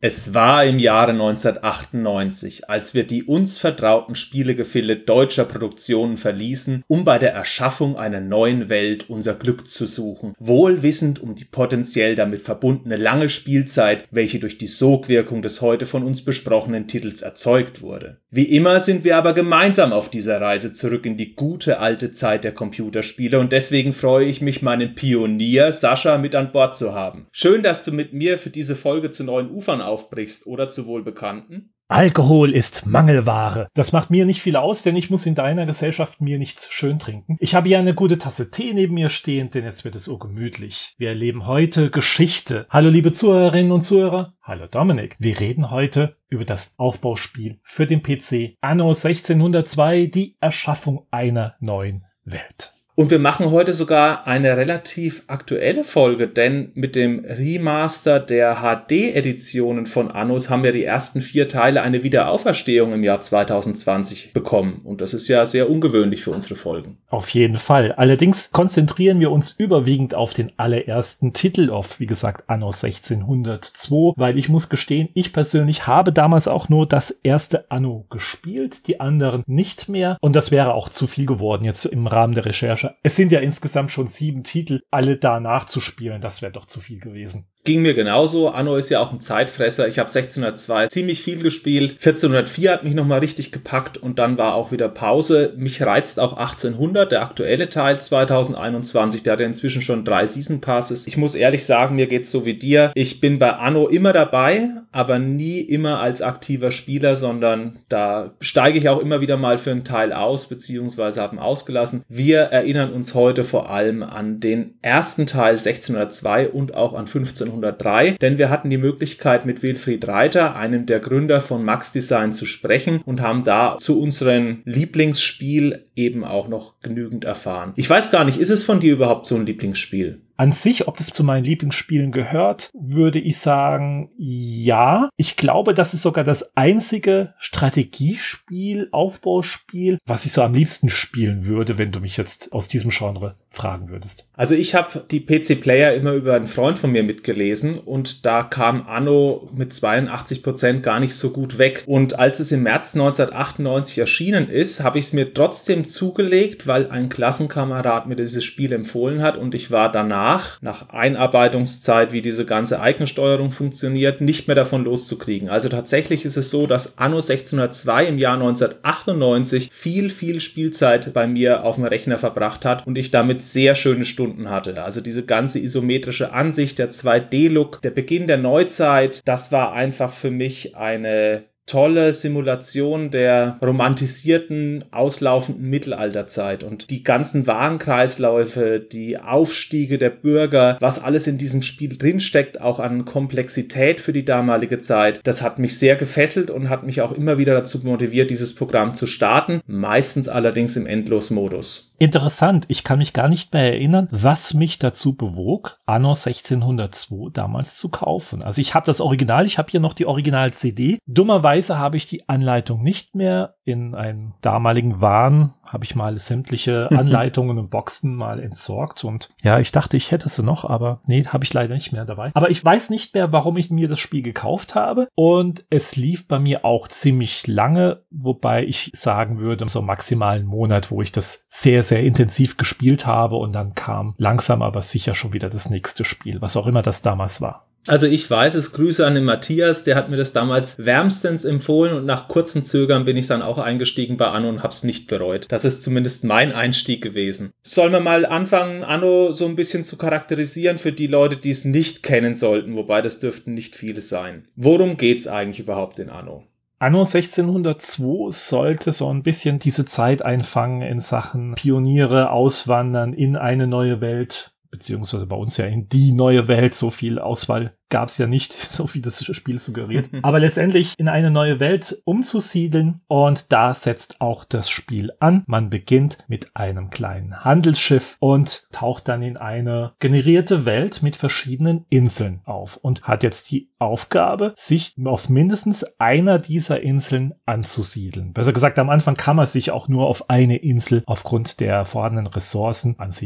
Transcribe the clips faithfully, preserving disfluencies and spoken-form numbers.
Es war im Jahre neunzehnhundertachtundneunzig, als wir die uns vertrauten Spielegefilde deutscher Produktionen verließen, um bei der Erschaffung einer neuen Welt unser Glück zu suchen, wohl wissend um die potenziell damit verbundene lange Spielzeit, welche durch die Sogwirkung des heute von uns besprochenen Titels erzeugt wurde. Wie immer sind wir aber gemeinsam auf dieser Reise zurück in die gute alte Zeit der Computerspiele und deswegen freue ich mich, meinen Pionier Sascha mit an Bord zu haben. Schön, dass du mit mir für diese Folge zu neuen Ufern aufbrichst, oder zu Wohlbekannten? Alkohol ist Mangelware. Das macht mir nicht viel aus, denn ich muss in deiner Gesellschaft mir nichts schön trinken. Ich habe ja eine gute Tasse Tee neben mir stehen, denn jetzt wird es urgemütlich. Wir erleben heute Geschichte. Hallo liebe Zuhörerinnen und Zuhörer. Hallo Dominik. Wir reden heute über das Aufbauspiel für den P C Anno sechzehnhundertzwei, die Erschaffung einer neuen Welt. Und wir machen heute sogar eine relativ aktuelle Folge, denn mit dem Remaster der H D-Editionen von Annos haben ja die ersten vier Teile eine Wiederauferstehung im Jahr zweitausendzwanzig bekommen. Und das ist ja sehr ungewöhnlich für unsere Folgen. Auf jeden Fall. Allerdings konzentrieren wir uns überwiegend auf den allerersten Titel auf, wie gesagt, Anno sechzehnhundertzwei, weil ich muss gestehen, ich persönlich habe damals auch nur das erste Anno gespielt, die anderen nicht mehr. Und das wäre auch zu viel geworden jetzt im Rahmen der Recherche. Es sind ja insgesamt schon sieben Titel, alle da nachzuspielen. Das wäre doch zu viel gewesen. Ging mir genauso. Anno ist ja auch ein Zeitfresser. Ich habe sechzehnhundertzwei ziemlich viel gespielt. vierzehnhundertvier hat mich nochmal richtig gepackt und dann war auch wieder Pause. Mich reizt auch achtzehnhundert, der aktuelle Teil zweitausendeinundzwanzig. Der hat ja inzwischen schon drei Season Passes. Ich muss ehrlich sagen, mir geht's so wie dir. Ich bin bei Anno immer dabei, aber nie immer als aktiver Spieler, sondern da steige ich auch immer wieder mal für einen Teil aus, beziehungsweise habe ihn ausgelassen. Wir erinnern uns heute vor allem an den ersten Teil sechzehnhundertzwei und auch an fünfzehnhundertdrei, denn wir hatten die Möglichkeit, mit Wilfried Reiter, einem der Gründer von Max Design, zu sprechen und haben da zu unserem Lieblingsspiel eben auch noch genügend erfahren. Ich weiß gar nicht, ist es von dir überhaupt so ein Lieblingsspiel? An sich, ob das zu meinen Lieblingsspielen gehört, würde ich sagen, ja. Ich glaube, das ist sogar das einzige Strategiespiel, Aufbauspiel, was ich so am liebsten spielen würde, wenn du mich jetzt aus diesem Genre fragen würdest. Also ich habe die P C-Player immer über einen Freund von mir mitgelesen und da kam Anno mit zweiundachtzig Prozent gar nicht so gut weg. Und als es im März neunzehnhundertachtundneunzig erschienen ist, habe ich es mir trotzdem zugelegt, weil ein Klassenkamerad mir dieses Spiel empfohlen hat und ich war danach nach Einarbeitungszeit, wie diese ganze Eigensteuerung funktioniert, nicht mehr davon loszukriegen. Also tatsächlich ist es so, dass Anno sechzehnhundertzwei im Jahr neunzehnhundertachtundneunzig viel, viel Spielzeit bei mir auf dem Rechner verbracht hat und ich damit sehr schöne Stunden hatte. Also diese ganze isometrische Ansicht, der zwei D-Look, der Beginn der Neuzeit, das war einfach für mich eine tolle Simulation der romantisierten, auslaufenden Mittelalterzeit und die ganzen Warenkreisläufe, die Aufstiege der Bürger, was alles in diesem Spiel drinsteckt, auch an Komplexität für die damalige Zeit, das hat mich sehr gefesselt und hat mich auch immer wieder dazu motiviert, dieses Programm zu starten, meistens allerdings im Endlosmodus. Interessant, ich kann mich gar nicht mehr erinnern, was mich dazu bewog, Anno sechzehnhundertzwei damals zu kaufen. Also ich habe das Original, ich habe hier noch die Original-C D. Dummerweise habe ich die Anleitung nicht mehr. In einem damaligen Wahn habe ich mal sämtliche Anleitungen und Boxen mal entsorgt. Und ja, ich dachte, ich hätte sie noch, aber nee, habe ich leider nicht mehr dabei. Aber ich weiß nicht mehr, warum ich mir das Spiel gekauft habe. Und es lief bei mir auch ziemlich lange, wobei ich sagen würde, so maximal einen Monat, wo ich das sehr, sehr intensiv gespielt habe. Und dann kam langsam aber sicher schon wieder das nächste Spiel, was auch immer das damals war. Also ich weiß es, Grüße an den Matthias, der hat mir das damals wärmstens empfohlen und nach kurzen Zögern bin ich dann auch eingestiegen bei Anno und hab's nicht bereut. Das ist zumindest mein Einstieg gewesen. Sollen wir mal anfangen, Anno so ein bisschen zu charakterisieren für die Leute, die es nicht kennen sollten, wobei das dürften nicht viele sein. Worum geht's eigentlich überhaupt in Anno? Anno sechzehnhundertzwei sollte so ein bisschen diese Zeit einfangen in Sachen Pioniere auswandern in eine neue Welt, beziehungsweise bei uns ja in die neue Welt. So viel Auswahl gab es ja nicht, so wie das Spiel suggeriert. Aber letztendlich in eine neue Welt umzusiedeln und da setzt auch das Spiel an. Man beginnt mit einem kleinen Handelsschiff und taucht dann in eine generierte Welt mit verschiedenen Inseln auf und hat jetzt die Aufgabe, sich auf mindestens einer dieser Inseln anzusiedeln. Besser gesagt, am Anfang kann man sich auch nur auf eine Insel aufgrund der vorhandenen Ressourcen ansiedeln.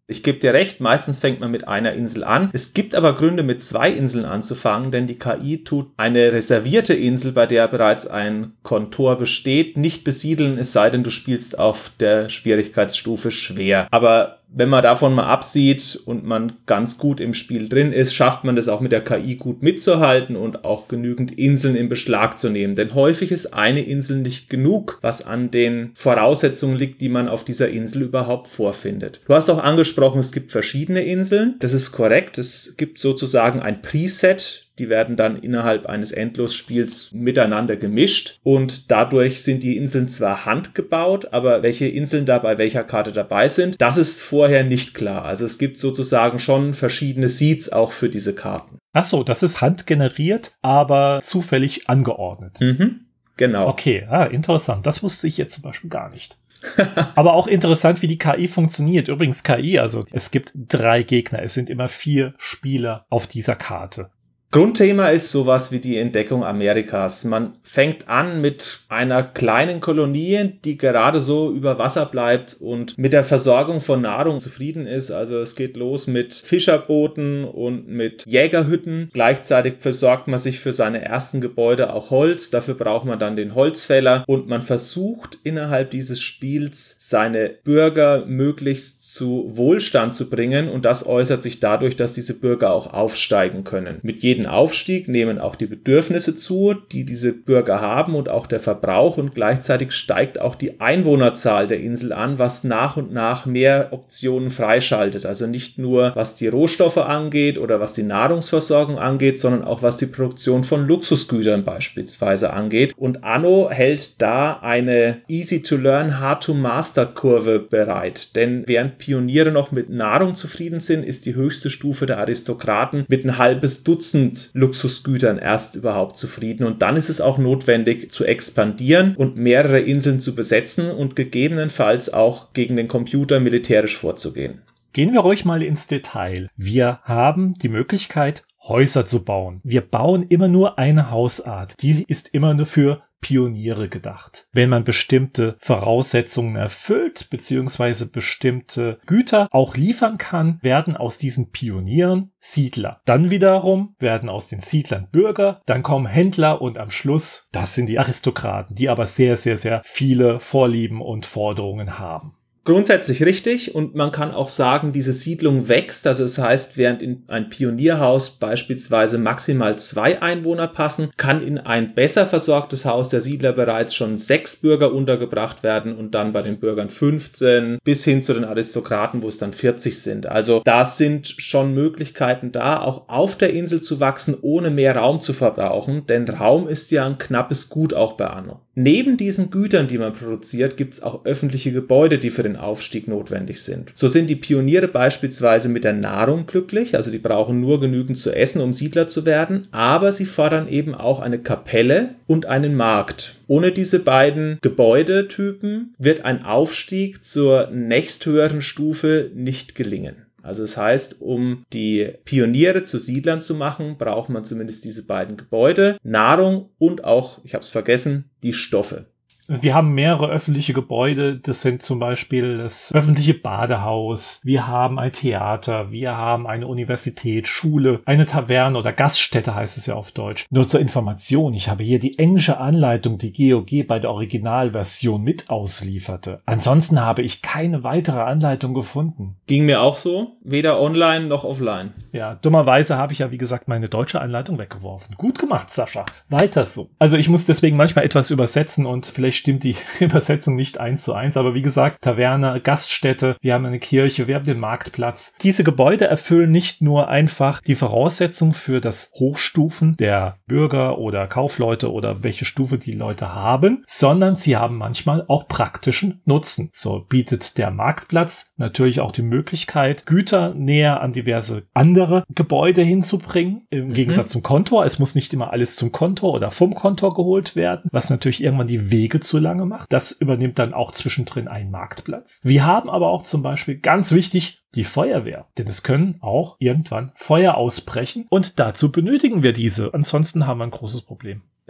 Ich gebe dir recht, meistens fängt man mit einer Insel an. Es gibt aber Gründe, mit zwei Inseln anzufangen, denn die K I tut eine reservierte Insel, bei der bereits ein Kontor besteht, nicht besiedeln, es sei denn, du spielst auf der Schwierigkeitsstufe schwer. Aber wenn man davon mal absieht und man ganz gut im Spiel drin ist, schafft man das auch mit der K I gut mitzuhalten und auch genügend Inseln in Beschlag zu nehmen. Denn häufig ist eine Insel nicht genug, was an den Voraussetzungen liegt, die man auf dieser Insel überhaupt vorfindet. Du hast auch angesprochen, es gibt verschiedene Inseln. Das ist korrekt. Es gibt sozusagen ein Preset. Die werden dann innerhalb eines Endlosspiels miteinander gemischt und dadurch sind die Inseln zwar handgebaut, aber welche Inseln da bei welcher Karte dabei sind, das ist vorher nicht klar. Also es gibt sozusagen schon verschiedene Seeds auch für diese Karten. Ach so, das ist handgeneriert, aber zufällig angeordnet. Mhm, genau. Okay, ah, interessant. Das wusste ich jetzt zum Beispiel gar nicht. Aber auch interessant, wie die K I funktioniert. Übrigens K I, also es gibt drei Gegner. Es sind immer vier Spieler auf dieser Karte. Grundthema ist sowas wie die Entdeckung Amerikas. Man fängt an mit einer kleinen Kolonie, die gerade so über Wasser bleibt und mit der Versorgung von Nahrung zufrieden ist. Also es geht los mit Fischerbooten und mit Jägerhütten. Gleichzeitig versorgt man sich für seine ersten Gebäude auch Holz. Dafür braucht man dann den Holzfäller und man versucht innerhalb dieses Spiels seine Bürger möglichst zu Wohlstand zu bringen und das äußert sich dadurch, dass diese Bürger auch aufsteigen können. Mit jedem Aufstieg nehmen auch die Bedürfnisse zu, die diese Bürger haben und auch der Verbrauch und gleichzeitig steigt auch die Einwohnerzahl der Insel an, was nach und nach mehr Optionen freischaltet. Also nicht nur was die Rohstoffe angeht oder was die Nahrungsversorgung angeht, sondern auch was die Produktion von Luxusgütern beispielsweise angeht. Und Anno hält da eine Easy-to-Learn, Hard-to-Master-Kurve bereit. Denn während Pioniere noch mit Nahrung zufrieden sind, ist die höchste Stufe der Aristokraten mit ein halbes Dutzend Luxusgütern erst überhaupt zufrieden und dann ist es auch notwendig zu expandieren und mehrere Inseln zu besetzen und gegebenenfalls auch gegen den Computer militärisch vorzugehen. Gehen wir ruhig mal ins Detail. Wir haben die Möglichkeit, Häuser zu bauen. Wir bauen immer nur eine Hausart. Die ist immer nur für Pioniere gedacht. Wenn man bestimmte Voraussetzungen erfüllt, beziehungsweise bestimmte Güter auch liefern kann, werden aus diesen Pionieren Siedler. Dann wiederum werden aus den Siedlern Bürger, dann kommen Händler und am Schluss, das sind die Aristokraten, die aber sehr, sehr, sehr viele Vorlieben und Forderungen haben. Grundsätzlich richtig und man kann auch sagen, diese Siedlung wächst, also das heißt, während in ein Pionierhaus beispielsweise maximal zwei Einwohner passen, kann in ein besser versorgtes Haus der Siedler bereits schon sechs Bürger untergebracht werden und dann bei den Bürgern fünfzehn bis hin zu den Aristokraten, wo es dann vierzig sind. Also da sind schon Möglichkeiten da, auch auf der Insel zu wachsen, ohne mehr Raum zu verbrauchen, denn Raum ist ja ein knappes Gut auch bei Anno. Neben diesen Gütern, die man produziert, gibt es auch öffentliche Gebäude, die für den Aufstieg notwendig sind. So sind die Pioniere beispielsweise mit der Nahrung glücklich, also die brauchen nur genügend zu essen, um Siedler zu werden, aber sie fordern eben auch eine Kapelle und einen Markt. Ohne diese beiden Gebäudetypen wird ein Aufstieg zur nächsthöheren Stufe nicht gelingen. Also das heißt, um die Pioniere zu Siedlern zu machen, braucht man zumindest diese beiden Gebäude, Nahrung und auch, ich habe es vergessen, die Stoffe. Wir haben mehrere öffentliche Gebäude. Das sind zum Beispiel das öffentliche Badehaus. Wir haben ein Theater. Wir haben eine Universität, Schule, eine Taverne oder Gaststätte heißt es ja auf Deutsch. Nur zur Information. Ich habe hier die englische Anleitung, die G O G bei der Originalversion mit auslieferte. Ansonsten habe ich keine weitere Anleitung gefunden. Ging mir auch so. Weder online noch offline. Ja, dummerweise habe ich ja, wie gesagt, meine deutsche Anleitung weggeworfen. Gut gemacht, Sascha. Weiter so. Also ich muss deswegen manchmal etwas übersetzen und vielleicht stimmt die Übersetzung nicht eins zu eins, aber wie gesagt, Taverne, Gaststätte, wir haben eine Kirche, wir haben den Marktplatz. Diese Gebäude erfüllen nicht nur einfach die Voraussetzung für das Hochstufen der Bürger oder Kaufleute oder welche Stufe die Leute haben, sondern sie haben manchmal auch praktischen Nutzen. So bietet der Marktplatz natürlich auch die Möglichkeit, Güter näher an diverse andere Gebäude hinzubringen, im mhm. Gegensatz zum Kontor. Es muss nicht immer alles zum Kontor oder vom Kontor geholt werden, was natürlich irgendwann die Wege zu lange macht. Das übernimmt dann auch zwischendrin einen Marktplatz. Wir haben aber auch zum Beispiel, ganz wichtig, die Feuerwehr. Denn es können auch irgendwann Feuer ausbrechen und dazu benötigen wir diese. Ansonsten haben wir ein großes Problem.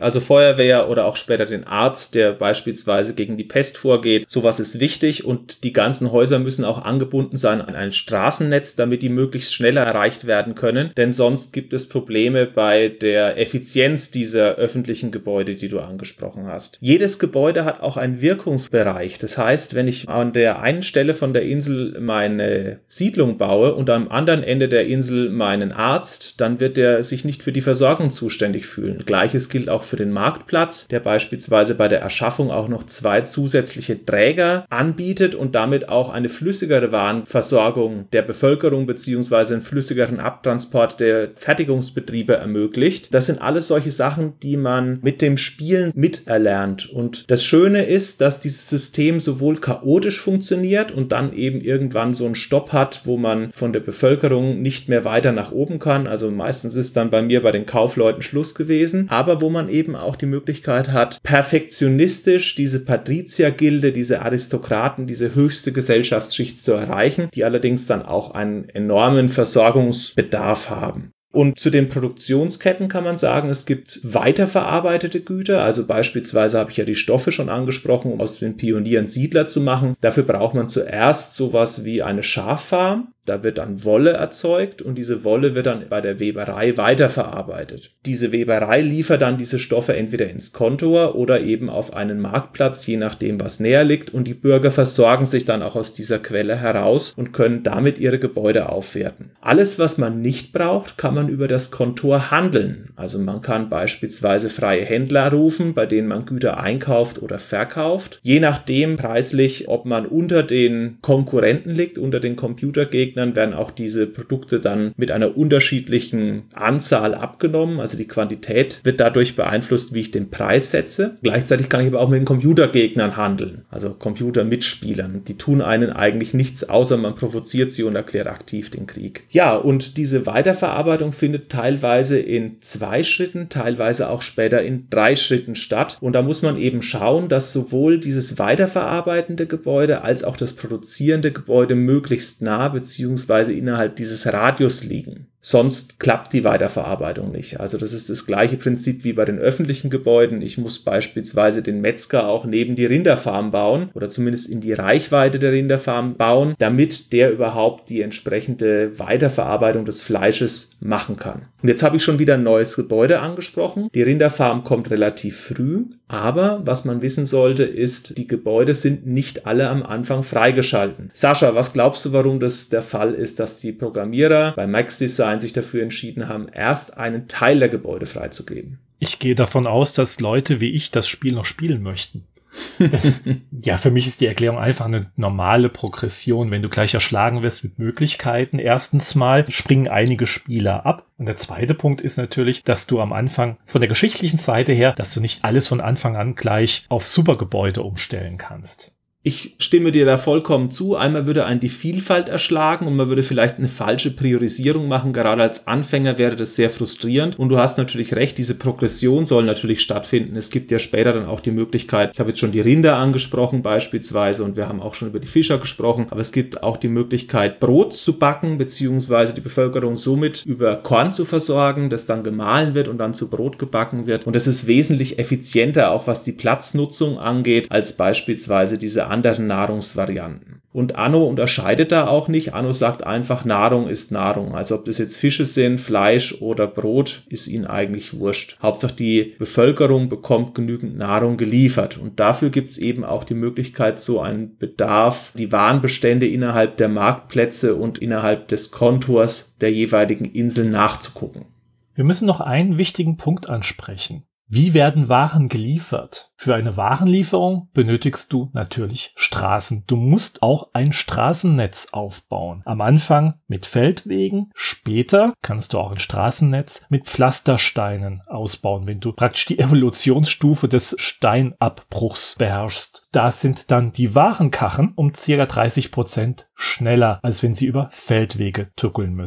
Also Feuerwehr oder auch später den Arzt, der beispielsweise gegen die Pest vorgeht. Sowas ist wichtig und die ganzen Häuser müssen auch angebunden sein an ein Straßennetz, damit die möglichst schneller erreicht werden können. Denn sonst gibt es Probleme bei der Effizienz dieser öffentlichen Gebäude, die du angesprochen hast. Jedes Gebäude hat auch einen Wirkungsbereich. Das heißt, wenn ich an der einen Stelle von der Insel meine Siedlung baue und am anderen Ende der Insel meinen Arzt, dann wird der sich nicht für die Versorgung zuständig fühlen. Gleiches gilt auch für den Marktplatz, der beispielsweise bei der Erschaffung auch noch zwei zusätzliche Träger anbietet und damit auch eine flüssigere Warenversorgung der Bevölkerung bzw. einen flüssigeren Abtransport der Fertigungsbetriebe ermöglicht. Das sind alles solche Sachen, die man mit dem Spielen miterlernt. Und das Schöne ist, dass dieses System sowohl chaotisch funktioniert und dann eben irgendwann so einen Stopp hat, wo man von der Bevölkerung nicht mehr weiter nach oben kann. Also meistens ist dann bei mir bei den Kaufleuten Schluss gewesen, aber wo man eben eben auch die Möglichkeit hat, perfektionistisch diese Patriziergilde, diese Aristokraten, diese höchste Gesellschaftsschicht zu erreichen, die allerdings dann auch einen enormen Versorgungsbedarf haben. Und zu den Produktionsketten kann man sagen, es gibt weiterverarbeitete Güter, also beispielsweise habe ich ja die Stoffe schon angesprochen, um aus den Pionieren Siedler zu machen. Dafür braucht man zuerst sowas wie eine Schaffarm. Da wird dann Wolle erzeugt und diese Wolle wird dann bei der Weberei weiterverarbeitet. Diese Weberei liefert dann diese Stoffe entweder ins Kontor oder eben auf einen Marktplatz, je nachdem, was näher liegt. Und die Bürger versorgen sich dann auch aus dieser Quelle heraus und können damit ihre Gebäude aufwerten. Alles, was man nicht braucht, kann man über das Kontor handeln. Also man kann beispielsweise freie Händler rufen, bei denen man Güter einkauft oder verkauft. Je nachdem preislich, ob man unter den Konkurrenten liegt, unter den Computergegnern, werden auch diese Produkte dann mit einer unterschiedlichen Anzahl abgenommen. Also die Quantität wird dadurch beeinflusst, wie ich den Preis setze. Gleichzeitig kann ich aber auch mit den Computergegnern handeln, also Computermitspielern. Die tun einen eigentlich nichts, außer man provoziert sie und erklärt aktiv den Krieg. Ja, und diese Weiterverarbeitung findet teilweise in zwei Schritten, teilweise auch später in drei Schritten statt. Und da muss man eben schauen, dass sowohl dieses weiterverarbeitende Gebäude als auch das produzierende Gebäude möglichst nah bzw. beziehungsweise innerhalb dieses Radius liegen. Sonst klappt die Weiterverarbeitung nicht. Also das ist das gleiche Prinzip wie bei den öffentlichen Gebäuden. Ich muss beispielsweise den Metzger auch neben die Rinderfarm bauen oder zumindest in die Reichweite der Rinderfarm bauen, damit der überhaupt die entsprechende Weiterverarbeitung des Fleisches machen kann. Und jetzt habe ich schon wieder ein neues Gebäude angesprochen. Die Rinderfarm kommt relativ früh, aber was man wissen sollte, ist, die Gebäude sind nicht alle am Anfang freigeschalten. Sascha, was glaubst du, warum das der Fall ist, dass die Programmierer bei Max Design sich dafür entschieden haben, erst einen Teil der Gebäude freizugeben? Ich gehe davon aus, dass Leute wie ich das Spiel noch spielen möchten. Ja, für mich ist die Erklärung einfach eine normale Progression. Wenn du gleich erschlagen wirst mit Möglichkeiten, erstens mal springen einige Spieler ab. Und der zweite Punkt ist natürlich, dass du am Anfang von der geschichtlichen Seite her, dass du nicht alles von Anfang an gleich auf Supergebäude umstellen kannst. Ich stimme dir da vollkommen zu. Einmal würde einen die Vielfalt erschlagen und man würde vielleicht eine falsche Priorisierung machen. Gerade als Anfänger wäre das sehr frustrierend. Und du hast natürlich recht, diese Progression soll natürlich stattfinden. Es gibt ja später dann auch die Möglichkeit, ich habe jetzt schon die Rinder angesprochen beispielsweise und wir haben auch schon über die Fischer gesprochen, aber es gibt auch die Möglichkeit, Brot zu backen, beziehungsweise die Bevölkerung somit über Korn zu versorgen, das dann gemahlen wird und dann zu Brot gebacken wird. Und das ist wesentlich effizienter, auch was die Platznutzung angeht, als beispielsweise diese anderen Nahrungsvarianten. Und Anno unterscheidet da auch nicht. Anno sagt einfach, Nahrung ist Nahrung. Also ob das jetzt Fische sind, Fleisch oder Brot, ist ihnen eigentlich wurscht. Hauptsache die Bevölkerung bekommt genügend Nahrung geliefert. Und dafür gibt es eben auch die Möglichkeit, so einen Bedarf, die Warenbestände innerhalb der Marktplätze und innerhalb des Kontors der jeweiligen Inseln nachzugucken. Wir müssen noch einen wichtigen Punkt ansprechen. Wie werden Waren geliefert? Für eine Warenlieferung benötigst du natürlich Straßen. Du musst auch ein Straßennetz aufbauen. Am Anfang mit Feldwegen, später kannst du auch ein Straßennetz mit Pflastersteinen ausbauen, wenn du praktisch die Evolutionsstufe des Steinabbruchs beherrschst. Da sind dann die Warenkarren um ca. dreißig Prozent schneller, als wenn sie über Feldwege tuckeln müssen.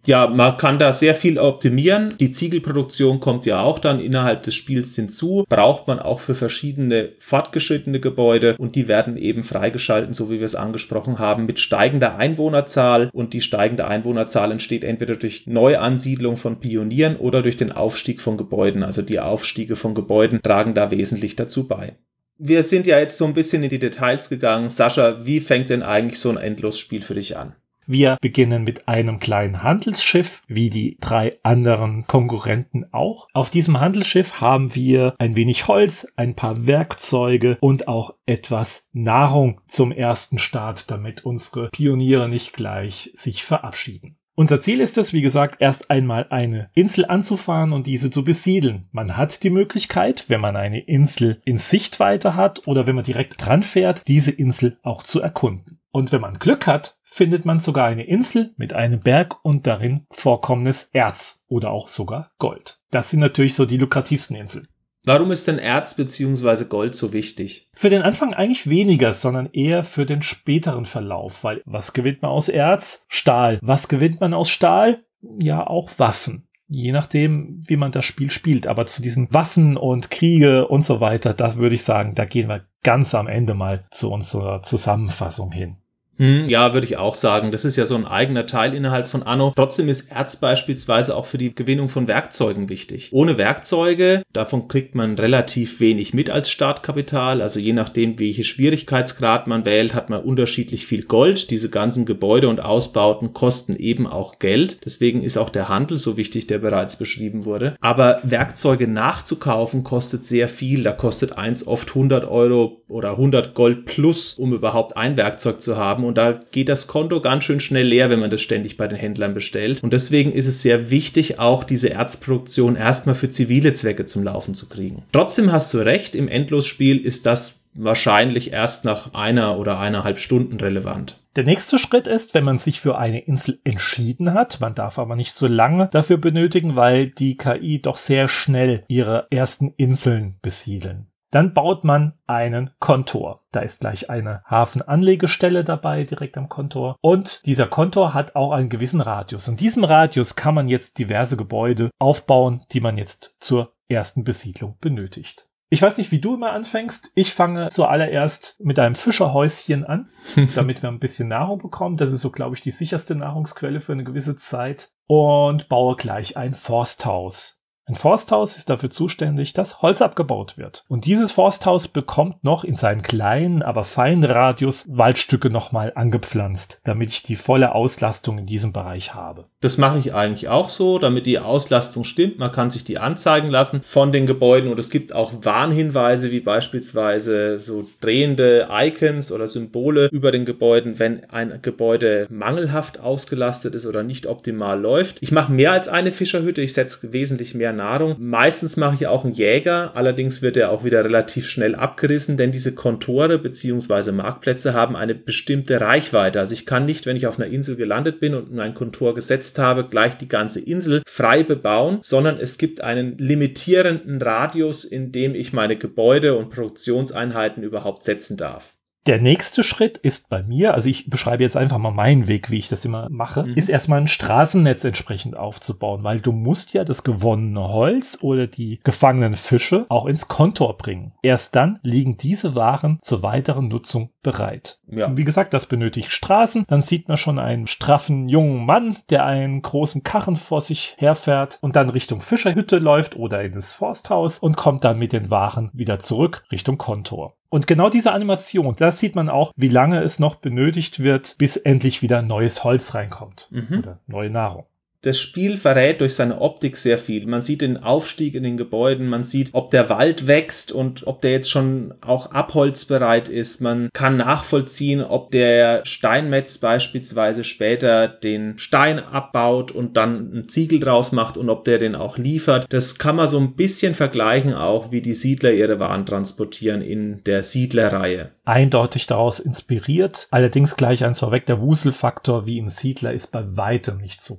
Ja, man kann da sehr viel optimieren. Die Ziegelproduktion kommt ja auch dann innerhalb des Spiels hinzu. Braucht man auch für verschiedene fortgeschrittene Gebäude und die werden eben freigeschalten, so wie wir es angesprochen haben, mit steigender Einwohnerzahl. Und die steigende Einwohnerzahl entsteht entweder durch Neuansiedlung von Pionieren oder durch den Aufstieg von Gebäuden. Also die Aufstiege von Gebäuden tragen da wesentlich dazu bei. Wir sind ja jetzt so ein bisschen in die Details gegangen. Sascha, wie fängt denn eigentlich so ein Endlosspiel für dich an? Wir beginnen mit einem kleinen Handelsschiff, wie die drei anderen Konkurrenten auch. Auf diesem Handelsschiff haben wir ein wenig Holz, ein paar Werkzeuge und auch etwas Nahrung zum ersten Start, damit unsere Pioniere nicht gleich sich verabschieden. Unser Ziel ist es, wie gesagt, erst einmal eine Insel anzufahren und diese zu besiedeln. Man hat die Möglichkeit, wenn man eine Insel in Sichtweite hat oder wenn man direkt dran fährt, diese Insel auch zu erkunden. Und wenn man Glück hat, findet man sogar eine Insel mit einem Berg und darin vorkommendes Erz oder auch sogar Gold. Das sind natürlich so die lukrativsten Inseln. Warum ist denn Erz bzw. Gold so wichtig? Für den Anfang eigentlich weniger, sondern eher für den späteren Verlauf. Weil was gewinnt man aus Erz? Stahl. Was gewinnt man aus Stahl? Ja, auch Waffen. Je nachdem, wie man das Spiel spielt. Aber zu diesen Waffen und Kriege und so weiter, da würde ich sagen, da gehen wir ganz am Ende mal zu unserer Zusammenfassung hin. Hm, ja, würde ich auch sagen. Das ist ja so ein eigener Teil innerhalb von Anno. Trotzdem ist Erz beispielsweise auch für die Gewinnung von Werkzeugen wichtig. Ohne Werkzeuge, davon kriegt man relativ wenig mit als Startkapital. Also je nachdem, welche Schwierigkeitsgrad man wählt, hat man unterschiedlich viel Gold. Diese ganzen Gebäude und Ausbauten kosten eben auch Geld. Deswegen ist auch der Handel so wichtig, der bereits beschrieben wurde. Aber Werkzeuge nachzukaufen kostet sehr viel. Da kostet eins oft hundert Euro oder hundert Gold plus, um überhaupt ein Werkzeug zu haben. Und da geht das Konto ganz schön schnell leer, wenn man das ständig bei den Händlern bestellt. Und deswegen ist es sehr wichtig, auch diese Erzproduktion erstmal für zivile Zwecke zum Laufen zu kriegen. Trotzdem hast du recht, im Endlosspiel ist das wahrscheinlich erst nach einer oder eineinhalb Stunden relevant. Der nächste Schritt ist, wenn man sich für eine Insel entschieden hat, man darf aber nicht so lange dafür benötigen, weil die K I doch sehr schnell ihre ersten Inseln besiedeln. Dann baut man einen Kontor. Da ist gleich eine Hafenanlegestelle dabei, direkt am Kontor. Und dieser Kontor hat auch einen gewissen Radius. In diesem Radius kann man jetzt diverse Gebäude aufbauen, die man jetzt zur ersten Besiedlung benötigt. Ich weiß nicht, wie du immer anfängst. Ich fange zuallererst mit einem Fischerhäuschen an, damit wir ein bisschen Nahrung bekommen. Das ist so, glaube ich, die sicherste Nahrungsquelle für eine gewisse Zeit. Und baue gleich ein Forsthaus. Ein Forsthaus ist dafür zuständig, dass Holz abgebaut wird. Und dieses Forsthaus bekommt noch in seinen kleinen, aber feinen Radius Waldstücke nochmal angepflanzt, damit ich die volle Auslastung in diesem Bereich habe. Das mache ich eigentlich auch so, damit die Auslastung stimmt. Man kann sich die anzeigen lassen von den Gebäuden und es gibt auch Warnhinweise, wie beispielsweise so drehende Icons oder Symbole über den Gebäuden, wenn ein Gebäude mangelhaft ausgelastet ist oder nicht optimal läuft. Ich mache mehr als eine Fischerhütte, ich setze wesentlich mehr Nahrung. Meistens mache ich auch einen Jäger, allerdings wird er auch wieder relativ schnell abgerissen, denn diese Kontore bzw. Marktplätze haben eine bestimmte Reichweite. Also ich kann nicht, wenn ich auf einer Insel gelandet bin und ein Kontor gesetzt habe, gleich die ganze Insel frei bebauen, sondern es gibt einen limitierenden Radius, in dem ich meine Gebäude und Produktionseinheiten überhaupt setzen darf. Der nächste Schritt ist bei mir, also ich beschreibe jetzt einfach mal meinen Weg, wie ich das immer mache, mhm. ist erstmal ein Straßennetz entsprechend aufzubauen, weil du musst ja das gewonnene Holz oder die gefangenen Fische auch ins Kontor bringen. Erst dann liegen diese Waren zur weiteren Nutzung bereit. Ja. Wie gesagt, das benötigt Straßen, dann sieht man schon einen straffen jungen Mann, der einen großen Karren vor sich herfährt und dann Richtung Fischerhütte läuft oder in das Forsthaus und kommt dann mit den Waren wieder zurück Richtung Kontor. Und genau diese Animation, da sieht man auch, wie lange es noch benötigt wird, bis endlich wieder neues Holz reinkommt mhm. oder neue Nahrung. Das Spiel verrät durch seine Optik sehr viel. Man sieht den Aufstieg in den Gebäuden, man sieht, ob der Wald wächst und ob der jetzt schon auch abholzbereit ist. Man kann nachvollziehen, ob der Steinmetz beispielsweise später den Stein abbaut und dann einen Ziegel draus macht und ob der den auch liefert. Das kann man so ein bisschen vergleichen auch, wie die Siedler ihre Waren transportieren in der Siedlerreihe. Eindeutig daraus inspiriert, allerdings gleich eins vorweg, der Wuselfaktor wie in Siedler ist bei weitem nicht so hoch.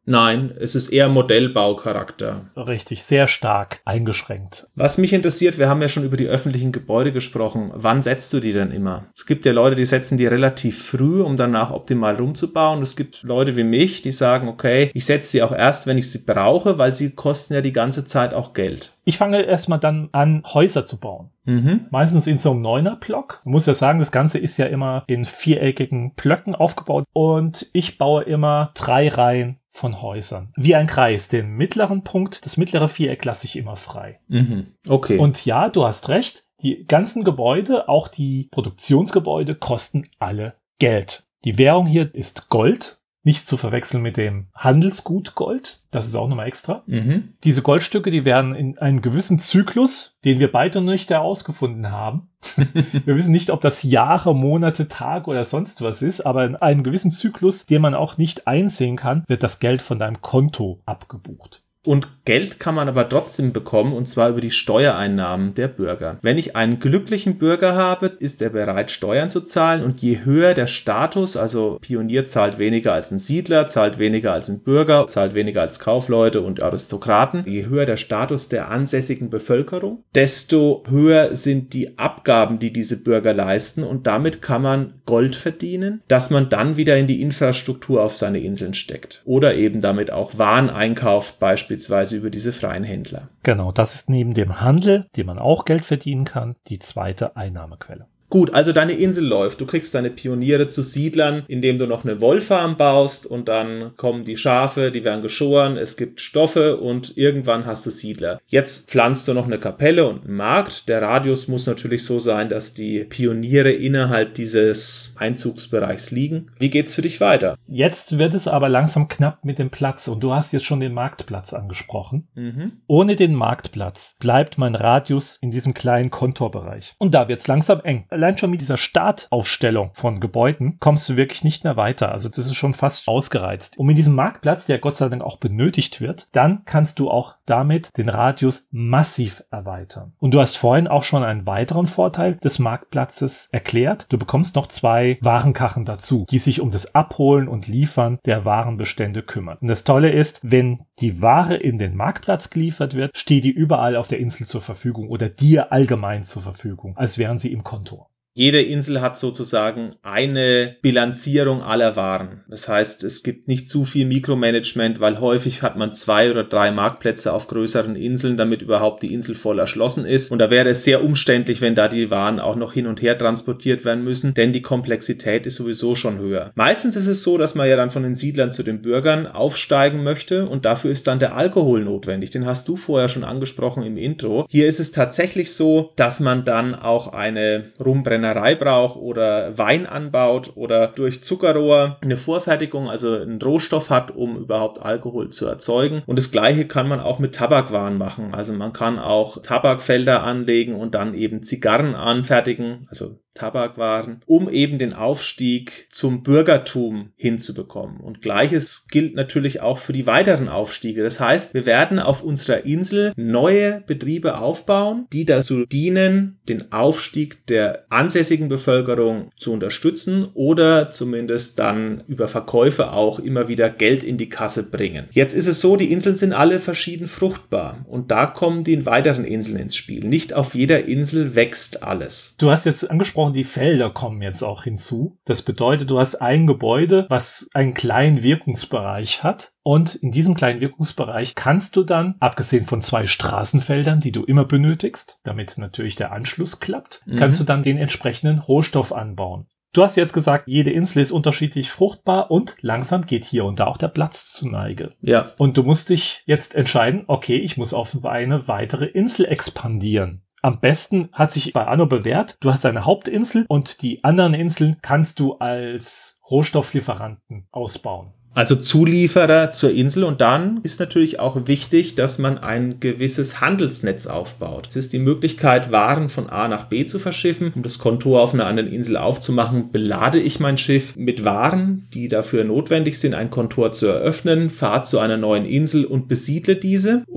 Nein, es ist eher Modellbaucharakter. Richtig, sehr stark eingeschränkt. Was mich interessiert, wir haben ja schon über die öffentlichen Gebäude gesprochen. Wann setzt du die denn immer? Es gibt ja Leute, die setzen die relativ früh, um danach optimal rumzubauen. Es gibt Leute wie mich, die sagen, okay, ich setze sie auch erst, wenn ich sie brauche, weil sie kosten ja die ganze Zeit auch Geld. Ich fange erstmal dann an, Häuser zu bauen. Mhm. Meistens in so einem Neuner-Block. Man muss ja sagen, das Ganze ist ja immer in viereckigen Blöcken aufgebaut und ich baue immer drei Reihen von Häusern. Wie ein Kreis. Den mittleren Punkt, das mittlere Viereck lasse ich immer frei. Mhm. Okay. Und ja, du hast recht, die ganzen Gebäude, auch die Produktionsgebäude, kosten alle Geld. Die Währung hier ist Gold. Nicht zu verwechseln mit dem Handelsgut Gold. Das ist auch nochmal extra. Mhm. Diese Goldstücke, die werden in einem gewissen Zyklus, den wir beide noch nicht herausgefunden haben. Wir wissen nicht, ob das Jahre, Monate, Tage oder sonst was ist, aber in einem gewissen Zyklus, den man auch nicht einsehen kann, wird das Geld von deinem Konto abgebucht. Und Geld kann man aber trotzdem bekommen, und zwar über die Steuereinnahmen der Bürger. Wenn ich einen glücklichen Bürger habe, ist er bereit, Steuern zu zahlen, und je höher der Status, also Pionier zahlt weniger als ein Siedler, zahlt weniger als ein Bürger, zahlt weniger als Kaufleute und Aristokraten, je höher der Status der ansässigen Bevölkerung, desto höher sind die Abgaben, die diese Bürger leisten, und damit kann man Gold verdienen, das man dann wieder in die Infrastruktur auf seine Inseln steckt. Oder eben damit auch Waren einkauft, beispielsweise Beispielsweise über diese freien Händler. Genau, das ist neben dem Handel, dem man auch Geld verdienen kann, die zweite Einnahmequelle. Gut, also deine Insel läuft. Du kriegst deine Pioniere zu Siedlern, indem du noch eine Wollfarm baust, und dann kommen die Schafe, die werden geschoren, es gibt Stoffe und irgendwann hast du Siedler. Jetzt pflanzt du noch eine Kapelle und einen Markt. Der Radius muss natürlich so sein, dass die Pioniere innerhalb dieses Einzugsbereichs liegen. Wie geht's für dich weiter? Jetzt wird es aber langsam knapp mit dem Platz, und du hast jetzt schon den Marktplatz angesprochen. Mhm. Ohne den Marktplatz bleibt mein Radius in diesem kleinen Kontorbereich. Und da wird's langsam eng. Allein schon mit dieser Startaufstellung von Gebäuden kommst du wirklich nicht mehr weiter. Also das ist schon fast ausgereizt. Und mit diesem Marktplatz, der Gott sei Dank auch benötigt wird, dann kannst du auch damit den Radius massiv erweitern. Und du hast vorhin auch schon einen weiteren Vorteil des Marktplatzes erklärt. Du bekommst noch zwei Warenkarren dazu, die sich um das Abholen und Liefern der Warenbestände kümmern. Und das Tolle ist, wenn die Ware in den Marktplatz geliefert wird, steht die überall auf der Insel zur Verfügung oder dir allgemein zur Verfügung, als wären sie im Kontor. Jede Insel hat sozusagen eine Bilanzierung aller Waren. Das heißt, es gibt nicht zu viel Mikromanagement, weil häufig hat man zwei oder drei Marktplätze auf größeren Inseln, damit überhaupt die Insel voll erschlossen ist. Und da wäre es sehr umständlich, wenn da die Waren auch noch hin und her transportiert werden müssen, denn die Komplexität ist sowieso schon höher. Meistens ist es so, dass man ja dann von den Siedlern zu den Bürgern aufsteigen möchte, und dafür ist dann der Alkohol notwendig. Den hast du vorher schon angesprochen im Intro. Hier ist es tatsächlich so, dass man dann auch eine Rumbrennerei braucht oder Wein anbaut oder durch Zuckerrohr eine Vorfertigung, also einen Rohstoff hat, um überhaupt Alkohol zu erzeugen. Und das Gleiche kann man auch mit Tabakwaren machen. Also man kann auch Tabakfelder anlegen und dann eben Zigarren anfertigen, also Tabakwaren, um eben den Aufstieg zum Bürgertum hinzubekommen. Und Gleiches gilt natürlich auch für die weiteren Aufstiege. Das heißt, wir werden auf unserer Insel neue Betriebe aufbauen, die dazu dienen, den Aufstieg der ansässigen Bevölkerung zu unterstützen oder zumindest dann über Verkäufe auch immer wieder Geld in die Kasse bringen. Jetzt ist es so, die Inseln sind alle verschieden fruchtbar, und da kommen die weiteren Inseln ins Spiel. Nicht auf jeder Insel wächst alles. Du hast jetzt angesprochen, die Felder kommen jetzt auch hinzu. Das bedeutet, du hast ein Gebäude, was einen kleinen Wirkungsbereich hat. Und in diesem kleinen Wirkungsbereich kannst du dann, abgesehen von zwei Straßenfeldern, die du immer benötigst, damit natürlich der Anschluss klappt, mhm. kannst du dann den entsprechenden Rohstoff anbauen. Du hast jetzt gesagt, jede Insel ist unterschiedlich fruchtbar, und langsam geht hier und da auch der Platz zu Neige. Ja. Und du musst dich jetzt entscheiden, okay, ich muss auf eine weitere Insel expandieren. Am besten hat sich bei Anno bewährt, du hast eine Hauptinsel und die anderen Inseln kannst du als Rohstofflieferanten ausbauen. Also Zulieferer zur Insel, und dann ist natürlich auch wichtig, dass man ein gewisses Handelsnetz aufbaut. Es ist die Möglichkeit, Waren von A nach B zu verschiffen. Um das Kontor auf einer anderen Insel aufzumachen, belade ich mein Schiff mit Waren, die dafür notwendig sind, ein Kontor zu eröffnen, fahre zu einer neuen Insel und besiedle diese. Und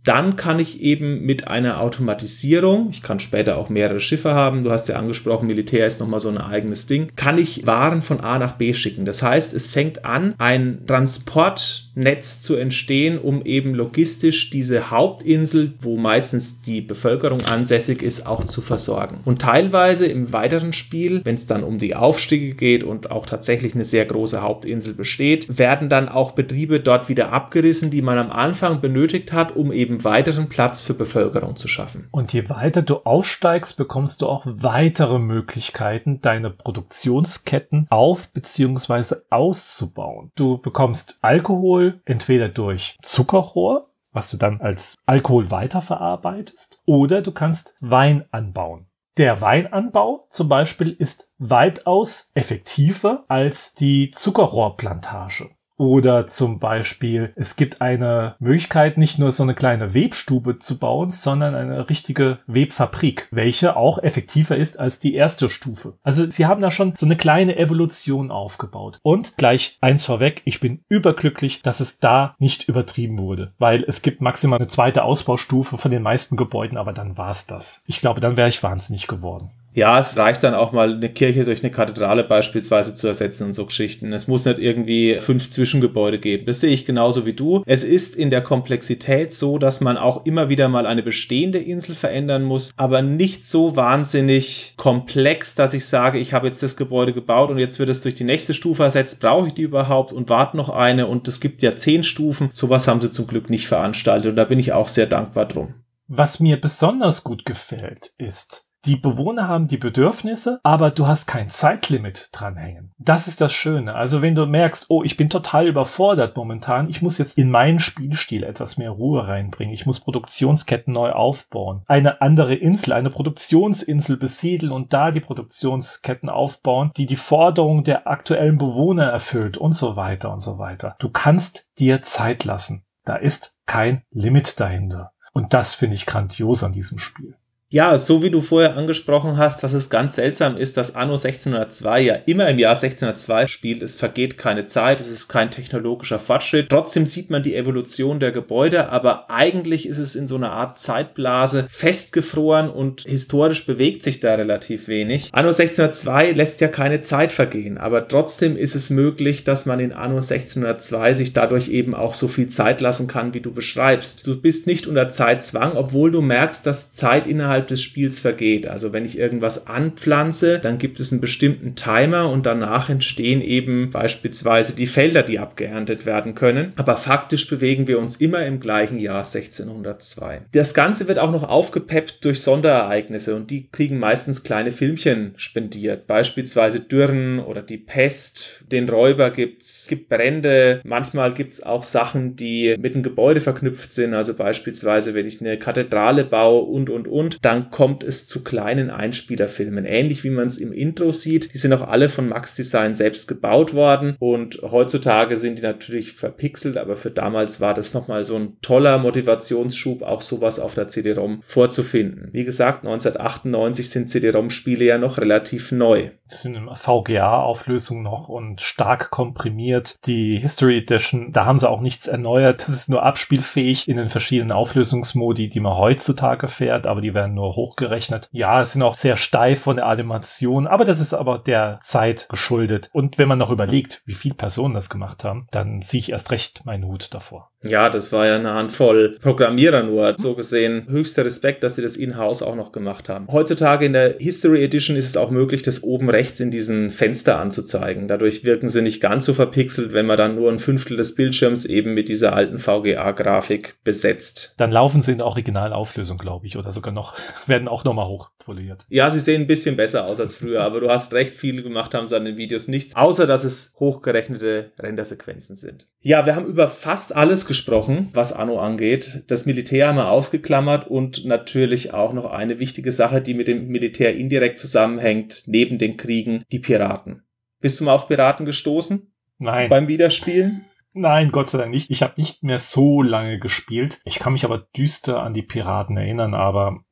dann kann ich eben mit einer Automatisierung, ich kann später auch mehrere Schiffe haben, du hast ja angesprochen, Militär ist nochmal so ein eigenes Ding, kann ich Waren von A nach B schicken. Das heißt, es fängt an, ein Transportnetz zu entstehen, um eben logistisch diese Hauptinsel, wo meistens die Bevölkerung ansässig ist, auch zu versorgen. Und teilweise im weiteren Spiel, wenn es dann um die Aufstiege geht und auch tatsächlich eine sehr große Hauptinsel besteht, werden dann auch Betriebe dort wieder abgerissen, die man am Anfang benötigt hat, um eben weiteren Platz für Bevölkerung zu schaffen. Und je weiter du aufsteigst, bekommst du auch weitere Möglichkeiten, deine Produktionsketten auf- bzw. auszubauen. Du bekommst Alkohol entweder durch Zuckerrohr, was du dann als Alkohol weiterverarbeitest, oder du kannst Wein anbauen. Der Weinanbau zum Beispiel ist weitaus effektiver als die Zuckerrohrplantage. Oder zum Beispiel, es gibt eine Möglichkeit, nicht nur so eine kleine Webstube zu bauen, sondern eine richtige Webfabrik, welche auch effektiver ist als die erste Stufe. Also sie haben da schon so eine kleine Evolution aufgebaut. Und gleich eins vorweg, ich bin überglücklich, dass es da nicht übertrieben wurde, weil es gibt maximal eine zweite Ausbaustufe von den meisten Gebäuden, aber dann war's das. Ich glaube, dann wäre ich wahnsinnig geworden. Ja, es reicht dann auch mal, eine Kirche durch eine Kathedrale beispielsweise zu ersetzen und so Geschichten. Es muss nicht irgendwie fünf Zwischengebäude geben. Das sehe ich genauso wie du. Es ist in der Komplexität so, dass man auch immer wieder mal eine bestehende Insel verändern muss, aber nicht so wahnsinnig komplex, dass ich sage, ich habe jetzt das Gebäude gebaut und jetzt wird es durch die nächste Stufe ersetzt. Brauche ich die überhaupt und warte noch eine? Und es gibt ja zehn Stufen. Sowas haben sie zum Glück nicht veranstaltet und da bin ich auch sehr dankbar drum. Was mir besonders gut gefällt, ist, die Bewohner haben die Bedürfnisse, aber du hast kein Zeitlimit dranhängen. Das ist das Schöne. Also wenn du merkst, oh, ich bin total überfordert momentan, ich muss jetzt in meinen Spielstil etwas mehr Ruhe reinbringen, ich muss Produktionsketten neu aufbauen, eine andere Insel, eine Produktionsinsel besiedeln und da die Produktionsketten aufbauen, die die Forderungen der aktuellen Bewohner erfüllt und so weiter und so weiter. Du kannst dir Zeit lassen. Da ist kein Limit dahinter. Und das finde ich grandios an diesem Spiel. Ja, so wie du vorher angesprochen hast, dass es ganz seltsam ist, dass Anno sechzehnhundertzwei ja immer im Jahr sechzehnhundertzwei spielt. Es vergeht keine Zeit, es ist kein technologischer Fortschritt. Trotzdem sieht man die Evolution der Gebäude, aber eigentlich ist es in so einer Art Zeitblase festgefroren und historisch bewegt sich da relativ wenig. Anno sechzehnhundertzwei lässt ja keine Zeit vergehen, aber trotzdem ist es möglich, dass man in Anno sechzehnhundertzwei sich dadurch eben auch so viel Zeit lassen kann, wie du beschreibst. Du bist nicht unter Zeitzwang, obwohl du merkst, dass Zeit innerhalb des Spiels vergeht. Also wenn ich irgendwas anpflanze, dann gibt es einen bestimmten Timer und danach entstehen eben beispielsweise die Felder, die abgeerntet werden können. Aber faktisch bewegen wir uns immer im gleichen Jahr sechzehnhundertzwei. Das Ganze wird auch noch aufgepeppt durch Sonderereignisse und die kriegen meistens kleine Filmchen spendiert. Beispielsweise Dürren oder die Pest, den Räuber gibt's, es gibt Brände, manchmal gibt's auch Sachen, die mit dem Gebäude verknüpft sind. Also beispielsweise, wenn ich eine Kathedrale baue und und und, dann kommt es zu kleinen Einspielerfilmen, ähnlich wie man es im Intro sieht. Die sind auch alle von Max Design selbst gebaut worden und heutzutage sind die natürlich verpixelt, aber für damals war das nochmal so ein toller Motivationsschub, auch sowas auf der C D-ROM vorzufinden. Wie gesagt, neunzehnhundertachtundneunzig sind C D-ROM-Spiele ja noch relativ neu. Das sind in V G A-Auflösung noch und stark komprimiert. Die History Edition, da haben sie auch nichts erneuert. Das ist nur abspielfähig in den verschiedenen Auflösungsmodi, die man heutzutage fährt, aber die werden nur hochgerechnet. Ja, es sind auch sehr steif von der Animation, aber das ist aber der Zeit geschuldet. Und wenn man noch überlegt, wie viele Personen das gemacht haben, dann ziehe ich erst recht meinen Hut davor. Ja, das war ja eine Handvoll Programmierer nur. So gesehen, höchster Respekt, dass sie das in-house auch noch gemacht haben. Heutzutage in der History Edition ist es auch möglich, das oben rechts in diesen Fenster anzuzeigen. Dadurch wirken sie nicht ganz so verpixelt, wenn man dann nur ein Fünftel des Bildschirms eben mit dieser alten V G A-Grafik besetzt. Dann laufen sie in der Originalauflösung, glaube ich, oder sogar noch, werden auch nochmal hochpoliert. Ja, sie sehen ein bisschen besser aus als früher, aber du hast recht, viel gemacht haben sie an den Videos nichts, außer dass es hochgerechnete Rendersequenzen sind. Ja, wir haben über fast alles gesprochen, was Anno angeht. Das Militär haben wir ausgeklammert und natürlich auch noch eine wichtige Sache, die mit dem Militär indirekt zusammenhängt, neben den Kriegen, die Piraten. Bist du mal auf Piraten gestoßen? Nein. Beim Wiederspielen? Nein, Gott sei Dank nicht. Ich habe nicht mehr so lange gespielt. Ich kann mich aber düster an die Piraten erinnern, aber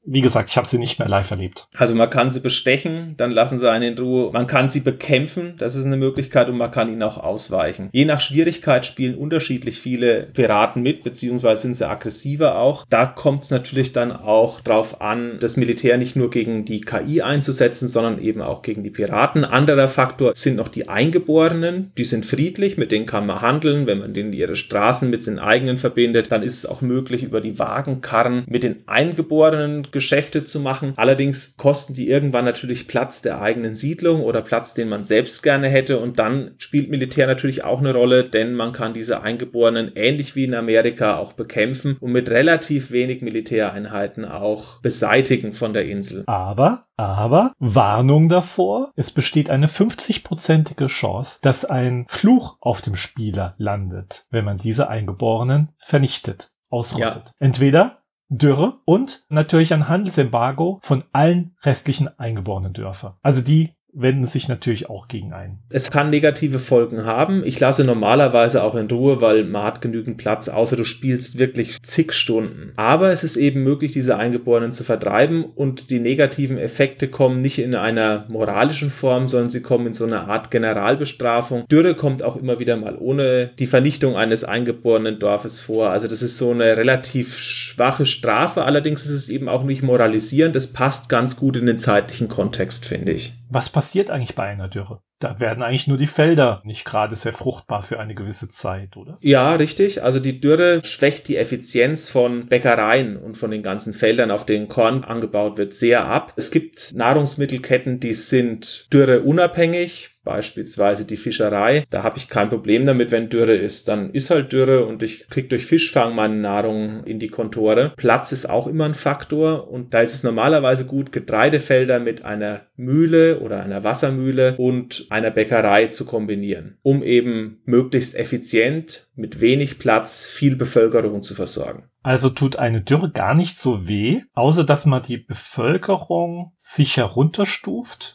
wie gesagt, ich habe sie nicht mehr live erlebt. Also man kann sie bestechen, dann lassen sie einen in Ruhe. Man kann sie bekämpfen, das ist eine Möglichkeit, und man kann ihnen auch ausweichen. Je nach Schwierigkeit spielen unterschiedlich viele Piraten mit, beziehungsweise sind sie aggressiver auch. Da kommt es natürlich dann auch drauf an, das Militär nicht nur gegen die K I einzusetzen, sondern eben auch gegen die Piraten. Anderer Faktor sind noch die Eingeborenen, die sind friedlich, mit denen kann man handeln. Wenn man denen ihre Straßen mit den eigenen verbindet, dann ist es auch möglich, über die Wagenkarren mit den Eingeborenen Geschäfte zu machen. Allerdings kosten die irgendwann natürlich Platz der eigenen Siedlung oder Platz, den man selbst gerne hätte, und dann spielt Militär natürlich auch eine Rolle, denn man kann diese Eingeborenen ähnlich wie in Amerika auch bekämpfen und mit relativ wenig Militäreinheiten auch beseitigen von der Insel. Aber, aber, Warnung davor, es besteht eine fünfzig-prozentige Chance, dass ein Fluch auf dem Spieler landet, wenn man diese Eingeborenen vernichtet, ausrottet. Ja. Entweder Dürre und natürlich ein Handelsembargo von allen restlichen eingeborenen Dörfern. Also die wenden sich natürlich auch gegen ein. Es kann negative Folgen haben. Ich lasse normalerweise auch in Ruhe, weil man hat genügend Platz, außer du spielst wirklich zig Stunden. Aber es ist eben möglich, diese Eingeborenen zu vertreiben, und die negativen Effekte kommen nicht in einer moralischen Form, sondern sie kommen in so einer Art Generalbestrafung. Dürre kommt auch immer wieder mal ohne die Vernichtung eines eingeborenen Dorfes vor. Also das ist so eine relativ schwache Strafe. Allerdings ist es eben auch nicht moralisierend. Das passt ganz gut in den zeitlichen Kontext, finde ich. Was passiert eigentlich bei einer Dürre? Da werden eigentlich nur die Felder nicht gerade sehr fruchtbar für eine gewisse Zeit, oder? Ja, richtig. Also die Dürre schwächt die Effizienz von Bäckereien und von den ganzen Feldern, auf denen Korn angebaut wird, sehr ab. Es gibt Nahrungsmittelketten, die sind dürreunabhängig. Beispielsweise die Fischerei. Da habe ich kein Problem damit, wenn Dürre ist. Dann ist halt Dürre und ich kriege durch Fischfang meine Nahrung in die Kontore. Platz ist auch immer ein Faktor, und da ist es normalerweise gut, Getreidefelder mit einer Mühle oder einer Wassermühle und einer Bäckerei zu kombinieren, um eben möglichst effizient mit wenig Platz viel Bevölkerung zu versorgen. Also tut eine Dürre gar nicht so weh, außer dass man die Bevölkerung sicher runterstuft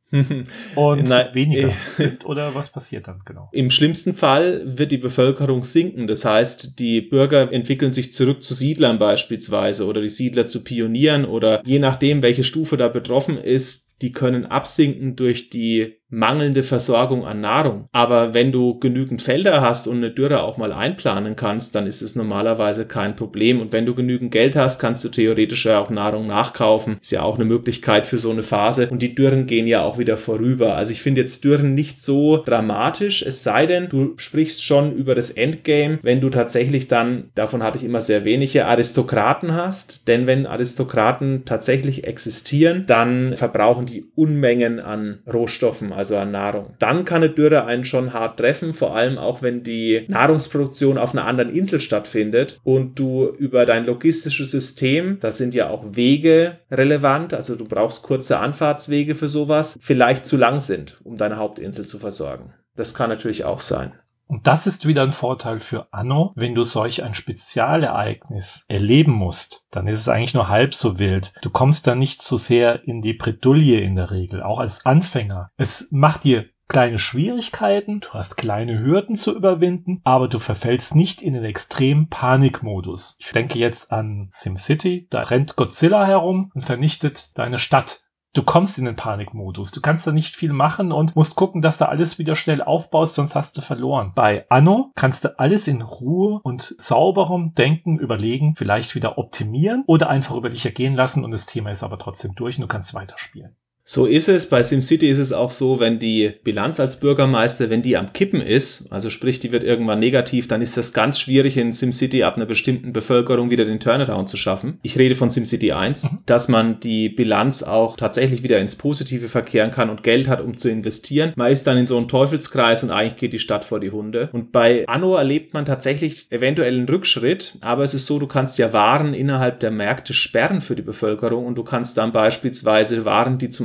und Nein, weniger sind, oder was passiert dann genau? Im schlimmsten Fall wird die Bevölkerung sinken. Das heißt, die Bürger entwickeln sich zurück zu Siedlern beispielsweise oder die Siedler zu Pionieren, oder je nachdem, welche Stufe da betroffen ist, die können absinken durch die mangelnde Versorgung an Nahrung. Aber wenn du genügend Felder hast und eine Dürre auch mal einplanen kannst, dann ist es normalerweise kein Problem. Und wenn du genügend Geld hast, kannst du theoretisch ja auch Nahrung nachkaufen. Ist ja auch eine Möglichkeit für so eine Phase. Und die Dürren gehen ja auch wieder vorüber. Also ich finde jetzt Dürren nicht so dramatisch, es sei denn, du sprichst schon über das Endgame, wenn du tatsächlich dann, davon hatte ich immer sehr wenige, Aristokraten hast. Denn wenn Aristokraten tatsächlich existieren, dann verbrauchen die Unmengen an Rohstoffen, also an Nahrung. Dann kann eine Dürre einen schon hart treffen, vor allem auch wenn die Nahrungsproduktion auf einer anderen Insel stattfindet und du über dein logistisches System, da sind ja auch Wege relevant, also du brauchst kurze Anfahrtswege für sowas, vielleicht zu lang sind, um deine Hauptinsel zu versorgen. Das kann natürlich auch sein. Und das ist wieder ein Vorteil für Anno. Wenn du solch ein Spezialereignis erleben musst, dann ist es eigentlich nur halb so wild. Du kommst da nicht so sehr in die Bredouille in der Regel, auch als Anfänger. Es macht dir kleine Schwierigkeiten, du hast kleine Hürden zu überwinden, aber du verfällst nicht in den extremen Panikmodus. Ich denke jetzt an SimCity, da rennt Godzilla herum und vernichtet deine Stadt. Du kommst in den Panikmodus. Du kannst da nicht viel machen und musst gucken, dass du alles wieder schnell aufbaust, sonst hast du verloren. Bei Anno kannst du alles in Ruhe und sauberem Denken überlegen, vielleicht wieder optimieren oder einfach über dich ergehen lassen, und das Thema ist aber trotzdem durch und du kannst weiterspielen. So ist es. Bei SimCity ist es auch so, wenn die Bilanz als Bürgermeister, wenn die am Kippen ist, also sprich, die wird irgendwann negativ, dann ist das ganz schwierig in SimCity ab einer bestimmten Bevölkerung wieder den Turnaround zu schaffen. Ich rede von SimCity eins, mhm. dass man die Bilanz auch tatsächlich wieder ins Positive verkehren kann und Geld hat, um zu investieren. Man ist dann in so einem Teufelskreis und eigentlich geht die Stadt vor die Hunde. Und bei Anno erlebt man tatsächlich eventuell einen Rückschritt, aber es ist so, du kannst ja Waren innerhalb der Märkte sperren für die Bevölkerung und du kannst dann beispielsweise Waren, die zum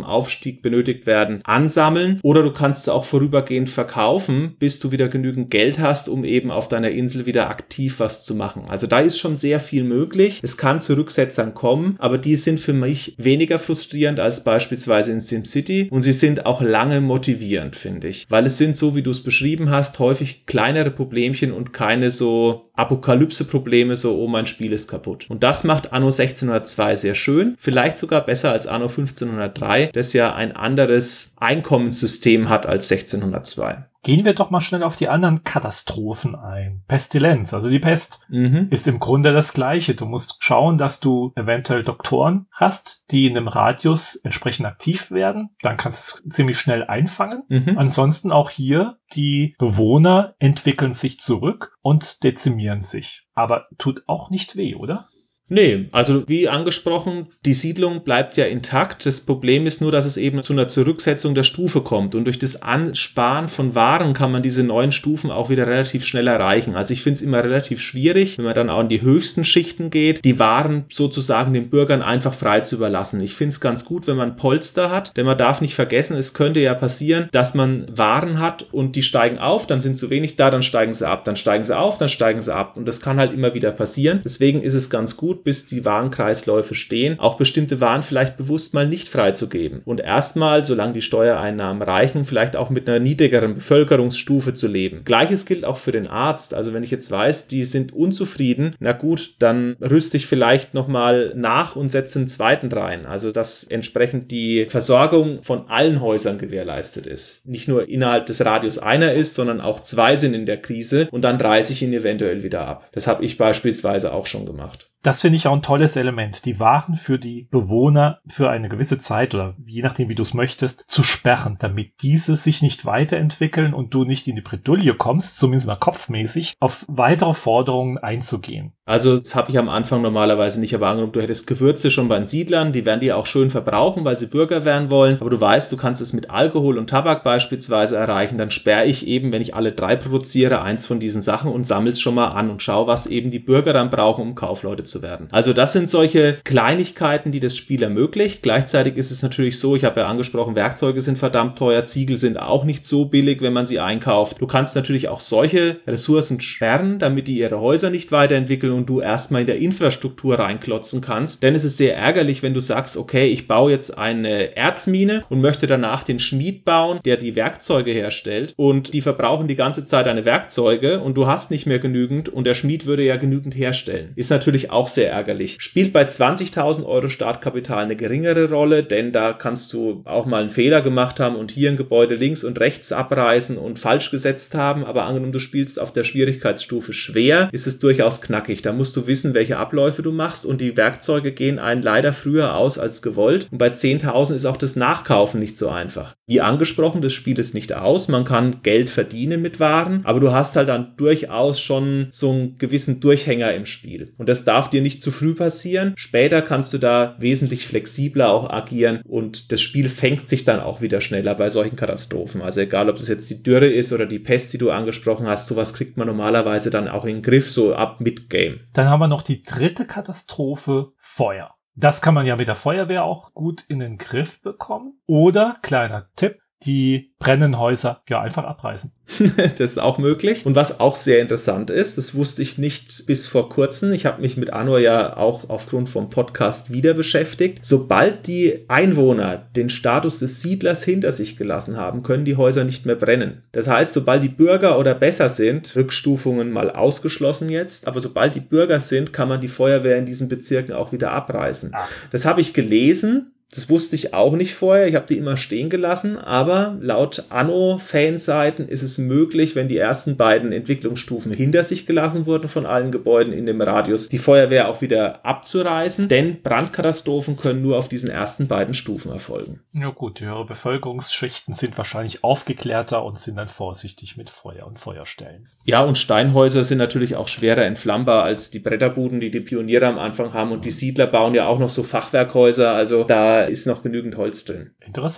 Aufstieg benötigt werden, ansammeln. Oder du kannst sie auch vorübergehend verkaufen, bis du wieder genügend Geld hast, um eben auf deiner Insel wieder aktiv was zu machen. Also da ist schon sehr viel möglich. Es kann zu Rücksetzern kommen, aber die sind für mich weniger frustrierend als beispielsweise in SimCity und sie sind auch lange motivierend, finde ich. Weil es sind, so wie du es beschrieben hast, häufig kleinere Problemchen und keine so Apokalypse-Probleme, so, oh, mein Spiel ist kaputt. Und das macht Anno sechzehnhundertzwei sehr schön, vielleicht sogar besser als Anno fünfzehnhundertdrei, das ja ein anderes Einkommenssystem hat als sechzehnhundertzwei. Gehen wir doch mal schnell auf die anderen Katastrophen ein. Pestilenz, also die Pest, mhm. ist im Grunde das Gleiche. Du musst schauen, dass du eventuell Doktoren hast, die in einem Radius entsprechend aktiv werden. Dann kannst du es ziemlich schnell einfangen. Mhm. Ansonsten auch hier, die Bewohner entwickeln sich zurück und dezimieren sich. Aber tut auch nicht weh, oder? Nee, also wie angesprochen, die Siedlung bleibt ja intakt. Das Problem ist nur, dass es eben zu einer Zurücksetzung der Stufe kommt. Und durch das Ansparen von Waren kann man diese neuen Stufen auch wieder relativ schnell erreichen. Also ich finde es immer relativ schwierig, wenn man dann auch in die höchsten Schichten geht, die Waren sozusagen den Bürgern einfach frei zu überlassen. Ich finde es ganz gut, wenn man Polster hat, denn man darf nicht vergessen, es könnte ja passieren, dass man Waren hat und die steigen auf, dann sind zu wenig da, dann steigen sie ab, dann steigen sie auf, dann steigen sie ab. Und das kann halt immer wieder passieren. Deswegen ist es ganz gut, bis die Warenkreisläufe stehen, auch bestimmte Waren vielleicht bewusst mal nicht freizugeben und erstmal, solange die Steuereinnahmen reichen, vielleicht auch mit einer niedrigeren Bevölkerungsstufe zu leben. Gleiches gilt auch für den Arzt. Also wenn ich jetzt weiß, die sind unzufrieden, na gut, dann rüste ich vielleicht nochmal nach und setze einen zweiten rein. Also dass entsprechend die Versorgung von allen Häusern gewährleistet ist. Nicht nur innerhalb des Radius einer ist, sondern auch zwei sind in der Krise und dann reiße ich ihn eventuell wieder ab. Das habe ich beispielsweise auch schon gemacht. Das finde ich auch ein tolles Element, die Waren für die Bewohner für eine gewisse Zeit oder je nachdem, wie du es möchtest, zu sperren, damit diese sich nicht weiterentwickeln und du nicht in die Bredouille kommst, zumindest mal kopfmäßig, auf weitere Forderungen einzugehen. Also das habe ich am Anfang normalerweise nicht, aber angenommen, du hättest Gewürze schon bei den Siedlern, die werden die auch schön verbrauchen, weil sie Bürger werden wollen, aber du weißt, du kannst es mit Alkohol und Tabak beispielsweise erreichen, dann sperre ich eben, wenn ich alle drei produziere, eins von diesen Sachen und sammle es schon mal an und schau, was eben die Bürger dann brauchen, um Kaufleute zu werden. Also das sind solche Kleinigkeiten, die das Spiel ermöglicht. Gleichzeitig ist es natürlich so, ich habe ja angesprochen, Werkzeuge sind verdammt teuer, Ziegel sind auch nicht so billig, wenn man sie einkauft. Du kannst natürlich auch solche Ressourcen sperren, damit die ihre Häuser nicht weiterentwickeln und du erstmal in der Infrastruktur reinklotzen kannst. Denn es ist sehr ärgerlich, wenn du sagst, okay, ich baue jetzt eine Erzmine und möchte danach den Schmied bauen, der die Werkzeuge herstellt und die verbrauchen die ganze Zeit deine Werkzeuge und du hast nicht mehr genügend und der Schmied würde ja genügend herstellen. Ist natürlich auch sehr ärgerlich. Spielt bei zwanzigtausend Euro Startkapital eine geringere Rolle, denn da kannst du auch mal einen Fehler gemacht haben und hier ein Gebäude links und rechts abreißen und falsch gesetzt haben, aber angenommen, du spielst auf der Schwierigkeitsstufe schwer, ist es durchaus knackig. Da musst du wissen, welche Abläufe du machst und die Werkzeuge gehen einen leider früher aus als gewollt und bei zehntausend ist auch das Nachkaufen nicht so einfach. Wie angesprochen, das Spiel ist nicht aus, man kann Geld verdienen mit Waren, aber du hast halt dann durchaus schon so einen gewissen Durchhänger im Spiel und das darf dir nicht zu früh passieren. Später kannst du da wesentlich flexibler auch agieren und das Spiel fängt sich dann auch wieder schneller bei solchen Katastrophen. Also egal, ob das jetzt die Dürre ist oder die Pest, die du angesprochen hast, sowas kriegt man normalerweise dann auch in den Griff, so ab Mid-Game. Dann haben wir noch die dritte Katastrophe, Feuer. Das kann man ja mit der Feuerwehr auch gut in den Griff bekommen. Oder, kleiner Tipp, die brennenden Häuser ja einfach abreißen. Das ist auch möglich. Und was auch sehr interessant ist, das wusste ich nicht bis vor kurzem. Ich habe mich mit Anno ja auch aufgrund vom Podcast wieder beschäftigt. Sobald die Einwohner den Status des Siedlers hinter sich gelassen haben, können die Häuser nicht mehr brennen. Das heißt, sobald die Bürger oder besser sind, Rückstufungen mal ausgeschlossen jetzt, aber sobald die Bürger sind, kann man die Feuerwehr in diesen Bezirken auch wieder abreißen. Ach. Das habe ich gelesen. Das wusste ich auch nicht vorher, ich habe die immer stehen gelassen, aber laut Anno-Fanseiten ist es möglich, wenn die ersten beiden Entwicklungsstufen hinter sich gelassen wurden von allen Gebäuden in dem Radius, die Feuerwehr auch wieder abzureißen, denn Brandkatastrophen können nur auf diesen ersten beiden Stufen erfolgen. Ja gut, die höhere Bevölkerungsschichten sind wahrscheinlich aufgeklärter und sind dann vorsichtig mit Feuer und Feuerstellen. Ja, und Steinhäuser sind natürlich auch schwerer entflammbar als die Bretterbuden, die die Pioniere am Anfang haben und die Siedler bauen ja auch noch so Fachwerkhäuser, also da ist noch genügend Holz drin. Interessant.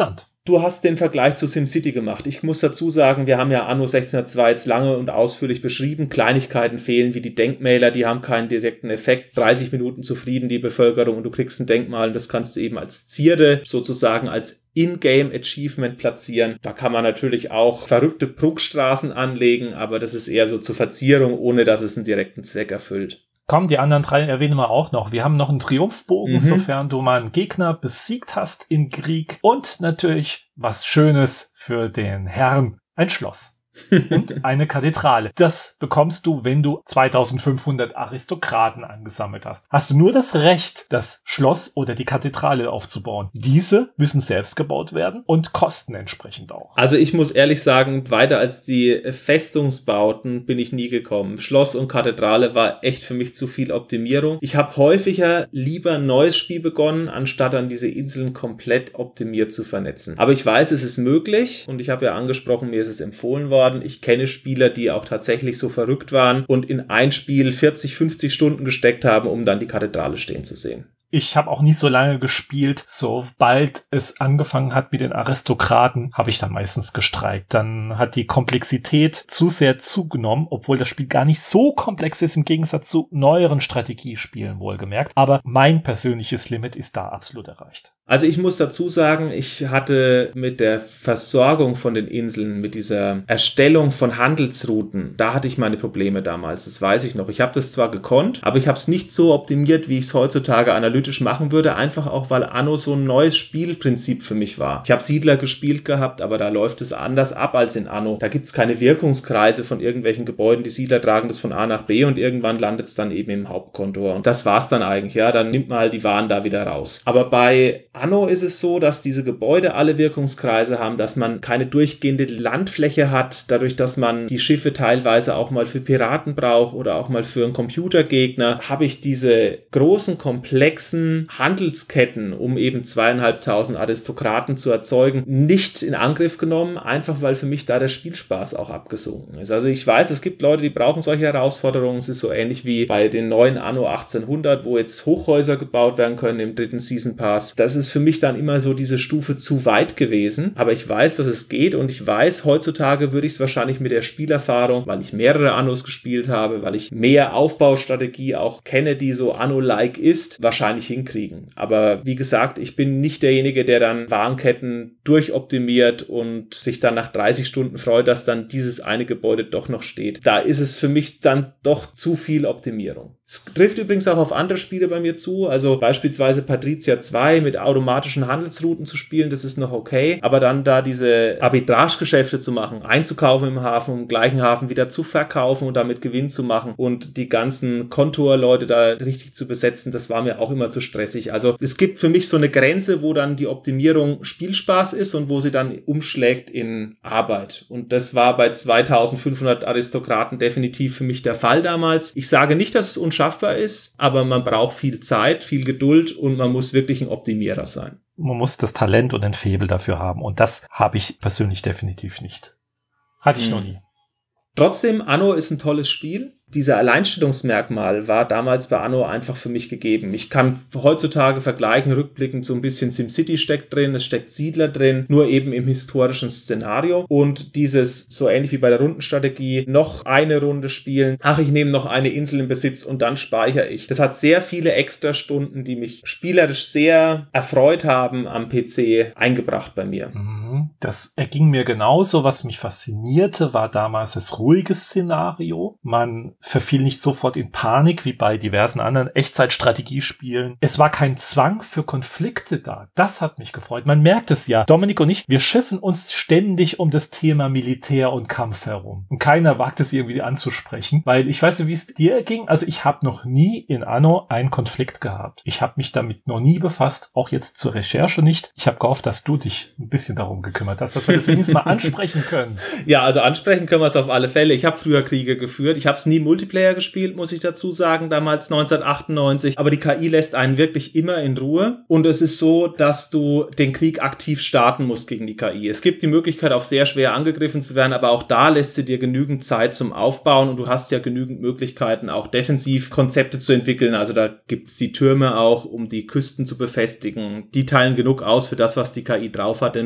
Du hast den Vergleich zu SimCity gemacht. Ich muss dazu sagen, wir haben ja Anno sechzehnhundertzwei jetzt lange und ausführlich beschrieben. Kleinigkeiten fehlen wie die Denkmäler, die haben keinen direkten Effekt. dreißig Minuten zufrieden die Bevölkerung und du kriegst ein Denkmal und das kannst du eben als Zierde, sozusagen als In-Game-Achievement platzieren. Da kann man natürlich auch verrückte Prunkstraßen anlegen, aber das ist eher so zur Verzierung, ohne dass es einen direkten Zweck erfüllt. Komm, die anderen drei erwähnen wir auch noch. Wir haben noch einen Triumphbogen, mhm. sofern du mal einen Gegner besiegt hast im Krieg. Und natürlich was Schönes für den Herrn, ein Schloss. Und eine Kathedrale. Das bekommst du, wenn du zweitausendfünfhundert Aristokraten angesammelt hast. Hast du nur das Recht, das Schloss oder die Kathedrale aufzubauen. Diese müssen selbst gebaut werden und kosten entsprechend auch. Also ich muss ehrlich sagen, weiter als die Festungsbauten bin ich nie gekommen. Schloss und Kathedrale war echt für mich zu viel Optimierung. Ich habe häufiger lieber ein neues Spiel begonnen, anstatt an diese Inseln komplett optimiert zu vernetzen. Aber ich weiß, es ist möglich und ich habe ja angesprochen, mir ist es empfohlen worden. Ich kenne Spieler, die auch tatsächlich so verrückt waren und in ein Spiel vierzig, fünfzig Stunden gesteckt haben, um dann die Kathedrale stehen zu sehen. Ich habe auch nie so lange gespielt. Sobald es angefangen hat mit den Aristokraten, habe ich dann meistens gestreikt. Dann hat die Komplexität zu sehr zugenommen, obwohl das Spiel gar nicht so komplex ist, im Gegensatz zu neueren Strategiespielen wohlgemerkt. Aber mein persönliches Limit ist da absolut erreicht. Also ich muss dazu sagen, ich hatte mit der Versorgung von den Inseln, mit dieser Erstellung von Handelsrouten, da hatte ich meine Probleme damals, das weiß ich noch. Ich habe das zwar gekonnt, aber ich habe es nicht so optimiert, wie ich es heutzutage analytisch machen würde, einfach auch, weil Anno so ein neues Spielprinzip für mich war. Ich habe Siedler gespielt gehabt, aber da läuft es anders ab als in Anno. Da gibt es keine Wirkungskreise von irgendwelchen Gebäuden, die Siedler tragen das von A nach B und irgendwann landet es dann eben im Hauptkontor. Und das war es dann eigentlich, ja, dann nimmt man halt die Waren da wieder raus. Aber bei Anno ist es so, dass diese Gebäude alle Wirkungskreise haben, dass man keine durchgehende Landfläche hat, dadurch, dass man die Schiffe teilweise auch mal für Piraten braucht oder auch mal für einen Computergegner, habe ich diese großen, komplexen Handelsketten, um eben zweieinhalbtausend Aristokraten zu erzeugen, nicht in Angriff genommen, einfach weil für mich da der Spielspaß auch abgesunken ist. Also ich weiß, es gibt Leute, die brauchen solche Herausforderungen. Es ist so ähnlich wie bei den neuen Anno achtzehnhundert, wo jetzt Hochhäuser gebaut werden können im dritten Season Pass. Das ist für mich dann immer so diese Stufe zu weit gewesen, aber ich weiß, dass es geht und ich weiß, heutzutage würde ich es wahrscheinlich mit der Spielerfahrung, weil ich mehrere Annos gespielt habe, weil ich mehr Aufbaustrategie auch kenne, die so Anno-like ist, wahrscheinlich hinkriegen. Aber wie gesagt, ich bin nicht derjenige, der dann Warenketten durchoptimiert und sich dann nach dreißig Stunden freut, dass dann dieses eine Gebäude doch noch steht. Da ist es für mich dann doch zu viel Optimierung. Es trifft übrigens auch auf andere Spiele bei mir zu, also beispielsweise Patrizia zwei mit automatischen Handelsrouten zu spielen, das ist noch okay, aber dann da diese Arbitragegeschäfte zu machen, einzukaufen im Hafen, im gleichen Hafen wieder zu verkaufen und damit Gewinn zu machen und die ganzen Kontorleute da richtig zu besetzen, das war mir auch immer zu stressig. Also es gibt für mich so eine Grenze, wo dann die Optimierung Spielspaß ist und wo sie dann umschlägt in Arbeit. Und das war bei zweitausendfünfhundert Aristokraten definitiv für mich der Fall damals. Ich sage nicht, dass es unschaffbar ist, aber man braucht viel Zeit, viel Geduld und man muss wirklich ein Optimierer sein. Man muss das Talent und den Faible dafür haben und das habe ich persönlich definitiv nicht. Hatte ich hm. noch nie. Trotzdem, Anno ist ein tolles Spiel. Dieser Alleinstellungsmerkmal war damals bei Anno einfach für mich gegeben. Ich kann heutzutage vergleichen, rückblickend so ein bisschen SimCity steckt drin, es steckt Siedler drin, nur eben im historischen Szenario. Und dieses, so ähnlich wie bei der Rundenstrategie, noch eine Runde spielen, ach, ich nehme noch eine Insel in Besitz und dann speichere ich. Das hat sehr viele Extrastunden, die mich spielerisch sehr erfreut haben, am P C eingebracht bei mir. Das erging mir genauso. Was mich faszinierte, war damals das ruhige Szenario. Man verfiel nicht sofort in Panik, wie bei diversen anderen Echtzeitstrategiespielen. Es war kein Zwang für Konflikte da. Das hat mich gefreut. Man merkt es ja. Dominik und ich, wir schiffen uns ständig um das Thema Militär und Kampf herum. Und keiner wagt es irgendwie anzusprechen, weil ich weiß nicht, wie es dir ging. Also ich habe noch nie in Anno einen Konflikt gehabt. Ich habe mich damit noch nie befasst, auch jetzt zur Recherche nicht. Ich habe gehofft, dass du dich ein bisschen darum gekümmert hast, dass wir das wenigstens mal ansprechen können. Ja, also ansprechen können wir es auf alle Fälle. Ich habe früher Kriege geführt. Ich habe es nie Multiplayer gespielt, muss ich dazu sagen, damals neunzehnhundertachtundneunzig. Aber die K I lässt einen wirklich immer in Ruhe. Und es ist so, dass du den Krieg aktiv starten musst gegen die K I. Es gibt die Möglichkeit, auf sehr schwer angegriffen zu werden, aber auch da lässt sie dir genügend Zeit zum Aufbauen und du hast ja genügend Möglichkeiten, auch defensiv Konzepte zu entwickeln. Also da gibt's die Türme auch, um die Küsten zu befestigen. Die teilen genug aus für das, was die K I drauf hat. Denn militärisch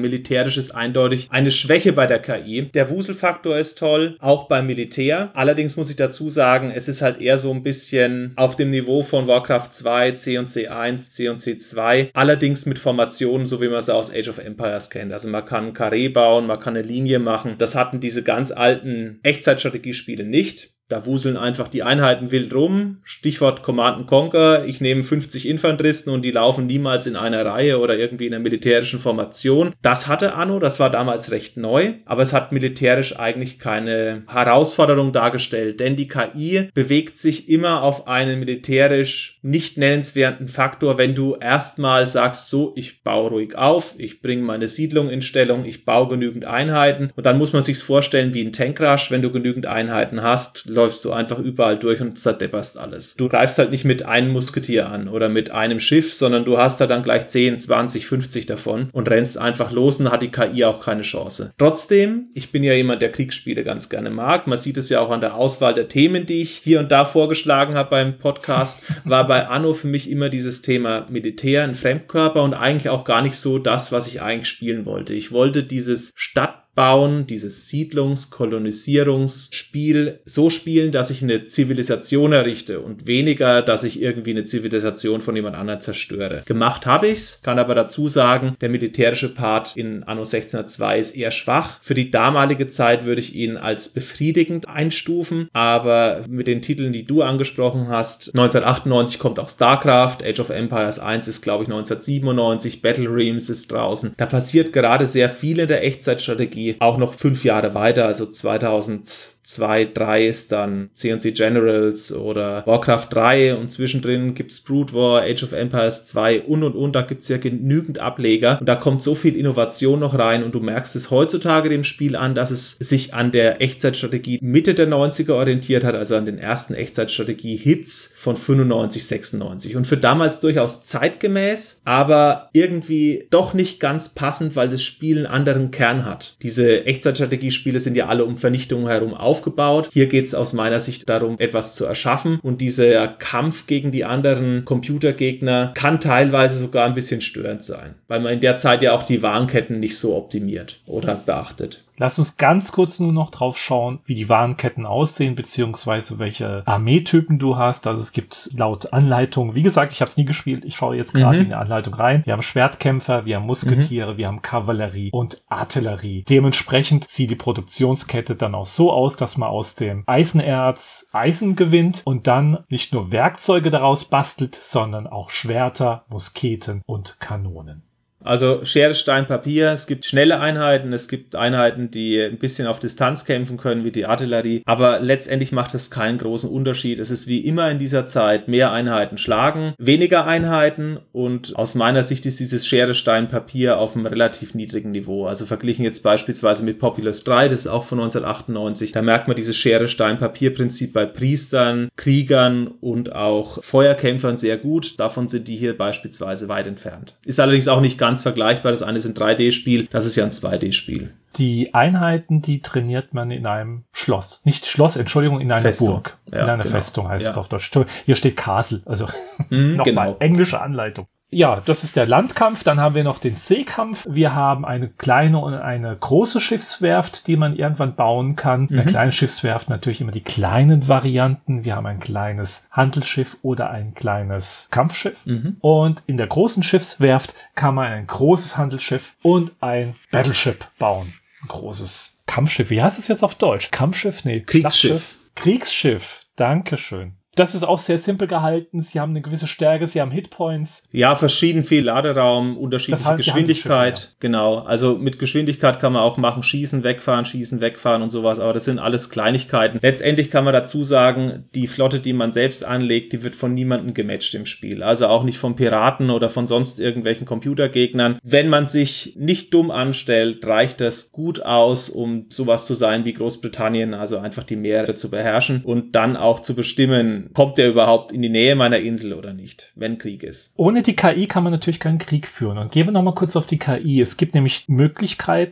militärisch ist eindeutig eine Schwäche bei der K I. Der Wuselfaktor ist toll, auch beim Militär. Allerdings muss ich dazu sagen, es ist halt eher so ein bisschen auf dem Niveau von Warcraft zwei, C und C eins, C und C zwei. Allerdings mit Formationen, so wie man es aus Age of Empires kennt. Also man kann ein Karree bauen, man kann eine Linie machen. Das hatten diese ganz alten Echtzeitstrategiespiele nicht. Da wuseln einfach die Einheiten wild rum. Stichwort Command and Conquer. Ich nehme fünfzig Infanteristen und die laufen niemals in einer Reihe oder irgendwie in einer militärischen Formation. Das hatte Anno, das war damals recht neu, aber es hat militärisch eigentlich keine Herausforderung dargestellt, denn die K I bewegt sich immer auf einen militärisch nicht nennenswerten Faktor, wenn du erstmal sagst, so, ich baue ruhig auf, ich bringe meine Siedlung in Stellung, ich baue genügend Einheiten und dann muss man sich's vorstellen wie ein Tankrush, wenn du genügend Einheiten hast, läufst du einfach überall durch und zerdepperst alles. Du greifst halt nicht mit einem Musketier an oder mit einem Schiff, sondern du hast da dann gleich zehn, zwanzig, fünfzig davon und rennst einfach los und hat die K I auch keine Chance. Trotzdem, ich bin ja jemand, der Kriegsspiele ganz gerne mag. Man sieht es ja auch an der Auswahl der Themen, die ich hier und da vorgeschlagen habe beim Podcast, war bei Anno für mich immer dieses Thema Militär, ein Fremdkörper und eigentlich auch gar nicht so das, was ich eigentlich spielen wollte. Ich wollte dieses Stadt Bauen, dieses Siedlungs-, Kolonisierungsspiel so spielen, dass ich eine Zivilisation errichte und weniger, dass ich irgendwie eine Zivilisation von jemand anderem zerstöre. Gemacht habe ich's, kann aber dazu sagen, der militärische Part in Anno sechzehnhundertzwei ist eher schwach. Für die damalige Zeit würde ich ihn als befriedigend einstufen, aber mit den Titeln, die du angesprochen hast, neunzehnhundertachtundneunzig kommt auch StarCraft, Age of Empires eins ist, glaube ich, neunzehnhundertsiebenundneunzig, Battle Realms ist draußen. Da passiert gerade sehr viel in der Echtzeitstrategie, auch noch fünf Jahre weiter, also zweitausendzwei, drei ist dann C und C Generals oder Warcraft drei und zwischendrin gibt's Brood War, Age of Empires zwei und und und, da gibt's ja genügend Ableger und da kommt so viel Innovation noch rein und du merkst es heutzutage dem Spiel an, dass es sich an der Echtzeitstrategie Mitte der neunziger orientiert hat, also an den ersten Echtzeitstrategie-Hits von fünfundneunzig, sechsundneunzig und für damals durchaus zeitgemäß, aber irgendwie doch nicht ganz passend, weil das Spiel einen anderen Kern hat. Diese Diese Echtzeitstrategiespiele sind ja alle um Vernichtung herum aufgebaut. Hier geht es aus meiner Sicht darum, etwas zu erschaffen. Und dieser Kampf gegen die anderen Computergegner kann teilweise sogar ein bisschen störend sein, weil man in der Zeit ja auch die Warenketten nicht so optimiert oder beachtet. Lass uns ganz kurz nur noch drauf schauen, wie die Warenketten aussehen, beziehungsweise welche Armeetypen du hast. Also es gibt laut Anleitung, wie gesagt, ich habe es nie gespielt, ich schaue jetzt gerade mhm. in die Anleitung rein. Wir haben Schwertkämpfer, wir haben Musketiere, mhm. wir haben Kavallerie und Artillerie. Dementsprechend sieht die Produktionskette dann auch so aus, dass man aus dem Eisenerz Eisen gewinnt und dann nicht nur Werkzeuge daraus bastelt, sondern auch Schwerter, Musketen und Kanonen. Also Schere, Stein, Papier. Es gibt schnelle Einheiten, es gibt Einheiten, die ein bisschen auf Distanz kämpfen können, wie die Artillerie. Aber letztendlich macht es keinen großen Unterschied. Es ist wie immer in dieser Zeit mehr Einheiten schlagen, weniger Einheiten. Und aus meiner Sicht ist dieses Schere, Stein, Papier auf einem relativ niedrigen Niveau. Also verglichen jetzt beispielsweise mit Populous drei, das ist auch von neunzehnhundertachtundneunzig. Da merkt man dieses Schere, Stein, Papier-Prinzip bei Priestern, Kriegern und auch Feuerkämpfern sehr gut. Davon sind die hier beispielsweise weit entfernt. Ist allerdings auch nicht ganz vergleichbar. Das eine ist ein drei D-Spiel, das ist ja ein zwei D-Spiel. Die Einheiten, die trainiert man in einem Schloss. Nicht Schloss, Entschuldigung, in einer Festung. Burg. Ja, in einer genau. Festung heißt ja. es auf Deutsch. Hier steht Castle, also mm, nochmal genau. englische Anleitung. Ja, das ist der Landkampf. Dann haben wir noch den Seekampf. Wir haben eine kleine und eine große Schiffswerft, die man irgendwann bauen kann. Mhm. Eine kleine Schiffswerft natürlich immer die kleinen Varianten. Wir haben ein kleines Handelsschiff oder ein kleines Kampfschiff. Mhm. Und in der großen Schiffswerft kann man ein großes Handelsschiff und ein Battleship bauen. Ein großes Kampfschiff. Wie heißt es jetzt auf Deutsch? Kampfschiff? Nee, Kriegsschiff. Kriegsschiff. Dankeschön. Das ist auch sehr simpel gehalten. Sie haben eine gewisse Stärke, sie haben Hitpoints. Ja, verschieden viel Laderaum, unterschiedliche Geschwindigkeit. Genau, also mit Geschwindigkeit kann man auch machen, schießen, wegfahren, schießen, wegfahren und sowas. Aber das sind alles Kleinigkeiten. Letztendlich kann man dazu sagen, die Flotte, die man selbst anlegt, die wird von niemandem gematcht im Spiel. Also auch nicht von Piraten oder von sonst irgendwelchen Computergegnern. Wenn man sich nicht dumm anstellt, reicht das gut aus, um sowas zu sein wie Großbritannien, also einfach die Meere zu beherrschen und dann auch zu bestimmen, kommt der überhaupt in die Nähe meiner Insel oder nicht, wenn Krieg ist. Ohne die K I kann man natürlich keinen Krieg führen. Und gehen wir nochmal kurz auf die K I. Es gibt nämlich Möglichkeiten,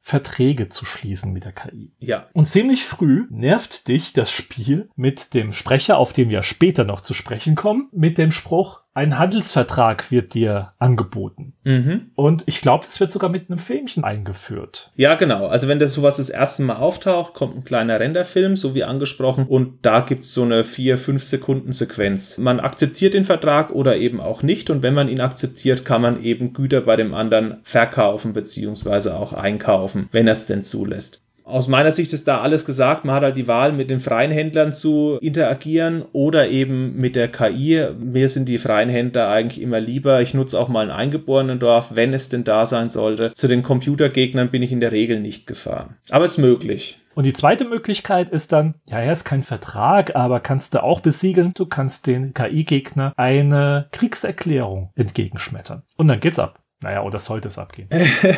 Verträge zu schließen mit der K I. Ja. Und ziemlich früh nervt dich das Spiel mit dem Sprecher, auf den wir später noch zu sprechen kommen, mit dem Spruch, ein Handelsvertrag wird dir angeboten. Mhm. Und ich glaube, das wird sogar mit einem Filmchen eingeführt. Ja, genau. Also wenn das sowas das erste Mal auftaucht, kommt ein kleiner Renderfilm, so wie angesprochen, und da gibt's so eine vier, fünf Sekunden Sequenz. Man akzeptiert den Vertrag oder eben auch nicht, und wenn man ihn akzeptiert, kann man eben Güter bei dem anderen verkaufen beziehungsweise auch einkaufen, wenn er es denn zulässt. Aus meiner Sicht ist da alles gesagt. Man hat halt die Wahl, mit den freien Händlern zu interagieren oder eben mit der K I. Mir sind die freien Händler eigentlich immer lieber. Ich nutze auch mal ein Eingeborenendorf, wenn es denn da sein sollte. Zu den Computergegnern bin ich in der Regel nicht gefahren. Aber es ist möglich. Und die zweite Möglichkeit ist dann, ja, er ist kein Vertrag, aber kannst du auch besiegeln. Du kannst den K I-Gegner eine Kriegserklärung entgegenschmettern. Und dann geht's ab. Naja, oder sollte es abgehen?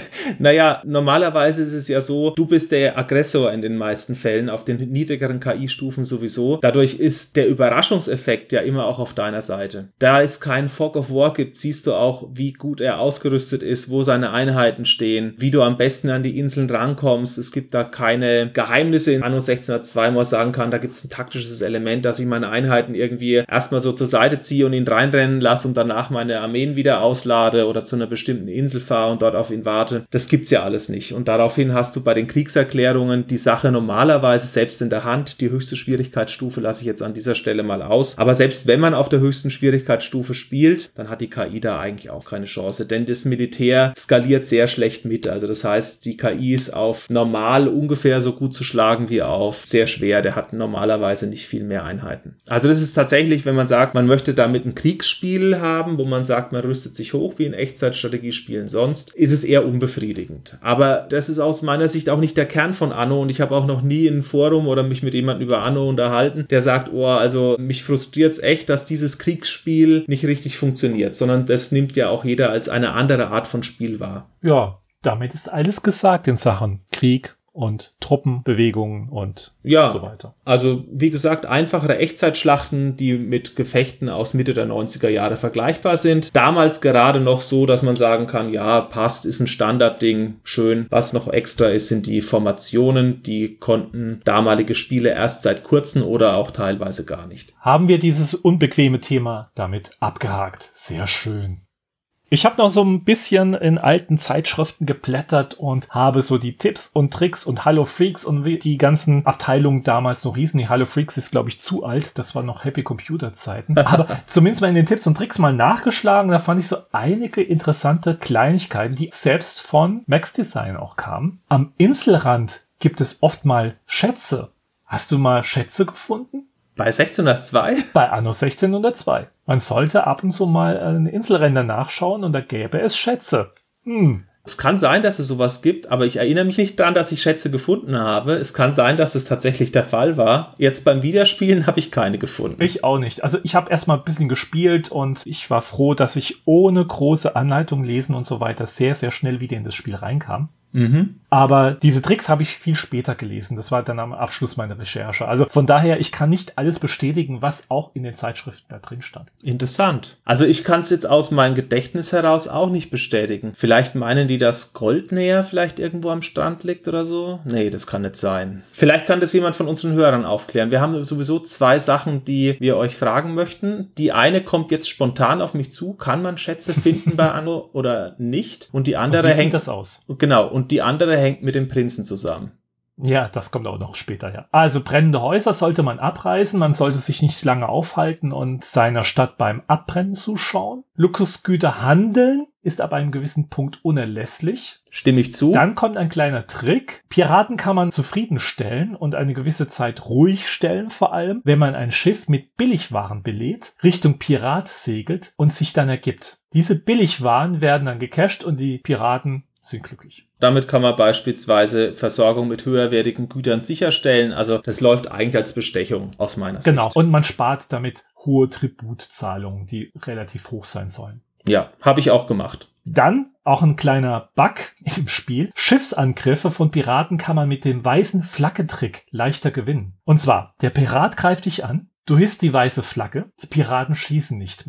Naja, normalerweise ist es ja so, du bist der Aggressor in den meisten Fällen, auf den niedrigeren K I-Stufen sowieso. Dadurch ist der Überraschungseffekt ja immer auch auf deiner Seite. Da es keinen Fog of War gibt, siehst du auch, wie gut er ausgerüstet ist, wo seine Einheiten stehen, wie du am besten an die Inseln rankommst. Es gibt da keine Geheimnisse in Anno sechzehnhundertzwei, wo man sagen kann, da gibt es ein taktisches Element, dass ich meine Einheiten irgendwie erstmal so zur Seite ziehe und ihn reinrennen lasse und danach meine Armeen wieder auslade oder zu einer bestimmten Insel fahre und dort auf ihn warte. Das gibt's ja alles nicht. Und daraufhin hast du bei den Kriegserklärungen die Sache normalerweise selbst in der Hand. Die höchste Schwierigkeitsstufe lasse ich jetzt an dieser Stelle mal aus. Aber selbst wenn man auf der höchsten Schwierigkeitsstufe spielt, dann hat die K I da eigentlich auch keine Chance. Denn das Militär skaliert sehr schlecht mit. Also das heißt, die K I ist auf normal ungefähr so gut zu schlagen wie auf sehr schwer. Der hat normalerweise nicht viel mehr Einheiten. Also das ist tatsächlich, wenn man sagt, man möchte damit ein Kriegsspiel haben, wo man sagt, man rüstet sich hoch wie in Echtzeitstrategie spielen. Sonst ist es eher unbefriedigend. Aber das ist aus meiner Sicht auch nicht der Kern von Anno, und ich habe auch noch nie in einem Forum oder mich mit jemandem über Anno unterhalten, der sagt, oh, also mich frustriert es echt, dass dieses Kriegsspiel nicht richtig funktioniert, sondern das nimmt ja auch jeder als eine andere Art von Spiel wahr. Ja, damit ist alles gesagt in Sachen Krieg und Truppenbewegungen und ja, so weiter. Also wie gesagt, einfachere Echtzeitschlachten, die mit Gefechten aus Mitte der neunziger Jahre vergleichbar sind. Damals gerade noch so, dass man sagen kann, ja, passt, ist ein Standardding, schön. Was noch extra ist, sind die Formationen. Die konnten damalige Spiele erst seit kurzem oder auch teilweise gar nicht. Haben wir dieses unbequeme Thema damit abgehakt. Sehr schön. Ich habe noch so ein bisschen in alten Zeitschriften geblättert und habe so die Tipps und Tricks und Halo Freaks und wie die ganzen Abteilungen damals noch hießen. Die Halo Freaks ist, glaube ich, zu alt. Das war noch Happy Computer Zeiten. Aber zumindest mal in den Tipps und Tricks mal nachgeschlagen. Da fand ich so einige interessante Kleinigkeiten, die selbst von Max Design auch kamen. Am Inselrand gibt es oft mal Schätze. Hast du mal Schätze gefunden? Bei sechzehnhundertzwei? Bei Anno sechzehnhundertzwei. Man sollte ab und zu mal an Inselränder nachschauen und da gäbe es Schätze. Hm. Es kann sein, dass es sowas gibt, aber ich erinnere mich nicht daran, dass ich Schätze gefunden habe. Es kann sein, dass es tatsächlich der Fall war. Jetzt beim Wiederspielen habe ich keine gefunden. Ich auch nicht. Also ich habe erstmal ein bisschen gespielt und ich war froh, dass ich ohne große Anleitung lesen und so weiter sehr, sehr schnell wieder in das Spiel reinkam. Mhm. Aber diese Tricks habe ich viel später gelesen. Das war dann am Abschluss meiner Recherche. Also von daher, ich kann nicht alles bestätigen, was auch in den Zeitschriften da drin stand. Interessant. Also ich kann es jetzt aus meinem Gedächtnis heraus auch nicht bestätigen. Vielleicht meinen die, dass Goldnäher vielleicht irgendwo am Strand liegt oder so? Nee, das kann nicht sein. Vielleicht kann das jemand von unseren Hörern aufklären. Wir haben sowieso zwei Sachen, die wir euch fragen möchten. Die eine kommt jetzt spontan auf mich zu. Kann man Schätze finden bei Anno oder nicht? Und die andere und wie hängt sieht das aus? Genau. Und die andere hängt mit dem Prinzen zusammen. Ja, das kommt auch noch später, ja. Also brennende Häuser sollte man abreißen, man sollte sich nicht lange aufhalten und seiner Stadt beim Abbrennen zuschauen. Luxusgüter handeln ist ab einem gewissen Punkt unerlässlich. Stimme ich zu. Dann kommt ein kleiner Trick. Piraten kann man zufriedenstellen und eine gewisse Zeit ruhig stellen, vor allem, wenn man ein Schiff mit Billigwaren belädt, Richtung Pirat segelt und sich dann ergibt. Diese Billigwaren werden dann gecached und die Piraten sind glücklich. Damit kann man beispielsweise Versorgung mit höherwertigen Gütern sicherstellen. Also das läuft eigentlich als Bestechung aus meiner Sicht. Genau, und man spart damit hohe Tributzahlungen, die relativ hoch sein sollen. Ja, habe ich auch gemacht. Dann auch ein kleiner Bug im Spiel. Schiffsangriffe von Piraten kann man mit dem weißen Flagge-Trick leichter gewinnen. Und zwar, der Pirat greift dich an, du hisst die weiße Flagge, die Piraten schießen nicht mehr.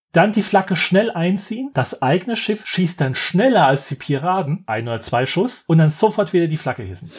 Dann die Flagge schnell einziehen, das eigene Schiff schießt dann schneller als die Piraten, ein oder zwei Schuss, und dann sofort wieder die Flagge hissen.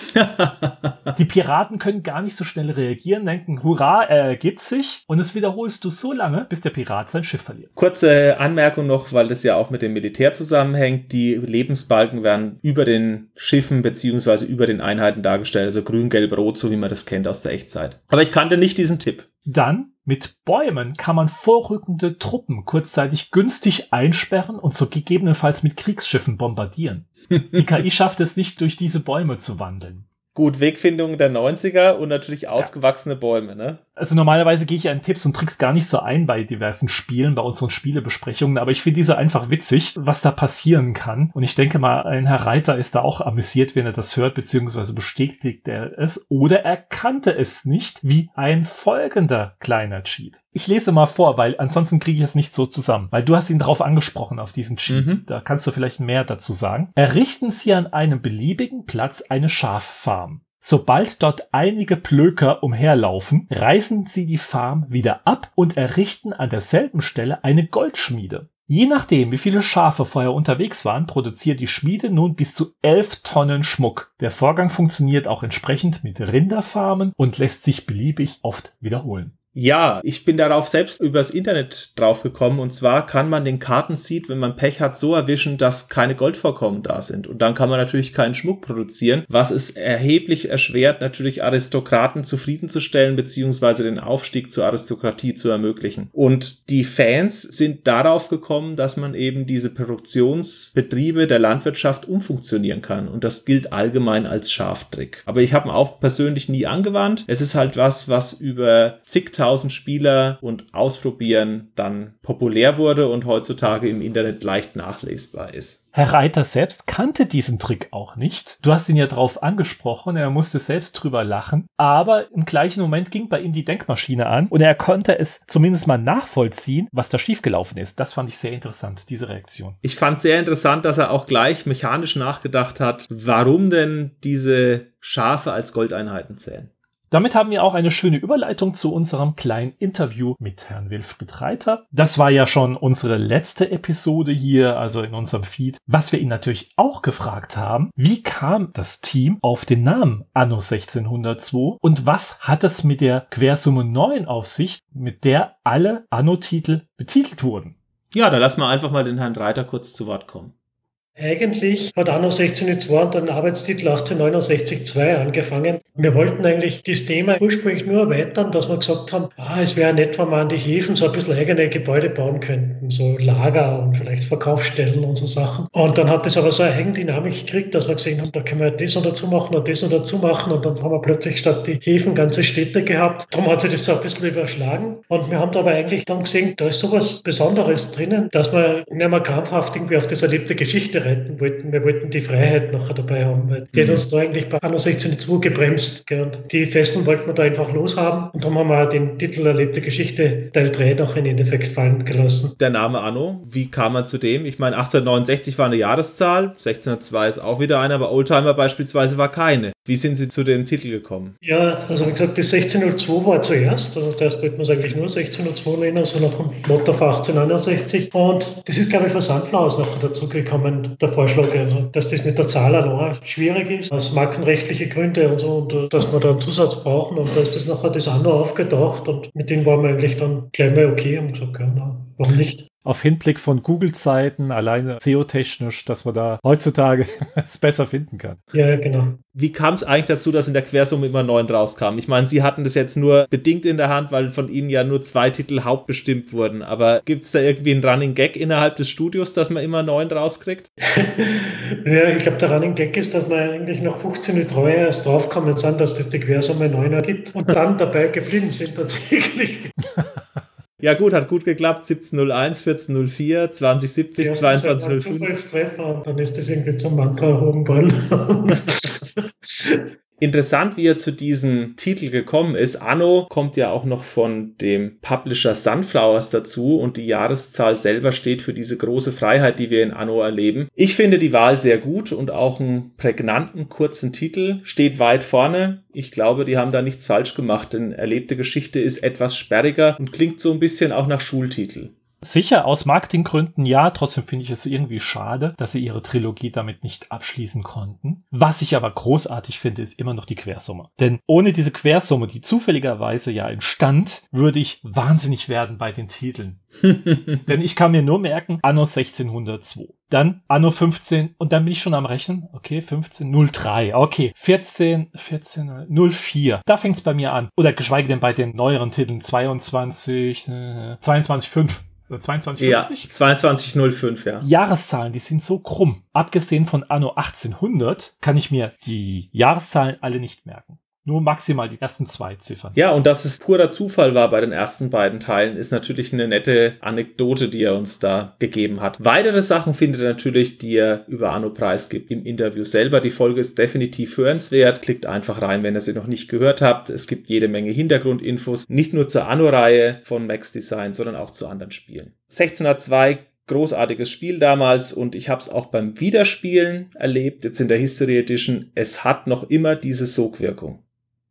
Die Piraten können gar nicht so schnell reagieren, denken, hurra, er ergibt sich, und das wiederholst du so lange, bis der Pirat sein Schiff verliert. Kurze Anmerkung noch, weil das ja auch mit dem Militär zusammenhängt, die Lebensbalken werden über den Schiffen beziehungsweise über den Einheiten dargestellt, also grün, gelb, rot, so wie man das kennt aus der Echtzeit. Aber ich kannte nicht diesen Tipp. Dann, mit Bäumen kann man vorrückende Truppen kurzzeitig günstig einsperren und so gegebenenfalls mit Kriegsschiffen bombardieren. Die K I schafft es nicht, durch diese Bäume zu wandeln. Gut, Wegfindung der neunziger und natürlich ausgewachsene ja. Bäume, ne? Also normalerweise gehe ich ja in Tipps und Tricks gar nicht so ein bei diversen Spielen, bei unseren Spielebesprechungen, aber ich finde diese einfach witzig, was da passieren kann. Und ich denke mal, ein Herr Reiter ist da auch amüsiert, wenn er das hört, beziehungsweise bestätigt er es oder er kannte es nicht, wie ein folgender kleiner Cheat. Ich lese mal vor, weil ansonsten kriege ich es nicht so zusammen, weil du hast ihn darauf angesprochen, auf diesen Cheat. Mhm. Da kannst du vielleicht mehr dazu sagen. Errichten Sie an einem beliebigen Platz eine Schaffarm. Sobald dort einige Plöker umherlaufen, reißen sie die Farm wieder ab und errichten an derselben Stelle eine Goldschmiede. Je nachdem, wie viele Schafe vorher unterwegs waren, produziert die Schmiede nun bis zu elf Tonnen Schmuck. Der Vorgang funktioniert auch entsprechend mit Rinderfarmen und lässt sich beliebig oft wiederholen. Ja, ich bin darauf selbst übers Internet draufgekommen, und zwar kann man den Kartenseed, wenn man Pech hat, so erwischen, dass keine Goldvorkommen da sind, und dann kann man natürlich keinen Schmuck produzieren, was es erheblich erschwert, natürlich Aristokraten zufriedenzustellen beziehungsweise den Aufstieg zur Aristokratie zu ermöglichen. Und die Fans sind darauf gekommen, dass man eben diese Produktionsbetriebe der Landwirtschaft umfunktionieren kann, und das gilt allgemein als Scharftrick. Aber ich habe ihn auch persönlich nie angewandt. Es ist halt was, was über zigtausend Spieler und Ausprobieren dann populär wurde und heutzutage im Internet leicht nachlesbar ist. Herr Reiter selbst kannte diesen Trick auch nicht. Du hast ihn ja drauf angesprochen, er musste selbst drüber lachen, aber im gleichen Moment ging bei ihm die Denkmaschine an und er konnte es zumindest mal nachvollziehen, was da schiefgelaufen ist. Das fand ich sehr interessant, diese Reaktion. Ich fand sehr interessant, dass er auch gleich mechanisch nachgedacht hat, warum denn diese Schafe als Goldeinheiten zählen. Damit haben wir auch eine schöne Überleitung zu unserem kleinen Interview mit Herrn Wilfried Reiter. Das war ja schon unsere letzte Episode hier, also in unserem Feed. Was wir ihn natürlich auch gefragt haben, wie kam das Team auf den Namen Anno sechzehnhundertzwei und was hat es mit der Quersumme neun auf sich, mit der alle Anno-Titel betitelt wurden? Ja, dann lassen wir einfach mal den Herrn Reiter kurz zu Wort kommen. Eigentlich hat Anno sechzehnhundertzwei und den Arbeitstitel achtzehnhundertneunundsechzig zwei angefangen. Wir wollten eigentlich das Thema ursprünglich nur erweitern, dass wir gesagt haben, ah, es wäre nett, wenn wir an die Häfen so ein bisschen eigene Gebäude bauen könnten, so Lager und vielleicht Verkaufsstellen und so Sachen. Und dann hat das aber so eine Eigendynamik gekriegt, dass wir gesehen haben, da können wir das und dazu machen und das und dazu machen, und dann haben wir plötzlich statt die Häfen ganze Städte gehabt. Darum hat sich das so ein bisschen überschlagen. Und wir haben da aber eigentlich dann gesehen, da ist sowas Besonderes drinnen, dass wir nicht mehr krampfhaft irgendwie auf das erlebte Geschichte reiten wollten. Wir wollten die Freiheit nachher dabei haben, weil die hat uns da eigentlich bei Anno sechzehnhundertzwei gebremst. Und die Fesseln wollten wir da einfach loshaben, und darum haben wir den Titel Erlebte Geschichte Teil drei noch in Endeffekt fallen gelassen. Der Name Anno, wie kam man zu dem? Ich meine, achtzehnhundertneunundsechzig war eine Jahreszahl, sechzehnhundertzwei ist auch wieder eine, aber Oldtimer beispielsweise war keine. Wie sind Sie zu dem Titel gekommen? Ja, also wie gesagt, das sechzehnhundertzwei war zuerst, also zuerst wollten wir es eigentlich nur sechzehnhundertzwei nennen, so nach dem Motto von achtzehnhundertneunundsechzig, und das ist, glaube ich, von Sandflaus nachher dazu gekommen, der Vorschlag, also, dass das mit der Zahl allein schwierig ist, aus markenrechtliche Gründe und so, und dass wir da einen Zusatz brauchen, und da ist das nachher das Anno aufgetaucht, und mit denen waren wir eigentlich dann gleich mal okay und gesagt, ja, na, warum nicht? Auf Hinblick von Google-Zeiten, alleine S E O-technisch, dass man da heutzutage es besser finden kann. Ja, genau. Wie kam es eigentlich dazu, dass in der Quersumme immer neun rauskam? Ich meine, Sie hatten das jetzt nur bedingt in der Hand, weil von Ihnen ja nur zwei Titel hauptbestimmt wurden. Aber gibt es da irgendwie einen Running Gag innerhalb des Studios, dass man immer neun rauskriegt? Ja, ich glaube, der Running Gag ist, dass wir eigentlich nach fünfzehn Treue erst draufgekommen sind, dass das die Quersumme neun gibt und dann dabei geblieben sind tatsächlich. Ja gut, hat gut geklappt. siebzehn null eins, vierzehn null vier, zwanzig siebzig, ja, zweiundzwanzig null fünf. Zufallstreffer, und dann ist das irgendwie zum Mantra erhoben worden. Interessant, wie er zu diesem Titel gekommen ist. Anno kommt ja auch noch von dem Publisher Sunflowers dazu, und die Jahreszahl selber steht für diese große Freiheit, die wir in Anno erleben. Ich finde die Wahl sehr gut und auch einen prägnanten, kurzen Titel. Steht weit vorne. Ich glaube, die haben da nichts falsch gemacht, denn erlebte Geschichte ist etwas sperriger und klingt so ein bisschen auch nach Schultitel. Sicher, aus Marketinggründen ja, trotzdem finde ich es irgendwie schade, dass sie ihre Trilogie damit nicht abschließen konnten. Was ich aber großartig finde, ist immer noch die Quersumme. Denn ohne diese Quersumme, die zufälligerweise ja entstand, würde ich wahnsinnig werden bei den Titeln. Denn ich kann mir nur merken, Anno sechzehnhundertzwei. Dann Anno fünfzehn und dann bin ich schon am Rechnen. Okay, fünfzehn null drei. Okay, vierzehn, vierzehn null vier. Da fängt es bei mir an. Oder geschweige denn bei den neueren Titeln zweiundzwanzig, äh, zweiundzwanzig fünf. zweiundzwanzig fünfzig? Ja, zweiundzwanzig null fünf, ja. Die Jahreszahlen, die sind so krumm. Abgesehen von Anno achtzehnhundert kann ich mir die Jahreszahlen alle nicht merken. Nur maximal die ersten zwei Ziffern. Ja, und dass es purer Zufall war bei den ersten beiden Teilen, ist natürlich eine nette Anekdote, die er uns da gegeben hat. Weitere Sachen findet er natürlich, die er über Anno preisgibt im Interview selber. Die Folge ist definitiv hörenswert. Klickt einfach rein, wenn ihr sie noch nicht gehört habt. Es gibt jede Menge Hintergrundinfos, nicht nur zur Anno-Reihe von Max Design, sondern auch zu anderen Spielen. sechzehnhundertzwei, großartiges Spiel damals, und ich habe es auch beim Wiederspielen erlebt, jetzt in der History Edition. Es hat noch immer diese Sogwirkung.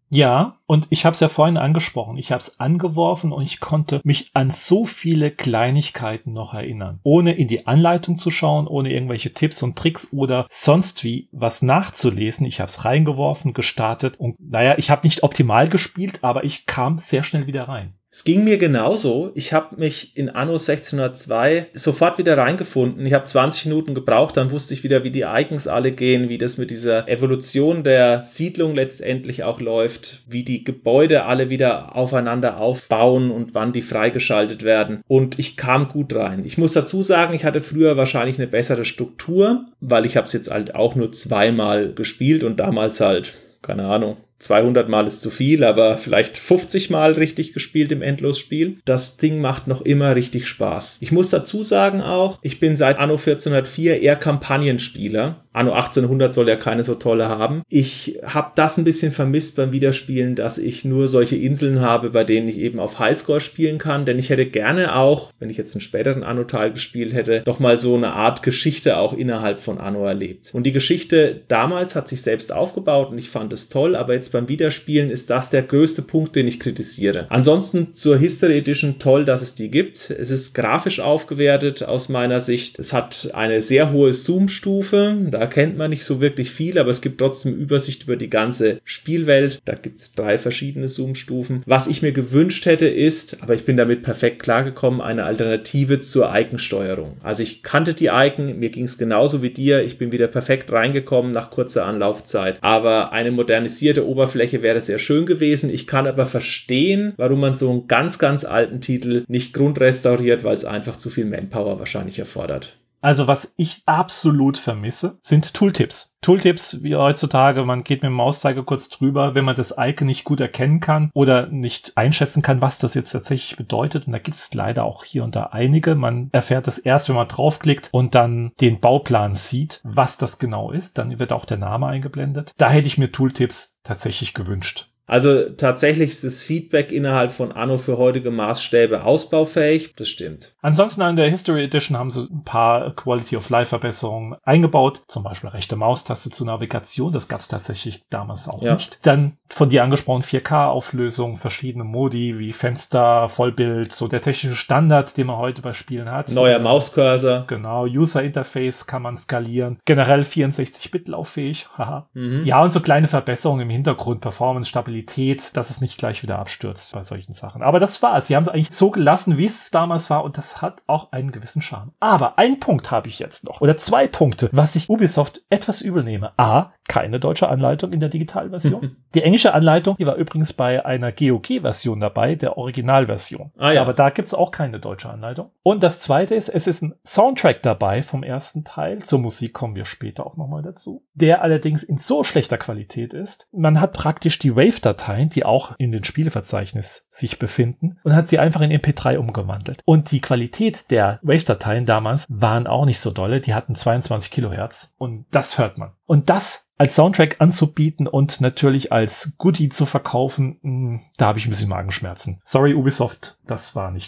Ja, und ich habe es ja vorhin angesprochen. Ich habe es angeworfen und ich konnte mich an so viele Kleinigkeiten noch erinnern. Ohne in die Anleitung zu schauen, ohne irgendwelche Tipps und Tricks oder sonst wie was nachzulesen. Ich habe es reingeworfen, gestartet und naja, ich habe nicht optimal gespielt, aber ich kam sehr schnell wieder rein. Es ging mir genauso. Ich habe mich in Anno sechzehnhundertzwei sofort wieder reingefunden. Ich habe zwanzig Minuten gebraucht, dann wusste ich wieder, wie die Icons alle gehen, wie das mit dieser Evolution der Siedlung letztendlich auch läuft, wie die Gebäude alle wieder aufeinander aufbauen und wann die freigeschaltet werden. Und ich kam gut rein. Ich muss dazu sagen, ich hatte früher wahrscheinlich eine bessere Struktur, weil ich habe es jetzt halt auch nur zweimal gespielt und damals halt, keine Ahnung, zweihundert Mal ist zu viel, aber vielleicht fünfzig Mal richtig gespielt im Endlosspiel. Das Ding macht noch immer richtig Spaß. Ich muss dazu sagen auch, ich bin seit Anno vierzehnhundertvier eher Kampagnenspieler. Anno achtzehnhundert soll ja keine so tolle haben. Ich habe das ein bisschen vermisst beim Wiederspielen, dass ich nur solche Inseln habe, bei denen ich eben auf Highscore spielen kann, denn ich hätte gerne auch, wenn ich jetzt einen späteren Anno-Teil gespielt hätte, noch mal so eine Art Geschichte auch innerhalb von Anno erlebt. Und die Geschichte damals hat sich selbst aufgebaut und ich fand es toll, aber jetzt beim Wiederspielen ist das der größte Punkt, den ich kritisiere. Ansonsten zur History Edition toll, dass es die gibt. Es ist grafisch aufgewertet aus meiner Sicht. Es hat eine sehr hohe Zoom-Stufe. Da kennt man nicht so wirklich viel, aber es gibt trotzdem Übersicht über die ganze Spielwelt. Da gibt es drei verschiedene Zoom-Stufen. Was ich mir gewünscht hätte ist, aber ich bin damit perfekt klargekommen, eine Alternative zur Iconsteuerung. Also ich kannte die Icon, mir ging es genauso wie dir. Ich bin wieder perfekt reingekommen nach kurzer Anlaufzeit. Aber eine modernisierte Oberfläche wäre sehr schön gewesen. Ich kann aber verstehen, warum man so einen ganz, ganz alten Titel nicht grundrestauriert, weil es einfach zu viel Manpower wahrscheinlich erfordert. Also was ich absolut vermisse, sind Tooltips. Tooltips wie heutzutage, man geht mit dem Mauszeiger kurz drüber, wenn man das Icon nicht gut erkennen kann oder nicht einschätzen kann, was das jetzt tatsächlich bedeutet. Und da gibt es leider auch hier und da einige. Man erfährt das erst, wenn man draufklickt und dann den Bauplan sieht, was das genau ist. Dann wird auch der Name eingeblendet. Da hätte ich mir Tooltips tatsächlich gewünscht. Also tatsächlich ist das Feedback innerhalb von Anno für heutige Maßstäbe ausbaufähig. Das stimmt. Ansonsten an der History Edition haben sie ein paar Quality-of-Life-Verbesserungen eingebaut. Zum Beispiel rechte Maustaste zur Navigation. Das gab es tatsächlich damals auch ja. nicht. Dann von dir angesprochen vier K-Auflösung, verschiedene Modi wie Fenster, Vollbild, so der technische Standard, den man heute bei Spielen hat. Neuer Mauscursor. Genau, User-Interface kann man skalieren. Generell vierundsechzig Bit lauffähig. Haha. Mhm. Ja, und so kleine Verbesserungen im Hintergrund, Performance, Stabilität, dass es nicht gleich wieder abstürzt bei solchen Sachen. Aber das war's. Sie haben es eigentlich so gelassen, wie es damals war, und das hat auch einen gewissen Charme. Aber einen Punkt habe ich jetzt noch. Oder zwei Punkte, was ich Ubisoft etwas übel nehme. A, keine deutsche Anleitung in der Digitalversion. Die englische Anleitung, die war übrigens bei einer G O G-Version dabei, der Originalversion. Ah, ja. Aber da gibt's auch keine deutsche Anleitung. Und das zweite ist, es ist ein Soundtrack dabei vom ersten Teil. Zur Musik kommen wir später auch nochmal dazu. Der allerdings in so schlechter Qualität ist. Man hat praktisch die Wave-Dateien, die auch in den Spieleverzeichnis sich befinden, und hat sie einfach in M P drei umgewandelt. Und die Qualität der Wave-Dateien damals waren auch nicht so dolle. Die hatten zweiundzwanzig Kilohertz. Und das hört man. Und das als Soundtrack anzubieten und natürlich als Goodie zu verkaufen, mh, da habe ich ein bisschen Magenschmerzen. Sorry, Ubisoft, das war nicht gut.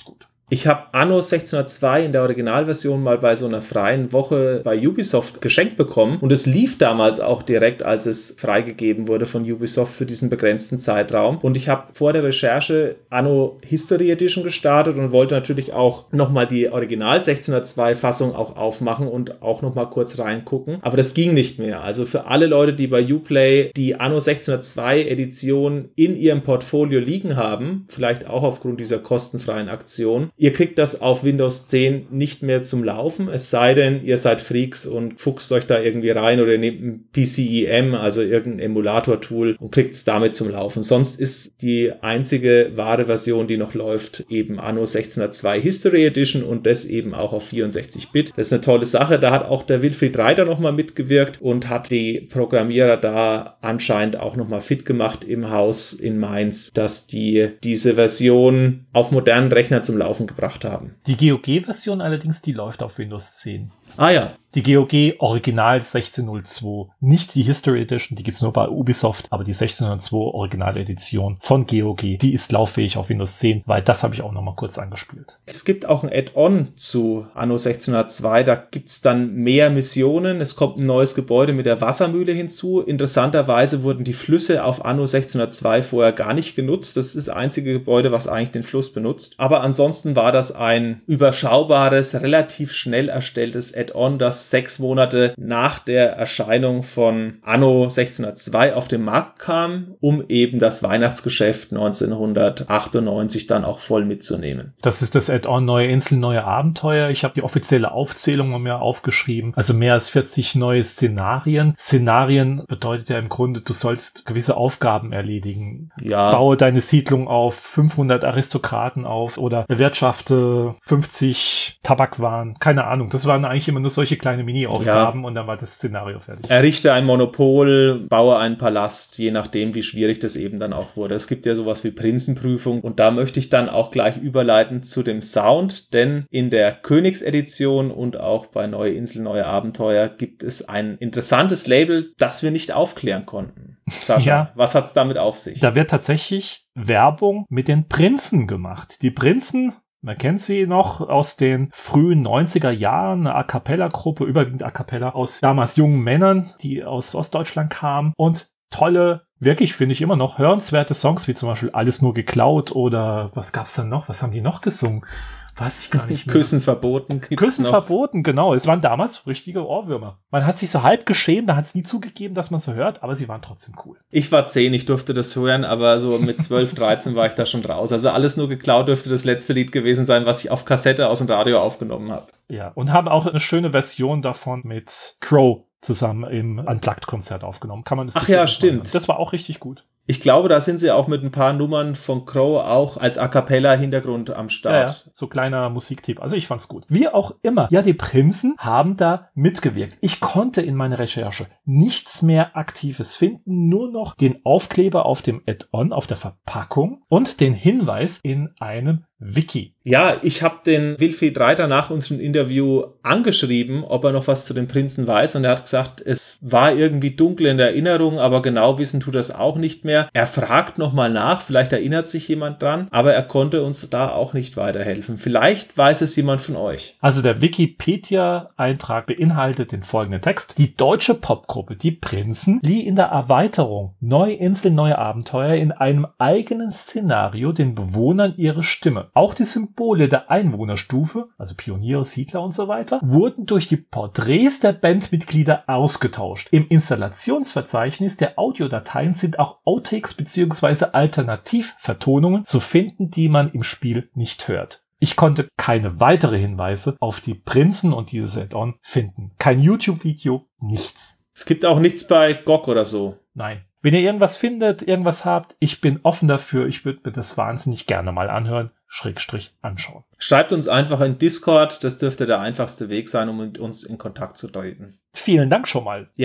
Ich habe Anno sechzehnhundertzwei in der Originalversion mal bei so einer freien Woche bei Ubisoft geschenkt bekommen und es lief damals auch direkt, als es freigegeben wurde von Ubisoft für diesen begrenzten Zeitraum. Und ich habe vor der Recherche Anno History Edition gestartet und wollte natürlich auch nochmal die Original sechzehnhundertzwei Fassung auch aufmachen und auch nochmal kurz reingucken. Aber das ging nicht mehr. Also für alle Leute, die bei Uplay die Anno sechzehnhundertzwei Edition in ihrem Portfolio liegen haben, vielleicht auch aufgrund dieser kostenfreien Aktion, ihr kriegt das auf Windows zehn nicht mehr zum Laufen, es sei denn, ihr seid Freaks und fuchst euch da irgendwie rein oder ihr nehmt ein P C E M, also irgendein Emulator-Tool und kriegt es damit zum Laufen. Sonst ist die einzige wahre Version, die noch läuft, eben Anno sechzehnhundertzwei History Edition und das eben auch auf vierundsechzig Bit. Das ist eine tolle Sache. Da hat auch der Wilfried Reiter nochmal mitgewirkt und hat die Programmierer da anscheinend auch nochmal fit gemacht im Haus in Mainz, dass die diese Version auf modernen Rechnern zum Laufen gebracht haben. Die G O G-Version allerdings, die läuft auf Windows zehn. Ah ja. Die G O G Original sechzehnhundertzwei, nicht die History Edition, die gibt's nur bei Ubisoft, aber die sechzehnhundertzwei Original Edition von G O G, die ist lauffähig auf Windows zehn, weil das habe ich auch nochmal kurz angespielt. Es gibt auch ein Add-on zu Anno sechzehnhundertzwei, da gibt's dann mehr Missionen, es kommt ein neues Gebäude mit der Wassermühle hinzu. Interessanterweise wurden die Flüsse auf Anno sechzehnhundertzwei vorher gar nicht genutzt, das ist das einzige Gebäude, was eigentlich den Fluss benutzt, aber ansonsten war das ein überschaubares, relativ schnell erstelltes Add-on, das sechs Monate nach der Erscheinung von Anno sechzehnhundertzwei auf den Markt kam, um eben das Weihnachtsgeschäft neunzehnhundertachtundneunzig dann auch voll mitzunehmen. Das ist das Add-on Neue Inseln, neue Abenteuer. Ich habe die offizielle Aufzählung mir aufgeschrieben. Also mehr als vierzig neue Szenarien. Szenarien bedeutet ja im Grunde, du sollst gewisse Aufgaben erledigen. Ja. Baue deine Siedlung auf fünfhundert Aristokraten auf oder erwirtschafte fünfzig Tabakwaren. Keine Ahnung. Das waren eigentlich immer nur solche kleine Mini-Aufgaben, ja. Und dann war das Szenario fertig. Errichte ein Monopol, baue einen Palast, je nachdem, wie schwierig das eben dann auch wurde. Es gibt ja sowas wie Prinzenprüfung und da möchte ich dann auch gleich überleiten zu dem Sound, denn in der Königsedition und auch bei Neue Insel, neue Abenteuer gibt es ein interessantes Label, das wir nicht aufklären konnten. Sascha, ja. Was hat's damit auf sich? Da wird tatsächlich Werbung mit den Prinzen gemacht. Die Prinzen, man kennt sie noch aus den frühen neunziger Jahren, eine A-Cappella-Gruppe, überwiegend A-Cappella, aus damals jungen Männern, die aus Ostdeutschland kamen und tolle, wirklich finde ich immer noch hörenswerte Songs, wie zum Beispiel Alles nur geklaut oder was gab's denn noch? Was haben die noch gesungen? Weiß ich gar nicht mehr. Küssen verboten. Küssen noch. verboten, genau. Es waren damals richtige Ohrwürmer. Man hat sich so halb geschämt, da hat es nie zugegeben, dass man so hört, aber sie waren trotzdem cool. Ich war zehn, ich durfte das hören, aber so mit zwölf, dreizehn war ich da schon raus. Also Alles nur geklaut dürfte das letzte Lied gewesen sein, was ich auf Kassette aus dem Radio aufgenommen habe. Ja, und haben auch eine schöne Version davon mit Crow zusammen im Unplugged-Konzert aufgenommen. Kann man das Ach ja, stimmt. Das war auch richtig gut. Ich glaube, da sind sie auch mit ein paar Nummern von Crow auch als A-Cappella-Hintergrund am Start. Ja, ja, so kleiner Musiktipp. Also ich fand's gut. Wie auch immer. Ja, die Prinzen haben da mitgewirkt. Ich konnte in meiner Recherche nichts mehr Aktives finden, nur noch den Aufkleber auf dem Add-on, auf der Verpackung und den Hinweis in einem Wiki. Ja, ich habe den Wilfried Reiter nach unserem Interview angeschrieben, ob er noch was zu den Prinzen weiß und er hat gesagt, es war irgendwie dunkel in der Erinnerung, aber genau wissen tut er es auch nicht mehr. Er fragt nochmal nach, vielleicht erinnert sich jemand dran, aber er konnte uns da auch nicht weiterhelfen. Vielleicht weiß es jemand von euch. Also der Wikipedia-Eintrag beinhaltet den folgenden Text. Die deutsche Popgruppe Die Prinzen lieh in der Erweiterung Neue Insel, neue Abenteuer in einem eigenen Szenario den Bewohnern ihre Stimme. Auch die Symbole der Einwohnerstufe, also Pioniere, Siedler und so weiter, wurden durch die Porträts der Bandmitglieder ausgetauscht. Im Installationsverzeichnis der Audiodateien sind auch Outtakes bzw. Alternativvertonungen zu finden, die man im Spiel nicht hört. Ich konnte keine weitere Hinweise auf die Prinzen und dieses Add-on finden. Kein YouTube-Video, nichts. Es gibt auch nichts bei G O G oder so. Nein. Wenn ihr irgendwas findet, irgendwas habt, ich bin offen dafür. Ich würde mir das wahnsinnig gerne mal anhören, Schrägstrich anschauen. Schreibt uns einfach in Discord. Das dürfte der einfachste Weg sein, um mit uns in Kontakt zu treten. Vielen Dank schon mal. Ja,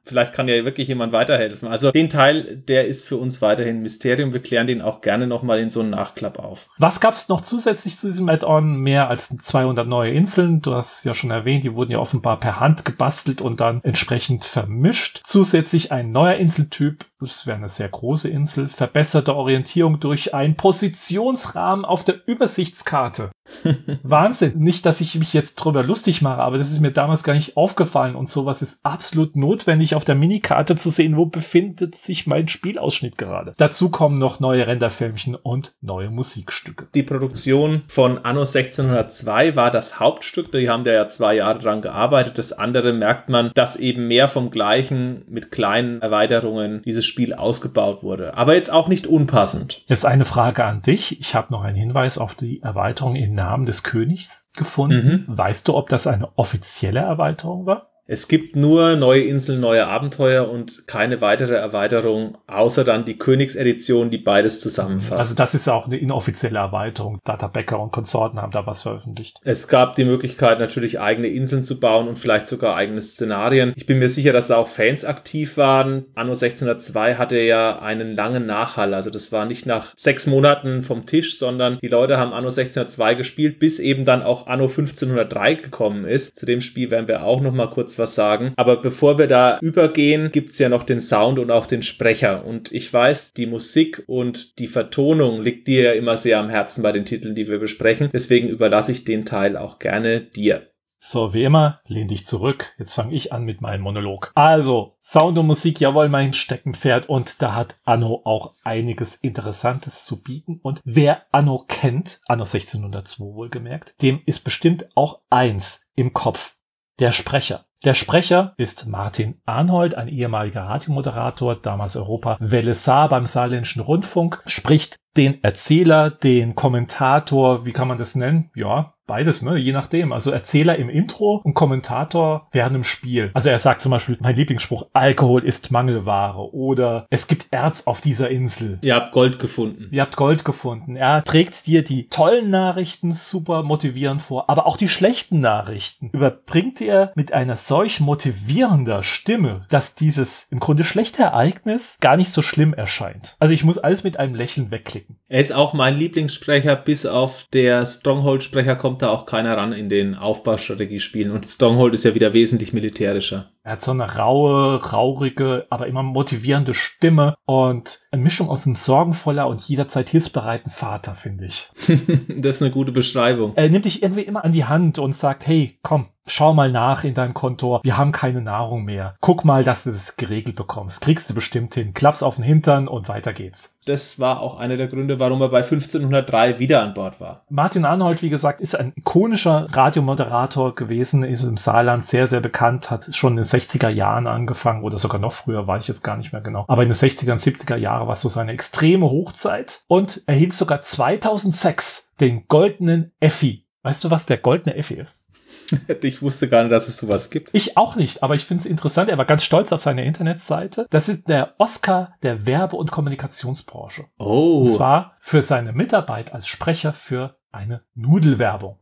Vielleicht kann ja wirklich jemand weiterhelfen. Also den Teil, der ist für uns weiterhin Mysterium. Wir klären den auch gerne nochmal in so einem Nachklapp auf. Was gab es noch zusätzlich zu diesem Add-on? Mehr als zweihundert neue Inseln. Du hast es ja schon erwähnt, die wurden ja offenbar per Hand gebastelt und dann entsprechend vermischt. Zusätzlich ein neuer Inseltyp. Das wäre eine sehr große Insel. Verbesserte Orientierung durch einen Positionsrahmen auf der Übersichtskarte. Wahnsinn. Nicht, dass ich mich jetzt drüber lustig mache, aber das ist mir damals gar nicht aufgefallen und sowas ist absolut notwendig, auf der Minikarte zu sehen, wo befindet sich mein Spielausschnitt gerade. Dazu kommen noch neue Renderfilmchen und neue Musikstücke. Die Produktion von Anno sechzehnhundertzwei war das Hauptstück, die haben da ja zwei Jahre dran gearbeitet. Das andere merkt man, dass eben mehr vom Gleichen mit kleinen Erweiterungen dieses Spiel ausgebaut wurde. Aber jetzt auch nicht unpassend. Jetzt eine Frage an dich. Ich habe noch einen Hinweis auf die Erweiterung in Namen des Königs gefunden. Mhm. Weißt du, ob das eine offizielle Erweiterung war? Es gibt nur neue Inseln, neue Abenteuer und keine weitere Erweiterung, außer dann die Königsedition, die beides zusammenfasst. Also das ist auch eine inoffizielle Erweiterung. Data Becker und Konsorten haben da was veröffentlicht. Es gab die Möglichkeit, natürlich eigene Inseln zu bauen und vielleicht sogar eigene Szenarien. Ich bin mir sicher, dass da auch Fans aktiv waren. Anno sechzehnhundertzwei hatte ja einen langen Nachhall. Also das war nicht nach sechs Monaten vom Tisch, sondern die Leute haben Anno sechzehnhundertzwei gespielt, bis eben dann auch Anno fünfzehnhundertdrei gekommen ist. Zu dem Spiel werden wir auch noch mal kurz was sagen. Aber bevor wir da übergehen, gibt's ja noch den Sound und auch den Sprecher. Und ich weiß, die Musik und die Vertonung liegt dir ja immer sehr am Herzen bei den Titeln, die wir besprechen. Deswegen überlasse ich den Teil auch gerne dir. So, wie immer, lehn dich zurück. Jetzt fange ich an mit meinem Monolog. Also, Sound und Musik, jawohl, mein Steckenpferd. Und da hat Anno auch einiges Interessantes zu bieten. Und wer Anno kennt, Anno sechzehnhundertzwei wohlgemerkt, dem ist bestimmt auch eins im Kopf: der Sprecher. Der Sprecher ist Martin Arnhold, ein ehemaliger Radiomoderator, damals Europa Welle Saar beim Saarländischen Rundfunk, spricht den Erzähler, den Kommentator, wie kann man das nennen? Ja, beides, ne? Je nachdem. Also Erzähler im Intro und Kommentator während dem Spiel. Also er sagt zum Beispiel, mein Lieblingsspruch, Alkohol ist Mangelware, oder es gibt Erz auf dieser Insel. Ihr habt Gold gefunden. Ihr habt Gold gefunden. Er trägt dir die tollen Nachrichten super motivierend vor, aber auch die schlechten Nachrichten überbringt er mit einer solch motivierender Stimme, dass dieses im Grunde schlechte Ereignis gar nicht so schlimm erscheint. Also ich muss alles mit einem Lächeln wegklicken. Er ist auch mein Lieblingssprecher, bis auf der Stronghold-Sprecher kommt da auch keiner ran in den Aufbaustrategiespielen. Und Stronghold ist ja wieder wesentlich militärischer. Er hat so eine raue, raurige, aber immer motivierende Stimme und eine Mischung aus einem sorgenvoller und jederzeit hilfsbereiten Vater, finde ich. Das ist eine gute Beschreibung. Er nimmt dich irgendwie immer an die Hand und sagt, hey, komm, schau mal nach in deinem Konto. Wir haben keine Nahrung mehr. Guck mal, dass du das geregelt bekommst. Kriegst du bestimmt hin. Klapp's auf den Hintern und weiter geht's. Das war auch einer der Gründe, warum er bei fünfzehnhundertdrei wieder an Bord war. Martin Arnhold, wie gesagt, ist ein ikonischer Radiomoderator gewesen, ist im Saarland sehr, sehr bekannt, hat schon in den sechziger Jahren angefangen oder sogar noch früher, weiß ich jetzt gar nicht mehr genau. Aber in den sechziger und siebziger Jahren war es so seine extreme Hochzeit und erhielt sogar zweitausendsechs den goldenen Effi. Weißt du, was der goldene Effi ist? Ich wusste gar nicht, dass es sowas gibt. Ich auch nicht, aber ich finde es interessant. Er war ganz stolz auf seine Internetseite. Das ist der Oscar der Werbe- und Kommunikationsbranche. Oh. Und zwar für seine Mitarbeit als Sprecher für eine Nudelwerbung.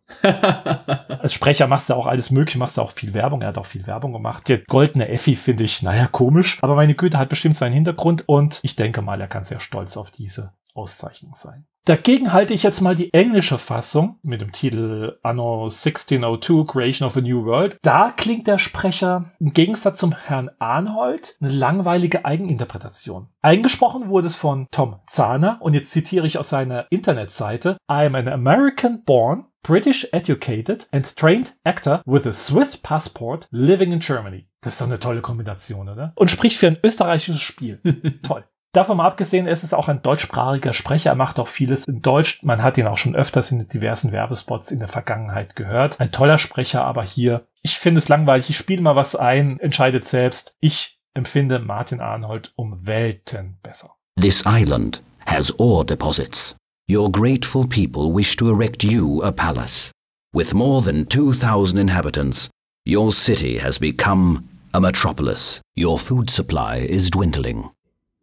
Als Sprecher machst du auch alles mögliche, machst du auch viel Werbung. Er hat auch viel Werbung gemacht. Der goldene Effi finde ich, naja, komisch. Aber meine Güte, hat bestimmt seinen Hintergrund und ich denke mal, er kann sehr stolz auf diese Auszeichnung sein. Dagegen halte ich jetzt mal die englische Fassung mit dem Titel Anno sechzehnhundertzwei, Creation of a New World. Da klingt der Sprecher im Gegensatz zum Herrn Arnhold eine langweilige Eigeninterpretation. Eingesprochen wurde es von Tom Zahner und jetzt zitiere ich aus seiner Internetseite: I am an American-born, British educated and trained actor with a Swiss passport living in Germany. Das ist doch eine tolle Kombination, oder? Und spricht für ein österreichisches Spiel. Toll. Davon mal abgesehen, ist es auch ein deutschsprachiger Sprecher. Er macht auch vieles in Deutsch. Man hat ihn auch schon öfters in diversen Werbespots in der Vergangenheit gehört. Ein toller Sprecher, aber hier, ich finde es langweilig. Ich spiele mal was ein, entscheidet selbst. Ich empfinde Martin Arnhold um Welten besser. This island has ore deposits. Your grateful people wish to erect you a palace. With more than two thousand inhabitants, your city has become a metropolis. Your food supply is dwindling.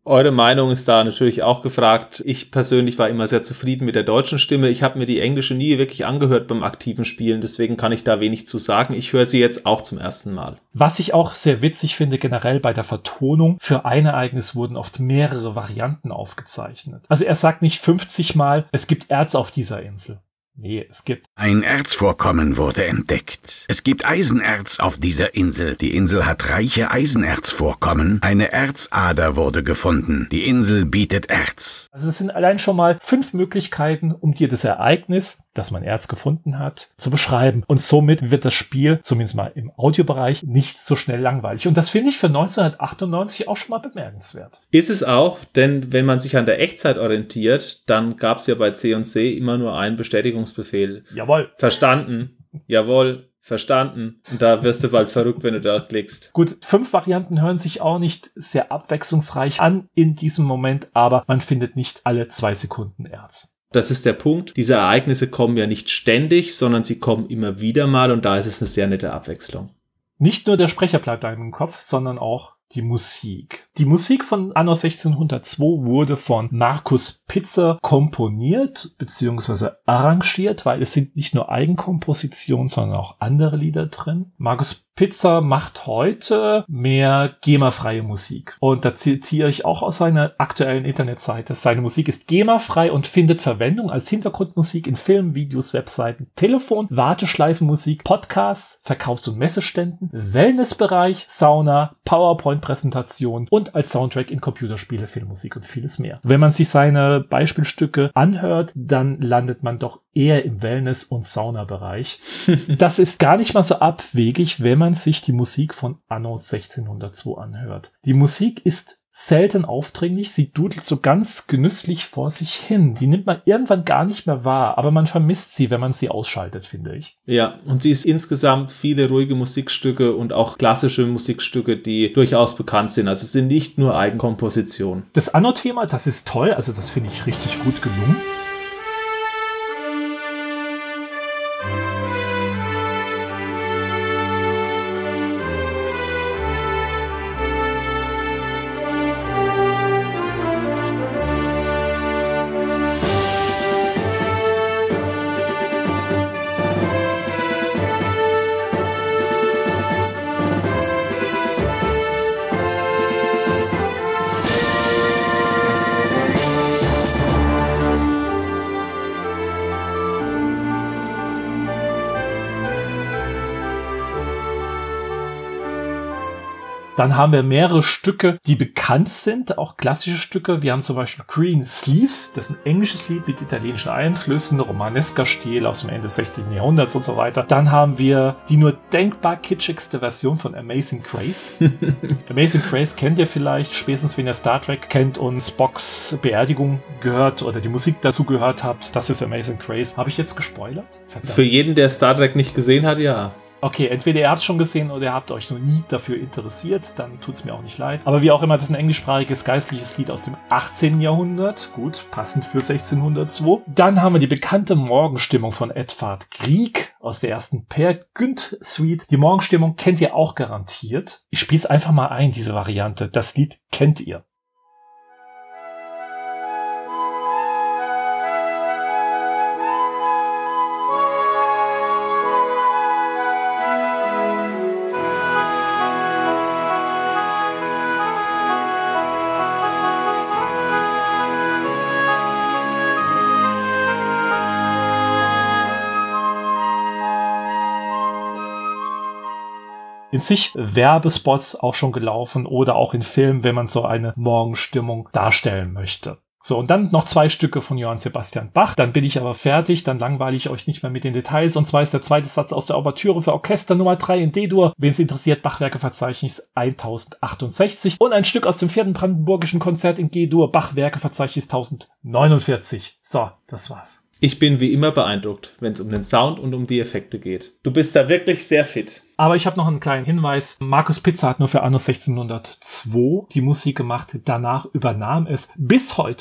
Eure Meinung ist da natürlich auch gefragt. Ich persönlich war immer sehr zufrieden mit der deutschen Stimme. Ich habe mir die englische nie wirklich angehört beim aktiven Spielen, deswegen kann ich da wenig zu sagen. Ich höre sie jetzt auch zum ersten Mal. Was ich auch sehr witzig finde, generell bei der Vertonung, für ein Ereignis wurden oft mehrere Varianten aufgezeichnet. Also er sagt nicht fünfzig Mal, es gibt Erz auf dieser Insel. Nee, es gibt... Ein Erzvorkommen wurde entdeckt. Es gibt Eisenerz auf dieser Insel. Die Insel hat reiche Eisenerzvorkommen. Eine Erzader wurde gefunden. Die Insel bietet Erz. Also es sind allein schon mal fünf Möglichkeiten, um dir das Ereignis, dass man Erz gefunden hat, zu beschreiben. Und somit wird das Spiel, zumindest mal im Audiobereich, nicht so schnell langweilig. Und das finde ich für neunzehnhundertachtundneunzig auch schon mal bemerkenswert. Ist es auch, denn wenn man sich an der Echtzeit orientiert, dann gab es ja bei C und C immer nur einen Bestätigungsbefehl. Jawohl. Verstanden. Jawohl. Verstanden. Und da wirst du bald verrückt, wenn du da klickst. Gut, fünf Varianten hören sich auch nicht sehr abwechslungsreich an in diesem Moment, aber man findet nicht alle zwei Sekunden Erz. Das ist der Punkt. Diese Ereignisse kommen ja nicht ständig, sondern sie kommen immer wieder mal und da ist es eine sehr nette Abwechslung. Nicht nur der Sprecher bleibt einem im Kopf, sondern auch die Musik. Die Musik von Anno sechzehnhundertzwei wurde von Markus Pitzer komponiert bzw. arrangiert, weil es sind nicht nur Eigenkompositionen, sondern auch andere Lieder drin. Markus Pitzer macht heute mehr GEMA-freie Musik. Und da zitiere ich auch aus seiner aktuellen Internetseite. Seine Musik ist GEMA-frei und findet Verwendung als Hintergrundmusik in Filmen, Videos, Webseiten, Telefon, Warteschleifenmusik, Podcasts, Verkaufs- und Messeständen, Wellnessbereich, Sauna, PowerPoint-Präsentation und als Soundtrack in Computerspiele, Filmmusik und vieles mehr. Wenn man sich seine Beispielstücke anhört, dann landet man doch eher im Wellness- und Saunabereich. Das ist gar nicht mal so abwegig, wenn man sich die Musik von Anno sechzehnhundertzwei anhört. Die Musik ist selten aufdringlich, sie dudelt so ganz genüsslich vor sich hin. Die nimmt man irgendwann gar nicht mehr wahr, aber man vermisst sie, wenn man sie ausschaltet, finde ich. Ja, und sie ist insgesamt viele ruhige Musikstücke und auch klassische Musikstücke, die durchaus bekannt sind. Also es sind nicht nur Eigenkompositionen. Das Anno-Thema, das ist toll, also das finde ich richtig gut gelungen. Dann haben wir mehrere Stücke, die bekannt sind, auch klassische Stücke. Wir haben zum Beispiel Green Sleeves, das ist ein englisches Lied mit italienischen Einflüssen, romanesker Stil aus dem Ende des sechzehnten Jahrhunderts und so weiter. Dann haben wir die nur denkbar kitschigste Version von Amazing Grace. Amazing Grace kennt ihr vielleicht, spätestens wenn ihr Star Trek kennt und Spocks Beerdigung gehört oder die Musik dazu gehört habt. Das ist Amazing Grace. Habe ich jetzt gespoilert? Verdammt. Für jeden, der Star Trek nicht gesehen hat, ja. Okay, entweder ihr habt es schon gesehen oder ihr habt euch noch nie dafür interessiert, dann tut's mir auch nicht leid. Aber wie auch immer, das ist ein englischsprachiges geistliches Lied aus dem achtzehnten Jahrhundert. Gut, passend für sechzehnhundertzwei. Dann haben wir die bekannte Morgenstimmung von Edvard Grieg aus der ersten Per Gynt Suite. Die Morgenstimmung kennt ihr auch garantiert. Ich spiele es einfach mal ein, diese Variante. Das Lied kennt ihr. In sich Werbespots auch schon gelaufen oder auch in Filmen, wenn man so eine Morgenstimmung darstellen möchte. So, und dann noch zwei Stücke von Johann Sebastian Bach. Dann bin ich aber fertig, dann langweile ich euch nicht mehr mit den Details. Und zwar ist der zweite Satz aus der Ouvertüre für Orchester Nummer drei in D-Dur. Wen es interessiert, Bachwerkeverzeichnis tausendzachtundsechzig. Und ein Stück aus dem vierten Brandenburgischen Konzert in G-Dur, Bachwerkeverzeichnis tausendneunundvierzig. So, das war's. Ich bin wie immer beeindruckt, wenn es um den Sound und um die Effekte geht. Du bist da wirklich sehr fit. Aber ich habe noch einen kleinen Hinweis. Markus Pitzer hat nur für Anno sechzehnhundertzwei die Musik gemacht. Danach übernahm es bis heute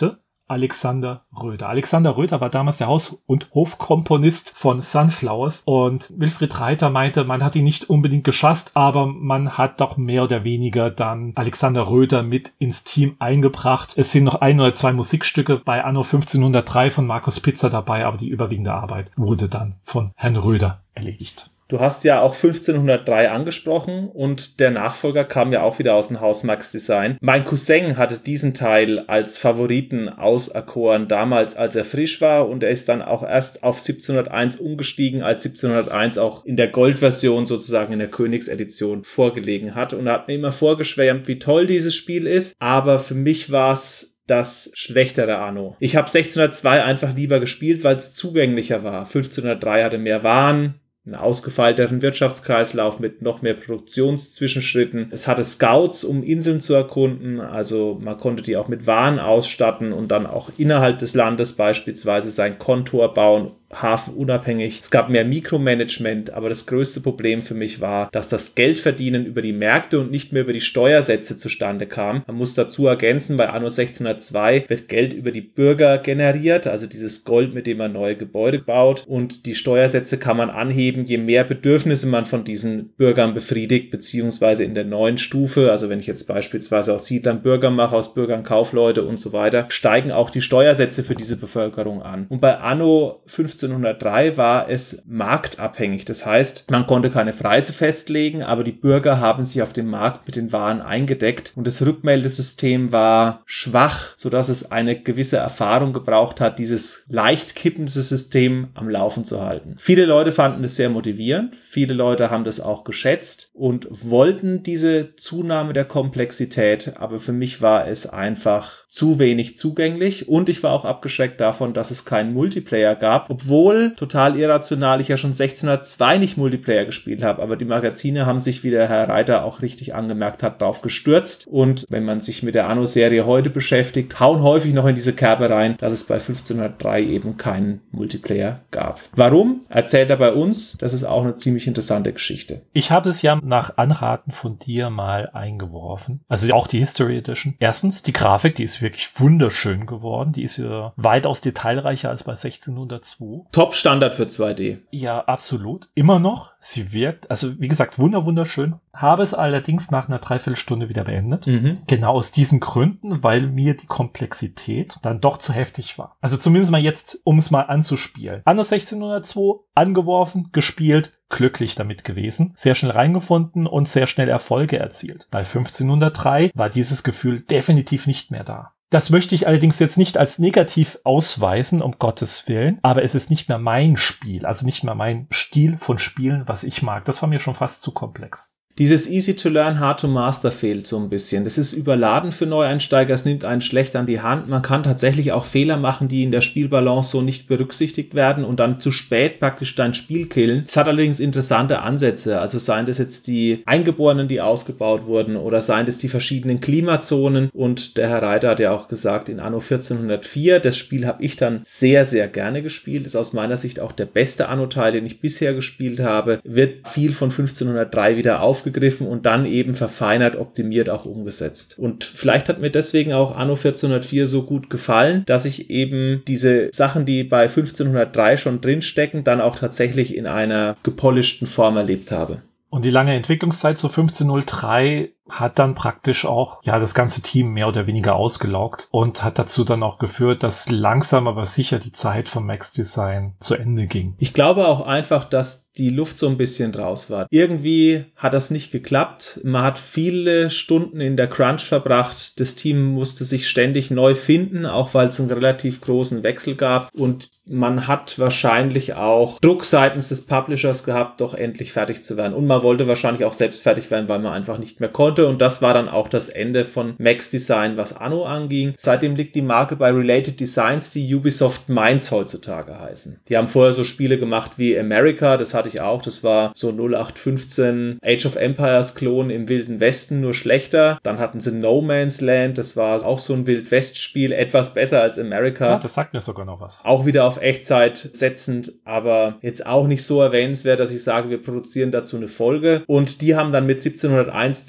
Alexander Röder. Alexander Röder war damals der Haus- und Hofkomponist von Sunflowers und Wilfried Reiter meinte, man hat ihn nicht unbedingt geschasst, aber man hat doch mehr oder weniger dann Alexander Röder mit ins Team eingebracht. Es sind noch ein oder zwei Musikstücke bei Anno fünfzehnhundertdrei von Markus Pizzer dabei, aber die überwiegende Arbeit wurde dann von Herrn Röder erledigt. Du hast ja auch fünfzehnhundertdrei angesprochen und der Nachfolger kam ja auch wieder aus dem Haus Max Design. Mein Cousin hatte diesen Teil als Favoriten auserkoren, damals als er frisch war, und er ist dann auch erst auf siebzehnhunderteins umgestiegen, als siebzehnhunderteins auch in der Goldversion sozusagen in der Königsedition vorgelegen hat, und er hat mir immer vorgeschwärmt, wie toll dieses Spiel ist, aber für mich war es das schlechtere Anno. Ich habe sechzehnhundertzwei einfach lieber gespielt, weil es zugänglicher war. fünfzehnhundertdrei hatte mehr Waren, einen ausgefeilteren Wirtschaftskreislauf mit noch mehr Produktionszwischenschritten. Es hatte Scouts, um Inseln zu erkunden, also man konnte die auch mit Waren ausstatten und dann auch innerhalb des Landes beispielsweise sein Kontor bauen, hafenunabhängig. Es gab mehr Mikromanagement, aber das größte Problem für mich war, dass das Geldverdienen über die Märkte und nicht mehr über die Steuersätze zustande kam. Man muss dazu ergänzen, bei Anno sechzehnhundertzwei wird Geld über die Bürger generiert, also dieses Gold, mit dem man neue Gebäude baut, und die Steuersätze kann man anheben, je mehr Bedürfnisse man von diesen Bürgern befriedigt, beziehungsweise in der neuen Stufe, also wenn ich jetzt beispielsweise aus Siedlern Bürger mache, aus Bürgern Kaufleute und so weiter, steigen auch die Steuersätze für diese Bevölkerung an. Und bei Anno fünfzehnhundertdrei war es marktabhängig. Das heißt, man konnte keine Preise festlegen, aber die Bürger haben sich auf dem Markt mit den Waren eingedeckt und das Rückmeldesystem war schwach, sodass es eine gewisse Erfahrung gebraucht hat, dieses leicht kippende System am Laufen zu halten. Viele Leute fanden es sehr motivierend, viele Leute haben das auch geschätzt und wollten diese Zunahme der Komplexität, aber für mich war es einfach zu wenig zugänglich und ich war auch abgeschreckt davon, dass es keinen Multiplayer gab, obwohl, total irrational, ich ja schon sechzehnhundertzwei nicht Multiplayer gespielt habe, aber die Magazine haben sich, wie der Herr Reiter auch richtig angemerkt hat, drauf gestürzt, und wenn man sich mit der Anno-Serie heute beschäftigt, hauen häufig noch in diese Kerbe rein, dass es bei fünfzehnhundertdrei eben keinen Multiplayer gab. Warum? Erzählt er bei uns. Das ist auch eine ziemlich interessante Geschichte. Ich habe es ja nach Anraten von dir mal eingeworfen, also auch die History Edition. Erstens, die Grafik, die ist wirklich wunderschön geworden, die ist ja weitaus detailreicher als bei sechzehnhundertzwei. Top-Standard für zwei D. Ja, absolut. Immer noch. Sie wirkt, also wie gesagt, wunder wunderschön. Habe es allerdings nach einer Dreiviertelstunde wieder beendet. Mhm. Genau aus diesen Gründen, weil mir die Komplexität dann doch zu heftig war. Also zumindest mal jetzt, um es mal anzuspielen. Anno sechzehnhundertzwei, angeworfen, gespielt, glücklich damit gewesen, sehr schnell reingefunden und sehr schnell Erfolge erzielt. Bei fünfzehnhundertdrei war dieses Gefühl definitiv nicht mehr da. Das möchte ich allerdings jetzt nicht als negativ ausweisen, um Gottes Willen, aber es ist nicht mehr mein Spiel, also nicht mehr mein Stil von Spielen, was ich mag. Das war mir schon fast zu komplex. Dieses Easy to Learn, Hard to Master fehlt so ein bisschen. Das ist überladen für Neueinsteiger, es nimmt einen schlecht an die Hand. Man kann tatsächlich auch Fehler machen, die in der Spielbalance so nicht berücksichtigt werden und dann zu spät praktisch dein Spiel killen. Es hat allerdings interessante Ansätze, also seien das jetzt die Eingeborenen, die ausgebaut wurden, oder seien das die verschiedenen Klimazonen. Und der Herr Reiter hat ja auch gesagt, in Anno vierzehnhundertvier, das Spiel habe ich dann sehr, sehr gerne gespielt. Ist aus meiner Sicht auch der beste Anno-Teil, den ich bisher gespielt habe. Wird viel von fünfzehnhundertdrei wieder auf gegriffen und dann eben verfeinert, optimiert auch umgesetzt. Und vielleicht hat mir deswegen auch Anno vierzehnhundertvier so gut gefallen, dass ich eben diese Sachen, die bei fünfzehnhundertdrei schon drinstecken, dann auch tatsächlich in einer gepolischten Form erlebt habe. Und die lange Entwicklungszeit zu fünfzehnhundertdrei hat dann praktisch auch ja das ganze Team mehr oder weniger ausgelaugt und hat dazu dann auch geführt, dass langsam aber sicher die Zeit vom Max Design zu Ende ging. Ich glaube auch einfach, dass die Luft so ein bisschen raus war. Irgendwie hat das nicht geklappt. Man hat viele Stunden in der Crunch verbracht. Das Team musste sich ständig neu finden, auch weil es einen relativ großen Wechsel gab. Und man hat wahrscheinlich auch Druck seitens des Publishers gehabt, doch endlich fertig zu werden. Und man wollte wahrscheinlich auch selbst fertig werden, weil man einfach nicht mehr konnte. Und das war dann auch das Ende von Max Design, was Anno anging. Seitdem liegt die Marke bei Related Designs, die Ubisoft Minds heutzutage heißen. Die haben vorher so Spiele gemacht wie America, das hatte ich auch. Das war so null acht fünfzehn Age of Empires Klon im Wilden Westen, nur schlechter. Dann hatten sie No Man's Land, das war auch so ein Wild-West-Spiel, etwas besser als America. Ja, das sagt mir sogar noch was. Auch wieder auf Echtzeit setzend, aber jetzt auch nicht so erwähnenswert, dass ich sage, wir produzieren dazu eine Folge. Und die haben dann mit siebzehnhunderteins den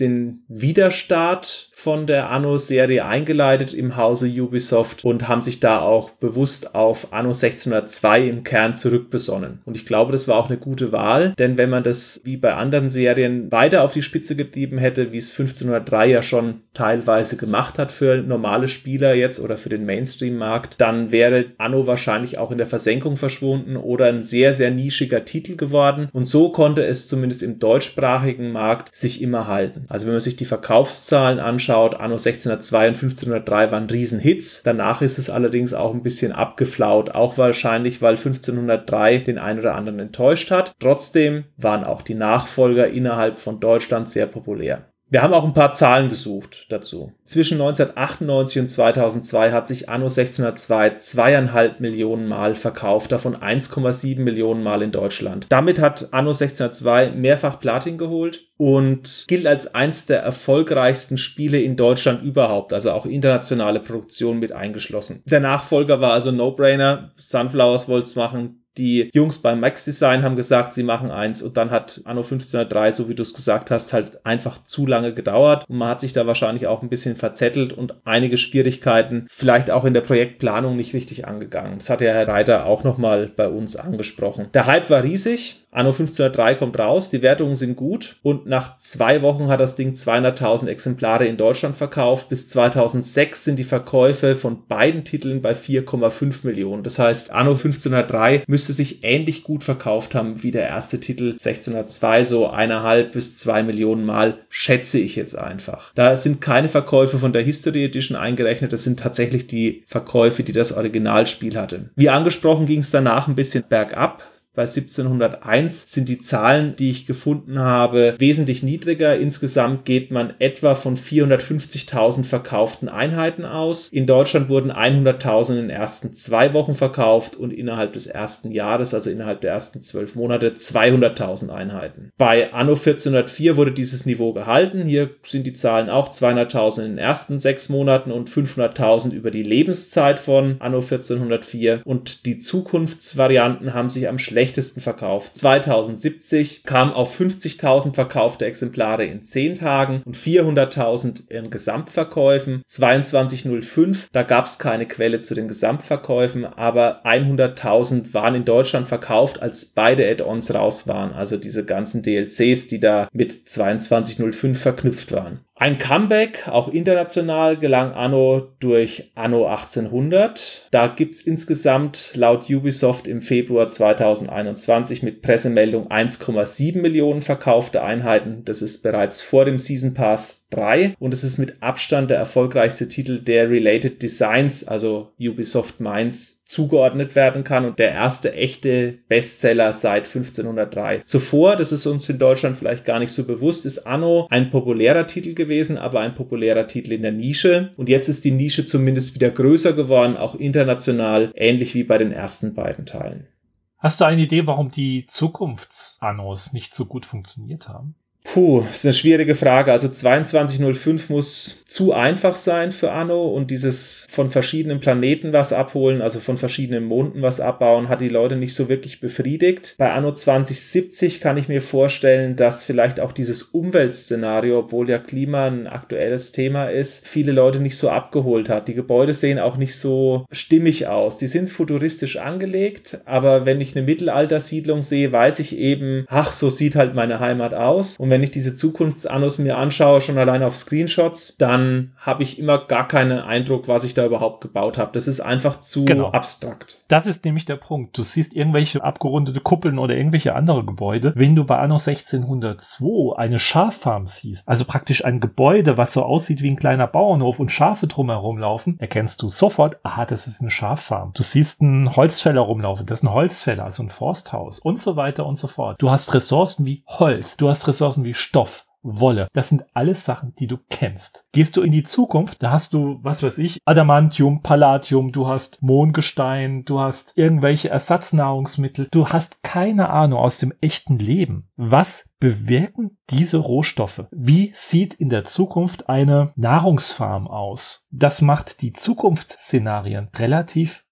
Widerstart von der Anno-Serie eingeleitet im Hause Ubisoft und haben sich da auch bewusst auf Anno sechzehnhundertzwei im Kern zurückbesonnen. Und ich glaube, das war auch eine gute Wahl, denn wenn man das wie bei anderen Serien weiter auf die Spitze getrieben hätte, wie es fünfzehnhundertdrei ja schon teilweise gemacht hat für normale Spieler jetzt oder für den Mainstream-Markt, dann wäre Anno wahrscheinlich auch in der Versenkung verschwunden oder ein sehr, sehr nischiger Titel geworden. Und so konnte es zumindest im deutschsprachigen Markt sich immer halten. Also wenn man sich die Verkaufszahlen anschaut, Anno sechzehnhundertzwei und fünfzehnhundertdrei waren Riesenhits. Danach ist es allerdings auch ein bisschen abgeflaut, auch wahrscheinlich, weil fünfzehnhundertdrei den einen oder anderen enttäuscht hat. Trotzdem waren auch die Nachfolger innerhalb von Deutschland sehr populär. Wir haben auch ein paar Zahlen gesucht dazu. Zwischen neunzehnhundertachtundneunzig und zweitausendzwei hat sich Anno sechzehnhundertzwei zweieinhalb Millionen Mal verkauft, davon eins Komma sieben Millionen Mal in Deutschland. Damit hat Anno sechzehnhundertzwei mehrfach Platin geholt und gilt als eins der erfolgreichsten Spiele in Deutschland überhaupt, also auch internationale Produktion mit eingeschlossen. Der Nachfolger war also No-Brainer, Sunflowers wollte es machen. Die Jungs beim Max Design haben gesagt, sie machen eins und dann hat Anno fünfzehnhundertdrei, so wie du es gesagt hast, halt einfach zu lange gedauert und man hat sich da wahrscheinlich auch ein bisschen verzettelt und einige Schwierigkeiten vielleicht auch in der Projektplanung nicht richtig angegangen. Das hat ja Herr Reiter auch nochmal bei uns angesprochen. Der Hype war riesig. Anno fünfzehnhundertdrei kommt raus, die Wertungen sind gut und nach zwei Wochen hat das Ding zweihunderttausend Exemplare in Deutschland verkauft. Bis zweitausendsechs sind die Verkäufe von beiden Titeln bei vier Komma fünf Millionen. Das heißt, Anno fünfzehnhundertdrei müsste sich ähnlich gut verkauft haben wie der erste Titel sechzehnhundertzwei, so eineinhalb bis zwei Millionen Mal, schätze ich jetzt einfach. Da sind keine Verkäufe von der History Edition eingerechnet, das sind tatsächlich die Verkäufe, die das Originalspiel hatte. Wie angesprochen ging es danach ein bisschen bergab. Bei siebzehnhunderteins sind die Zahlen, die ich gefunden habe, wesentlich niedriger. Insgesamt geht man etwa von vierhundertfünfzigtausend verkauften Einheiten aus. In Deutschland wurden hunderttausend in den ersten zwei Wochen verkauft und innerhalb des ersten Jahres, also innerhalb der ersten zwölf Monate, zweihunderttausend Einheiten. Bei Anno vierzehnhundertvier wurde dieses Niveau gehalten. Hier sind die Zahlen auch zweihunderttausend in den ersten sechs Monaten und fünfhunderttausend über die Lebenszeit von Anno vierzehnhundertvier. Und die Zukunftsvarianten haben sich am schlechtesten verkauft. zweitausendsiebzig kam auf fünfzigtausend verkaufte Exemplare in zehn Tagen und vierhunderttausend in Gesamtverkäufen. zweiundzwanzig null fünf, da gab es keine Quelle zu den Gesamtverkäufen, aber hunderttausend waren in Deutschland verkauft, als beide Add-ons raus waren, also diese ganzen D L Cs, die da mit zweiundzwanzig null fünf verknüpft waren. Ein Comeback, auch international, gelang Anno durch Anno achtzehnhundert. Da gibt es insgesamt laut Ubisoft im Februar zweitausendeinundzwanzig mit Pressemeldung eins Komma sieben Millionen verkaufte Einheiten. Das ist bereits vor dem Season Pass drei und es ist mit Abstand der erfolgreichste Titel, der Related Designs, also Ubisoft Mainz, zugeordnet werden kann und der erste echte Bestseller seit fünfzehnhundertdrei. Zuvor, das ist uns in Deutschland vielleicht gar nicht so bewusst, ist Anno ein populärer Titel gewesen, aber ein populärer Titel in der Nische und jetzt ist die Nische zumindest wieder größer geworden, auch international, ähnlich wie bei den ersten beiden Teilen. Hast du eine Idee, warum die Zukunfts-Annos nicht so gut funktioniert haben? Puh, ist eine schwierige Frage. Also zweiundzwanzig null fünf muss zu einfach sein für Anno und dieses von verschiedenen Planeten was abholen, also von verschiedenen Monden was abbauen, hat die Leute nicht so wirklich befriedigt. Bei Anno zwanzig siebzig kann ich mir vorstellen, dass vielleicht auch dieses Umweltszenario, obwohl ja Klima ein aktuelles Thema ist, viele Leute nicht so abgeholt hat. Die Gebäude sehen auch nicht so stimmig aus. Die sind futuristisch angelegt, aber wenn ich eine Mittelaltersiedlung sehe, weiß ich eben, ach, so sieht halt meine Heimat aus. Und wenn ich diese Zukunftsannos mir anschaue, schon allein auf Screenshots, dann habe ich immer gar keinen Eindruck, was ich da überhaupt gebaut habe. Das ist einfach zu genau. abstrakt. Das ist nämlich der Punkt. Du siehst irgendwelche abgerundete Kuppeln oder irgendwelche andere Gebäude. Wenn du bei Anno sechzehnhundertzwei eine Schaffarm siehst, also praktisch ein Gebäude, was so aussieht wie ein kleiner Bauernhof und Schafe drumherum laufen, erkennst du sofort, aha, das ist eine Schaffarm. Du siehst einen Holzfäller rumlaufen, das ist ein Holzfäller, also ein Forsthaus und so weiter und so fort. Du hast Ressourcen wie Holz, du hast Ressourcen wie Stoff, Wolle. Das sind alles Sachen, die du kennst. Gehst du in die Zukunft, da hast du, was weiß ich, Adamantium, Palladium, du hast Mondgestein, du hast irgendwelche Ersatznahrungsmittel. Du hast keine Ahnung aus dem echten Leben. Was bewirken diese Rohstoffe? Wie sieht in der Zukunft eine Nahrungsfarm aus? Das macht die Zukunftsszenarien relativ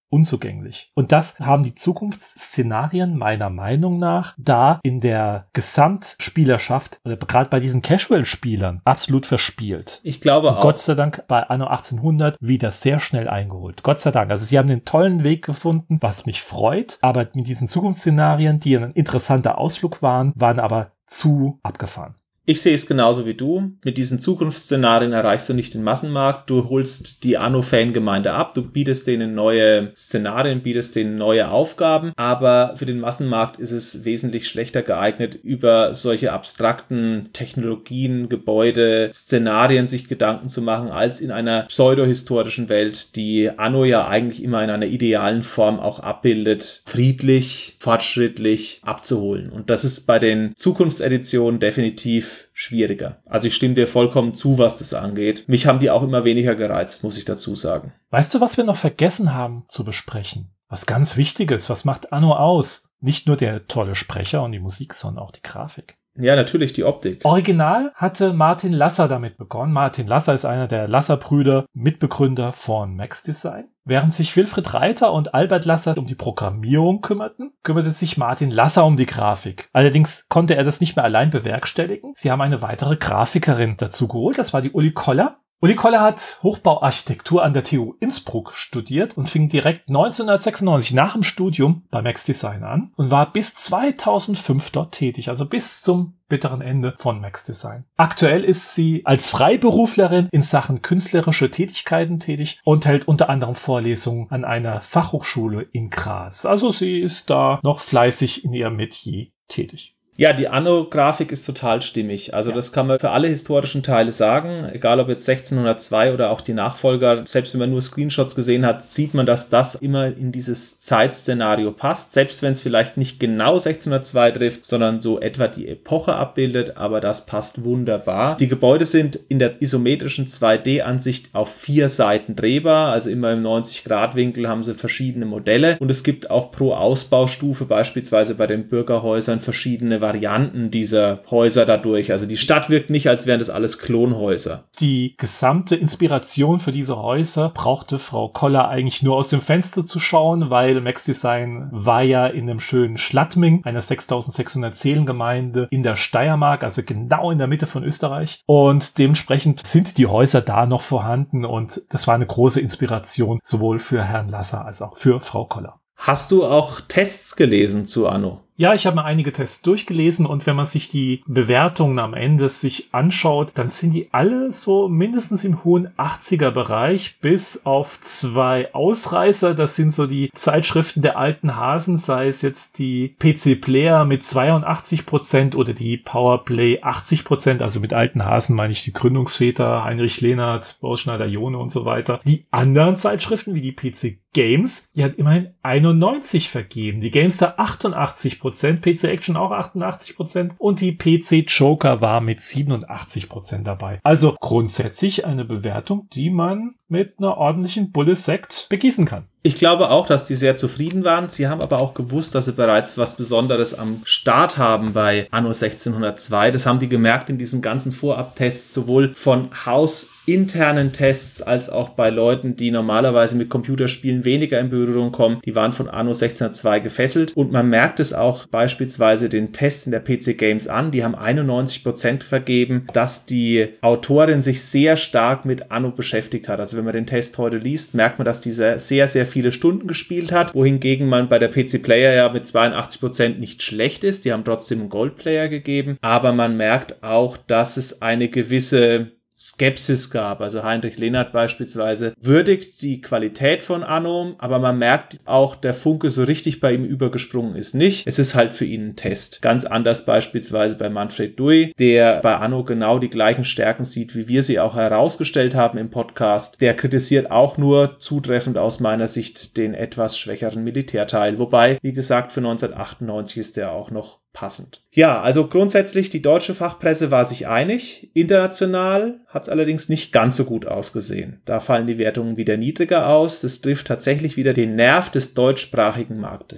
unzugänglich. Und das haben die Zukunftsszenarien meiner Meinung nach da in der Gesamtspielerschaft oder gerade bei diesen Casual-Spielern absolut verspielt. Ich glaube auch. Gott sei Dank bei Anno achtzehnhundert wieder sehr schnell eingeholt. Gott sei Dank. Also sie haben den tollen Weg gefunden, was mich freut, aber mit diesen Zukunftsszenarien, die ein interessanter Ausflug waren, waren aber zu abgefahren. Ich sehe es genauso wie du. Mit diesen Zukunftsszenarien erreichst du nicht den Massenmarkt. Du holst die Anno-Fangemeinde ab. Du bietest denen neue Szenarien, bietest denen neue Aufgaben. Aber für den Massenmarkt ist es wesentlich schlechter geeignet, über solche abstrakten Technologien, Gebäude, Szenarien sich Gedanken zu machen, als in einer pseudohistorischen Welt, die Anno ja eigentlich immer in einer idealen Form auch abbildet, friedlich, fortschrittlich abzuholen. Und das ist bei den Zukunftseditionen definitiv schwieriger. Also ich stimme dir vollkommen zu, was das angeht. Mich haben die auch immer weniger gereizt, muss ich dazu sagen. Weißt du, was wir noch vergessen haben zu besprechen? Was ganz Wichtiges, was macht Anno aus? Nicht nur der tolle Sprecher und die Musik, sondern auch die Grafik. Ja, natürlich die Optik. Original hatte Martin Lasser damit begonnen. Martin Lasser ist einer der Lasser-Brüder, Mitbegründer von Max Design. Während sich Wilfried Reiter und Albert Lasser um die Programmierung kümmerten, kümmerte sich Martin Lasser um die Grafik. Allerdings konnte er das nicht mehr allein bewerkstelligen. Sie haben eine weitere Grafikerin dazu geholt, das war die Uli Koller. Uli Koller hat Hochbauarchitektur an der T U Innsbruck studiert und fing direkt neunzehnhundertsechsundneunzig nach dem Studium bei Max Design an und war bis zweitausendfünf dort tätig, also bis zum bitteren Ende von Max Design. Aktuell ist sie als Freiberuflerin in Sachen künstlerische Tätigkeiten tätig und hält unter anderem Vorlesungen an einer Fachhochschule in Graz. Also sie ist da noch fleißig in ihrem Metier tätig. Ja, die Anno-Grafik ist total stimmig. Also ja. Das kann man für alle historischen Teile sagen. Egal ob jetzt sechzehnhundertzwei oder auch die Nachfolger. Selbst wenn man nur Screenshots gesehen hat, sieht man, dass das immer in dieses Zeitszenario passt. Selbst wenn es vielleicht nicht genau sechzehnhundertzwei trifft, sondern so etwa die Epoche abbildet. Aber das passt wunderbar. Die Gebäude sind in der isometrischen zwei D-Ansicht auf vier Seiten drehbar. Also immer im neunzig Grad Winkel haben sie verschiedene Modelle. Und es gibt auch pro Ausbaustufe beispielsweise bei den Bürgerhäusern verschiedene Varianten dieser Häuser dadurch. Also die Stadt wirkt nicht, als wären das alles Klonhäuser. Die gesamte Inspiration für diese Häuser brauchte Frau Koller eigentlich nur aus dem Fenster zu schauen, weil Max Design war ja in einem schönen Schladming, einer sechstausendsechshundert Seelengemeinde in der Steiermark, also genau in der Mitte von Österreich. Und dementsprechend sind die Häuser da noch vorhanden und das war eine große Inspiration, sowohl für Herrn Lasser als auch für Frau Koller. Hast du auch Tests gelesen zu Anno? Ja, ich habe mir einige Tests durchgelesen und wenn man sich die Bewertungen am Ende sich anschaut, dann sind die alle so mindestens im hohen achtziger Bereich, bis auf zwei Ausreißer. Das sind so die Zeitschriften der alten Hasen, sei es jetzt die P C Player mit zweiundachtzig Prozent oder die Powerplay achtzig Prozent. Also mit alten Hasen meine ich die Gründungsväter Heinrich Lehnert, Bauschneider-Jone und so weiter. Die anderen Zeitschriften wie die P C Games, die hat immerhin einundneunzig vergeben. Die Gamestar achtundachtzig Prozent, P C Action auch achtundachtzig Prozent und die P C Joker war mit siebenundachtzig Prozent dabei. Also grundsätzlich eine Bewertung, die man mit einer ordentlichen Bulle Sekt begießen kann. Ich glaube auch, dass die sehr zufrieden waren. Sie haben aber auch gewusst, dass sie bereits was Besonderes am Start haben bei Anno sechzehnhundertzwei. Das haben die gemerkt in diesen ganzen Vorabtests, sowohl von hausinternen Tests als auch bei Leuten, die normalerweise mit Computerspielen weniger in Berührung kommen. Die waren von Anno sechzehnhundertzwei gefesselt und man merkt es auch beispielsweise den Tests in der P C Games an. Die haben einundneunzig Prozent vergeben, dass die Autorin sich sehr stark mit Anno beschäftigt hat. Also wenn man den Test heute liest, merkt man, dass diese sehr, sehr viele Stunden gespielt hat, wohingegen man bei der P C Player ja mit zweiundachtzig Prozent nicht schlecht ist. Die haben trotzdem einen Gold-Player gegeben, aber man merkt auch, dass es eine gewisse Skepsis gab. Also Heinrich Lehnert beispielsweise würdigt die Qualität von Anno, aber man merkt auch, der Funke so richtig bei ihm übergesprungen ist nicht. Es ist halt für ihn ein Test. Ganz anders beispielsweise bei Manfred Dui, der bei Anno genau die gleichen Stärken sieht, wie wir sie auch herausgestellt haben im Podcast. Der kritisiert auch nur zutreffend aus meiner Sicht den etwas schwächeren Militärteil. Wobei, wie gesagt, für neunzehnhundertachtundneunzig ist der auch noch passend. Ja, also grundsätzlich die deutsche Fachpresse war sich einig. International hat es allerdings nicht ganz so gut ausgesehen. Da fallen die Wertungen wieder niedriger aus. Das trifft tatsächlich wieder den Nerv des deutschsprachigen Marktes.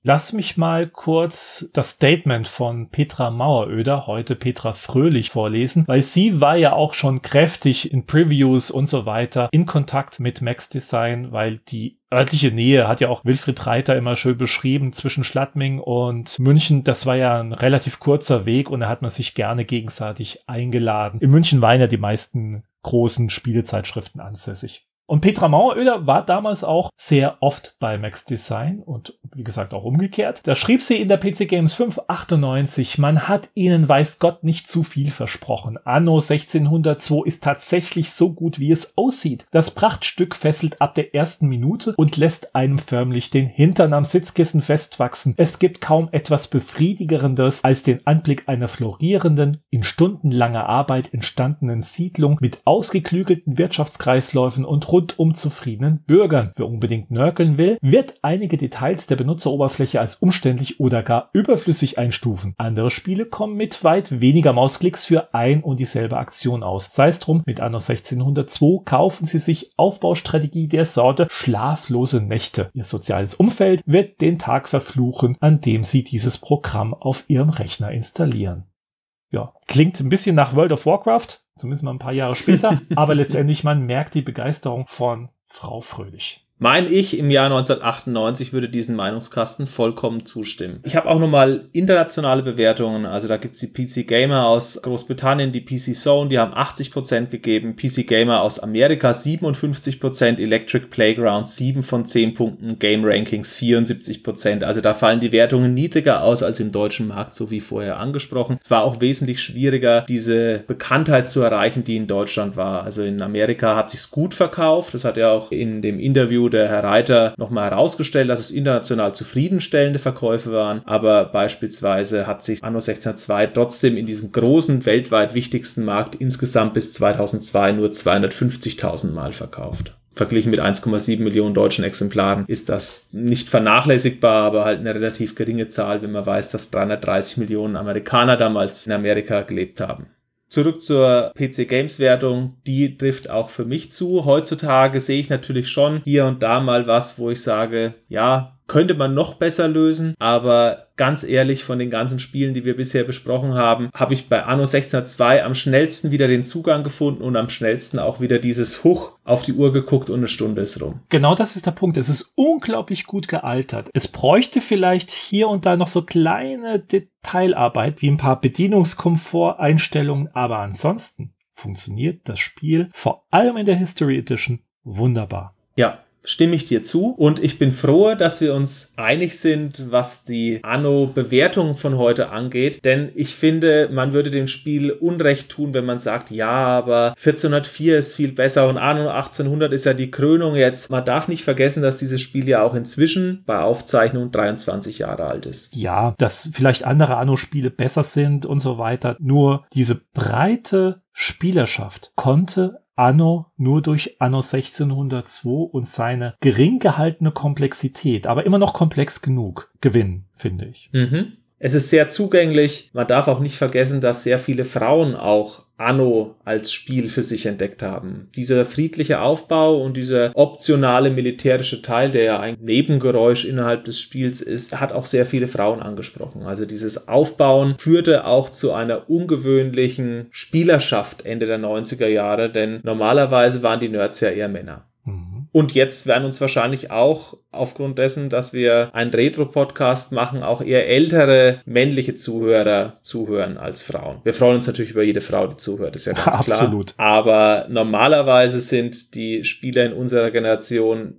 Lass mich mal kurz das Statement von Petra Maueröder, heute Petra Fröhlich, vorlesen, weil sie war ja auch schon kräftig in Previews und so weiter in Kontakt mit Max Design, weil die örtliche Nähe hat ja auch Wilfried Reiter immer schön beschrieben zwischen Schladming und München. Das war ja ein relativ kurzer Weg und da hat man sich gerne gegenseitig eingeladen. In München waren ja die meisten großen Spielezeitschriften ansässig. Und Petra Maueröder war damals auch sehr oft bei Max Design und wie gesagt auch umgekehrt. Da schrieb sie in der P C Games fünf achtundneunzig, man hat ihnen weiß Gott nicht zu viel versprochen. Anno sechzehnhundertzwei ist tatsächlich so gut, wie es aussieht. Das Prachtstück fesselt ab der ersten Minute und lässt einem förmlich den Hintern am Sitzkissen festwachsen. Es gibt kaum etwas Befriedigerendes als den Anblick einer florierenden, in stundenlanger Arbeit entstandenen Siedlung mit ausgeklügelten Wirtschaftskreisläufen und rundum zufriedenen Bürgern. Wer unbedingt nörgeln will, wird einige Details der Benutzeroberfläche als umständlich oder gar überflüssig einstufen. Andere Spiele kommen mit weit weniger Mausklicks für ein und dieselbe Aktion aus. Sei es drum, mit Anno sechzehnhundertzwei kaufen Sie sich Aufbaustrategie der Sorte schlaflose Nächte. Ihr soziales Umfeld wird den Tag verfluchen, an dem Sie dieses Programm auf Ihrem Rechner installieren. Ja, klingt ein bisschen nach World of Warcraft, zumindest mal ein paar Jahre später, aber letztendlich man merkt die Begeisterung von Frau Fröhlich. Mein Ich im Jahr neunzehnhundertachtundneunzig würde diesen Meinungskasten vollkommen zustimmen. Ich habe auch nochmal internationale Bewertungen, also da gibt's die P C Gamer aus Großbritannien, die P C Zone, die haben achtzig Prozent gegeben, P C Gamer aus Amerika siebenundfünfzig Prozent, Electric Playground sieben von zehn Punkten, Game Rankings vierundsiebzig Prozent. Also da fallen die Wertungen niedriger aus als im deutschen Markt, so wie vorher angesprochen. Es war auch wesentlich schwieriger, diese Bekanntheit zu erreichen, die in Deutschland war. Also in Amerika hat sich's gut verkauft, das hat ja auch in dem Interview der Herr Reiter nochmal herausgestellt, dass es international zufriedenstellende Verkäufe waren, aber beispielsweise hat sich Anno sechzehnhundertzwei trotzdem in diesem großen, weltweit wichtigsten Markt insgesamt bis zweitausendzwei nur zweihundertfünfzigtausend Mal verkauft. Verglichen mit eins Komma sieben Millionen deutschen Exemplaren ist das nicht vernachlässigbar, aber halt eine relativ geringe Zahl, wenn man weiß, dass dreihundertdreißig Millionen Amerikaner damals in Amerika gelebt haben. Zurück zur P C Games Wertung, die trifft auch für mich zu. Heutzutage sehe ich natürlich schon hier und da mal was, wo ich sage, ja, könnte man noch besser lösen, aber ganz ehrlich, von den ganzen Spielen, die wir bisher besprochen haben, habe ich bei Anno sechzehnhundertzwei am schnellsten wieder den Zugang gefunden und am schnellsten auch wieder dieses Huch auf die Uhr geguckt und eine Stunde ist rum. Genau das ist der Punkt. Es ist unglaublich gut gealtert. Es bräuchte vielleicht hier und da noch so kleine Detailarbeit wie ein paar Bedienungskomforteinstellungen, aber ansonsten funktioniert das Spiel vor allem in der History Edition wunderbar. Ja. Stimme ich dir zu und ich bin froh, dass wir uns einig sind, was die Anno-Bewertung von heute angeht, denn ich finde, man würde dem Spiel Unrecht tun, wenn man sagt, ja, aber vierzehnhundertvier ist viel besser und Anno achtzehnhundert ist ja die Krönung jetzt. Man darf nicht vergessen, dass dieses Spiel ja auch inzwischen bei Aufzeichnung dreiundzwanzig Jahre alt ist. Ja, dass vielleicht andere Anno-Spiele besser sind und so weiter, nur diese breite Spielerschaft konnte Anno nur durch Anno sechzehnhundertzwei und seine gering gehaltene Komplexität, aber immer noch komplex genug, gewinnen, finde ich. Mhm. Es ist sehr zugänglich. Man darf auch nicht vergessen, dass sehr viele Frauen auch Anno als Spiel für sich entdeckt haben. Dieser friedliche Aufbau und dieser optionale militärische Teil, der ja ein Nebengeräusch innerhalb des Spiels ist, hat auch sehr viele Frauen angesprochen. Also dieses Aufbauen führte auch zu einer ungewöhnlichen Spielerschaft Ende der neunziger Jahre, denn normalerweise waren die Nerds ja eher Männer. Mhm. Und jetzt werden uns wahrscheinlich auch aufgrund dessen, dass wir einen Retro-Podcast machen, auch eher ältere männliche Zuhörer zuhören als Frauen. Wir freuen uns natürlich über jede Frau, die zuhört, ist ja ganz klar. Absolut. Aber normalerweise sind die Spieler in unserer Generation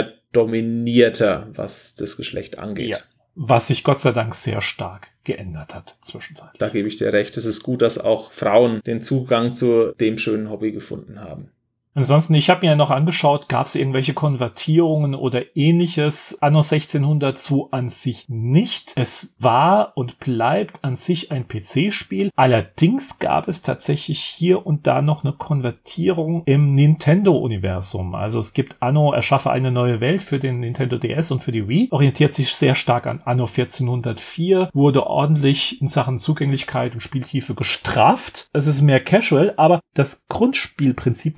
männerdominierter, was das Geschlecht angeht. Ja. Was sich Gott sei Dank sehr stark geändert hat zwischenzeitlich. Da gebe ich dir recht. Es ist gut, dass auch Frauen den Zugang zu dem schönen Hobby gefunden haben. Ansonsten, ich habe mir ja noch angeschaut, gab es irgendwelche Konvertierungen oder ähnliches. Anno sechzehnhundertzwei an sich nicht. Es war und bleibt an sich ein P C-Spiel. Allerdings gab es tatsächlich hier und da noch eine Konvertierung im Nintendo-Universum. Also es gibt Anno erschaffe eine neue Welt für den Nintendo D S und für die Wii. Orientiert sich sehr stark an Anno vierzehnhundertvier. Wurde ordentlich in Sachen Zugänglichkeit und Spieltiefe gestraft. Es ist mehr casual, aber das Grundspielprinzip bleibt immer noch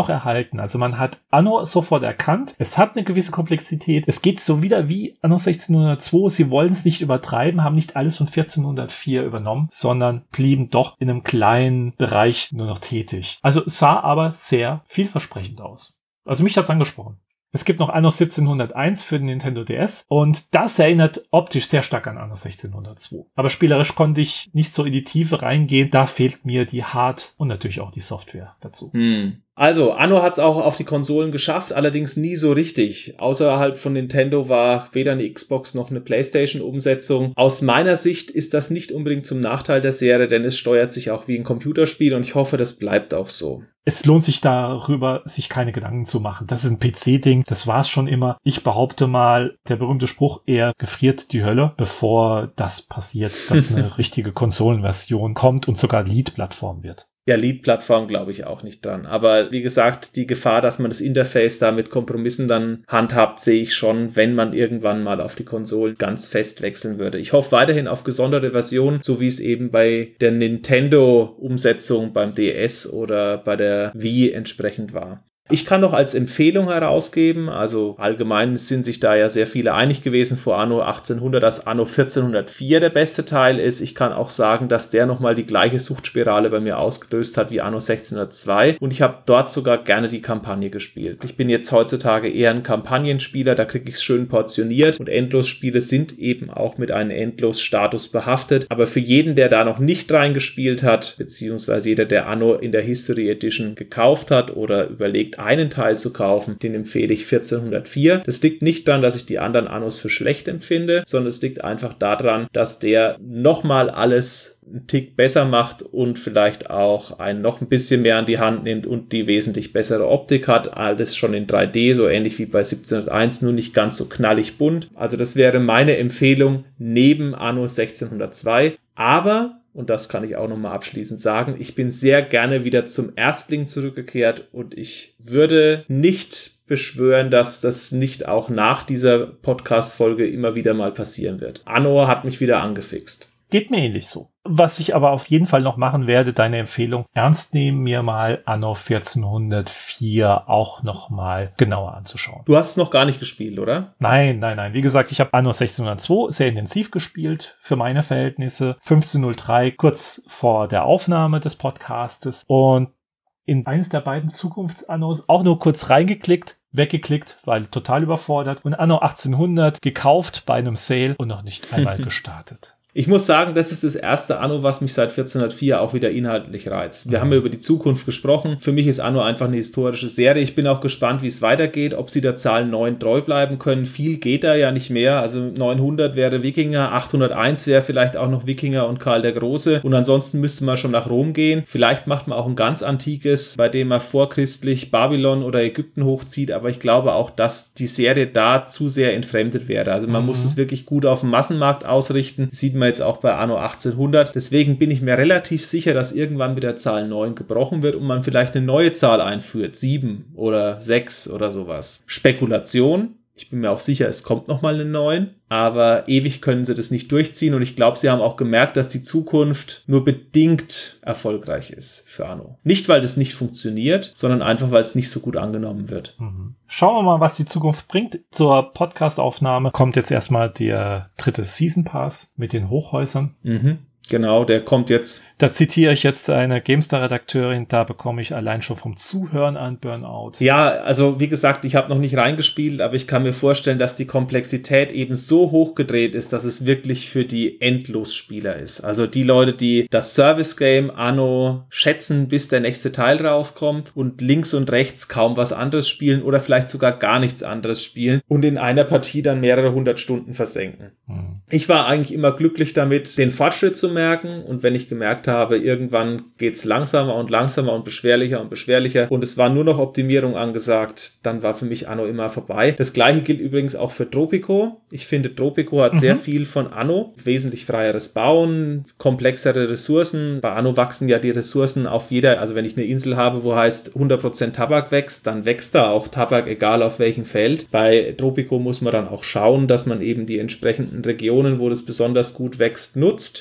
noch erhalten. Also man hat Anno sofort erkannt. Es hat eine gewisse Komplexität. Es geht so wieder wie Anno sechzehnhundertzwei. Sie wollen es nicht übertreiben, haben nicht alles von vierzehnhundertvier übernommen, sondern blieben doch in einem kleinen Bereich nur noch tätig. Also sah aber sehr vielversprechend aus. Also mich hat's angesprochen. Es gibt noch Anno siebzehnhunderteins für den Nintendo D S und das erinnert optisch sehr stark an Anno sechzehnhundertzwei. Aber spielerisch konnte ich nicht so in die Tiefe reingehen. Da fehlt mir die Hard- und natürlich auch die Software dazu. Hm. Also, Anno hat es auch auf die Konsolen geschafft, allerdings nie so richtig. Außerhalb von Nintendo war weder eine Xbox noch eine PlayStation-Umsetzung. Aus meiner Sicht ist das nicht unbedingt zum Nachteil der Serie, denn es steuert sich auch wie ein Computerspiel und ich hoffe, das bleibt auch so. Es lohnt sich darüber, sich keine Gedanken zu machen. Das ist ein P C-Ding, das war es schon immer. Ich behaupte mal, der berühmte Spruch, er gefriert die Hölle, bevor das passiert, dass eine richtige Konsolenversion kommt und sogar Lead-Plattform wird. Ja, Lead-Plattform glaube ich auch nicht dran. Aber wie gesagt, die Gefahr, dass man das Interface da mit Kompromissen dann handhabt, sehe ich schon, wenn man irgendwann mal auf die Konsolen ganz fest wechseln würde. Ich hoffe weiterhin auf gesonderte Versionen, so wie es eben bei der Nintendo-Umsetzung beim D S oder bei der Wii entsprechend war. Ich kann noch als Empfehlung herausgeben, also allgemein sind sich da ja sehr viele einig gewesen vor Anno achtzehnhundert, dass Anno vierzehnhundertvier der beste Teil ist. Ich kann auch sagen, dass der nochmal die gleiche Suchtspirale bei mir ausgelöst hat wie Anno sechzehnhundertzwei und ich habe dort sogar gerne die Kampagne gespielt. Ich bin jetzt heutzutage eher ein Kampagnenspieler, da kriege ich es schön portioniert und Endlosspiele sind eben auch mit einem Endlos-Status behaftet, aber für jeden, der da noch nicht reingespielt hat, beziehungsweise jeder, der Anno in der History Edition gekauft hat oder überlegt, einen Teil zu kaufen, den empfehle ich vierzehnhundertvier. Das liegt nicht daran, dass ich die anderen Annos für schlecht empfinde, sondern es liegt einfach daran, dass der nochmal alles einen Tick besser macht und vielleicht auch einen noch ein bisschen mehr an die Hand nimmt und die wesentlich bessere Optik hat. Alles schon in drei D, so ähnlich wie bei siebzehnhunderteins, nur nicht ganz so knallig bunt. Also das wäre meine Empfehlung neben Anno sechzehnhundertzwei. Aber und das kann ich auch nochmal abschließend sagen, ich bin sehr gerne wieder zum Erstling zurückgekehrt und ich würde nicht beschwören, dass das nicht auch nach dieser Podcast-Folge immer wieder mal passieren wird. Anno hat mich wieder angefixt. Geht mir ähnlich so. Was ich aber auf jeden Fall noch machen werde, deine Empfehlung ernst nehmen, mir mal Anno vierzehnhundertvier auch noch mal genauer anzuschauen. Du hast es noch gar nicht gespielt, oder? Nein, nein, nein. Wie gesagt, ich habe Anno sechzehnhundertzwei sehr intensiv gespielt für meine Verhältnisse. fünfzehn null drei kurz vor der Aufnahme des Podcastes und in eines der beiden Zukunftsannos auch nur kurz reingeklickt, weggeklickt, weil total überfordert und Anno achtzehnhundert gekauft bei einem Sale und noch nicht einmal gestartet. Ich muss sagen, das ist das erste Anno, was mich seit vierzehnhundertvier auch wieder inhaltlich reizt. Wir mhm. haben ja über die Zukunft gesprochen. Für mich ist Anno einfach eine historische Serie. Ich bin auch gespannt, wie es weitergeht, ob sie der Zahl neun treu bleiben können. Viel geht da ja nicht mehr. Also neunhundert wäre Wikinger, achthunderteins wäre vielleicht auch noch Wikinger und Karl der Große. Und ansonsten müsste man schon nach Rom gehen. Vielleicht macht man auch ein ganz antikes, bei dem man vorchristlich Babylon oder Ägypten hochzieht. Aber ich glaube auch, dass die Serie da zu sehr entfremdet wäre. Also man mhm. muss es wirklich gut auf dem Massenmarkt ausrichten. Sieht man jetzt auch bei Anno achtzehnhundert. Deswegen bin ich mir relativ sicher, dass irgendwann mit der Zahl neun gebrochen wird und man vielleicht eine neue Zahl einführt. sieben oder sechs oder sowas. Spekulation. Ich bin mir auch sicher, es kommt nochmal eine neun. Aber ewig können sie das nicht durchziehen. Und ich glaube, sie haben auch gemerkt, dass die Zukunft nur bedingt erfolgreich ist für Anno. Nicht, weil das nicht funktioniert, sondern einfach, weil es nicht so gut angenommen wird. Mhm. Schauen wir mal, was die Zukunft bringt. Zur Podcast-Aufnahme kommt jetzt erstmal der dritte Season Pass mit den Hochhäusern. Mhm. Genau, der kommt jetzt. Da zitiere ich jetzt eine GameStar-Redakteurin, da bekomme ich allein schon vom Zuhören an Burnout. Ja, also wie gesagt, ich habe noch nicht reingespielt, aber ich kann mir vorstellen, dass die Komplexität eben so hochgedreht ist, dass es wirklich für die Endlosspieler ist. Also die Leute, die das Service-Game Anno schätzen, bis der nächste Teil rauskommt und links und rechts kaum was anderes spielen oder vielleicht sogar gar nichts anderes spielen und in einer Partie dann mehrere hundert Stunden versenken. Hm. Ich war eigentlich immer glücklich damit, den Fortschritt zu merken und wenn ich gemerkt habe, irgendwann geht's langsamer und langsamer und beschwerlicher und beschwerlicher und es war nur noch Optimierung angesagt, dann war für mich Anno immer vorbei. Das gleiche gilt übrigens auch für Tropico. Ich finde, Tropico hat mhm. sehr viel von Anno. Wesentlich freieres Bauen, komplexere Ressourcen. Bei Anno wachsen ja die Ressourcen auf jeder, also wenn ich eine Insel habe, wo heißt hundert Prozent Tabak wächst, dann wächst da auch Tabak, egal auf welchem Feld. Bei Tropico muss man dann auch schauen, dass man eben die entsprechenden Regionen, wo das besonders gut wächst, nutzt und die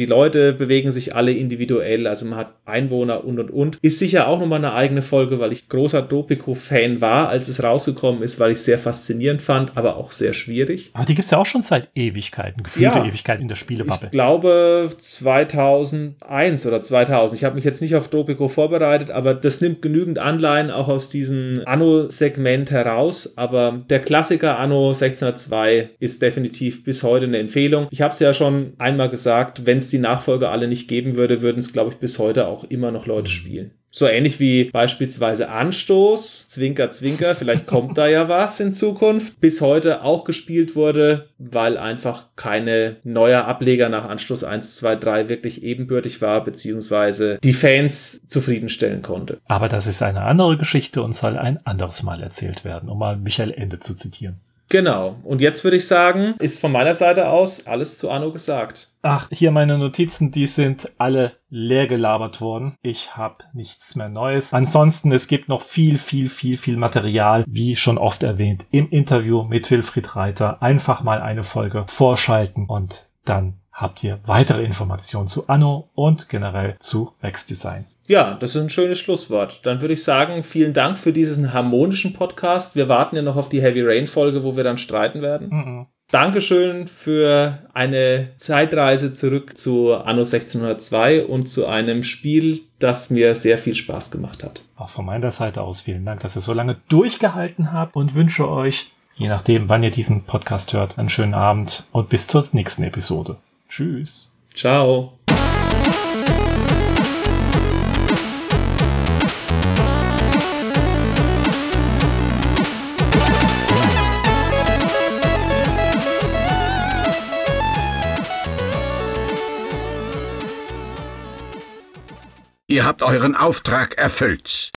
Leute bewegen sich alle individuell, also man hat Einwohner und und und. Ist sicher auch nochmal eine eigene Folge, weil ich großer Dopico-Fan war, als es rausgekommen ist, weil ich es sehr faszinierend fand, aber auch sehr schwierig. Aber die gibt es ja auch schon seit Ewigkeiten, gefühlte ja, Ewigkeiten in der Spielebubble. Ich glaube zweitausendeins oder zweitausend. Ich habe mich jetzt nicht auf Dopico vorbereitet, aber das nimmt genügend Anleihen auch aus diesem Anno-Segment heraus. Aber der Klassiker Anno sechzehnhundertzwei ist definitiv bis heute eine Empfehlung. Ich habe es ja schon einmal gesagt, wenn es die Nachfolger alle nicht geben würde, würden es, glaube ich, bis heute auch immer noch Leute spielen. So ähnlich wie beispielsweise Anstoß, Zwinker, Zwinker, vielleicht kommt da ja was in Zukunft, bis heute auch gespielt wurde, weil einfach keine neuer Ableger nach Anstoß eins, zwei, drei wirklich ebenbürtig war, beziehungsweise die Fans zufriedenstellen konnte. Aber das ist eine andere Geschichte und soll ein anderes Mal erzählt werden, um mal Michael Ende zu zitieren. Genau. Und jetzt würde ich sagen, ist von meiner Seite aus alles zu Anno gesagt. Ach, hier meine Notizen, die sind alle leer gelabert worden. Ich habe nichts mehr Neues. Ansonsten, es gibt noch viel, viel, viel, viel Material, wie schon oft erwähnt, im Interview mit Wilfried Reiter. Einfach mal eine Folge vorschalten und dann habt ihr weitere Informationen zu Anno und generell zu Rex Design. Ja, das ist ein schönes Schlusswort. Dann würde ich sagen, vielen Dank für diesen harmonischen Podcast. Wir warten ja noch auf die Heavy Rain Folge, wo wir dann streiten werden. Mhm. Dankeschön für eine Zeitreise zurück zu Anno sechzehnhundertzwei und zu einem Spiel, das mir sehr viel Spaß gemacht hat. Auch von meiner Seite aus vielen Dank, dass ihr so lange durchgehalten habt und wünsche euch, je nachdem, wann ihr diesen Podcast hört, einen schönen Abend und bis zur nächsten Episode. Tschüss. Ciao. Ihr habt euren Auftrag erfüllt.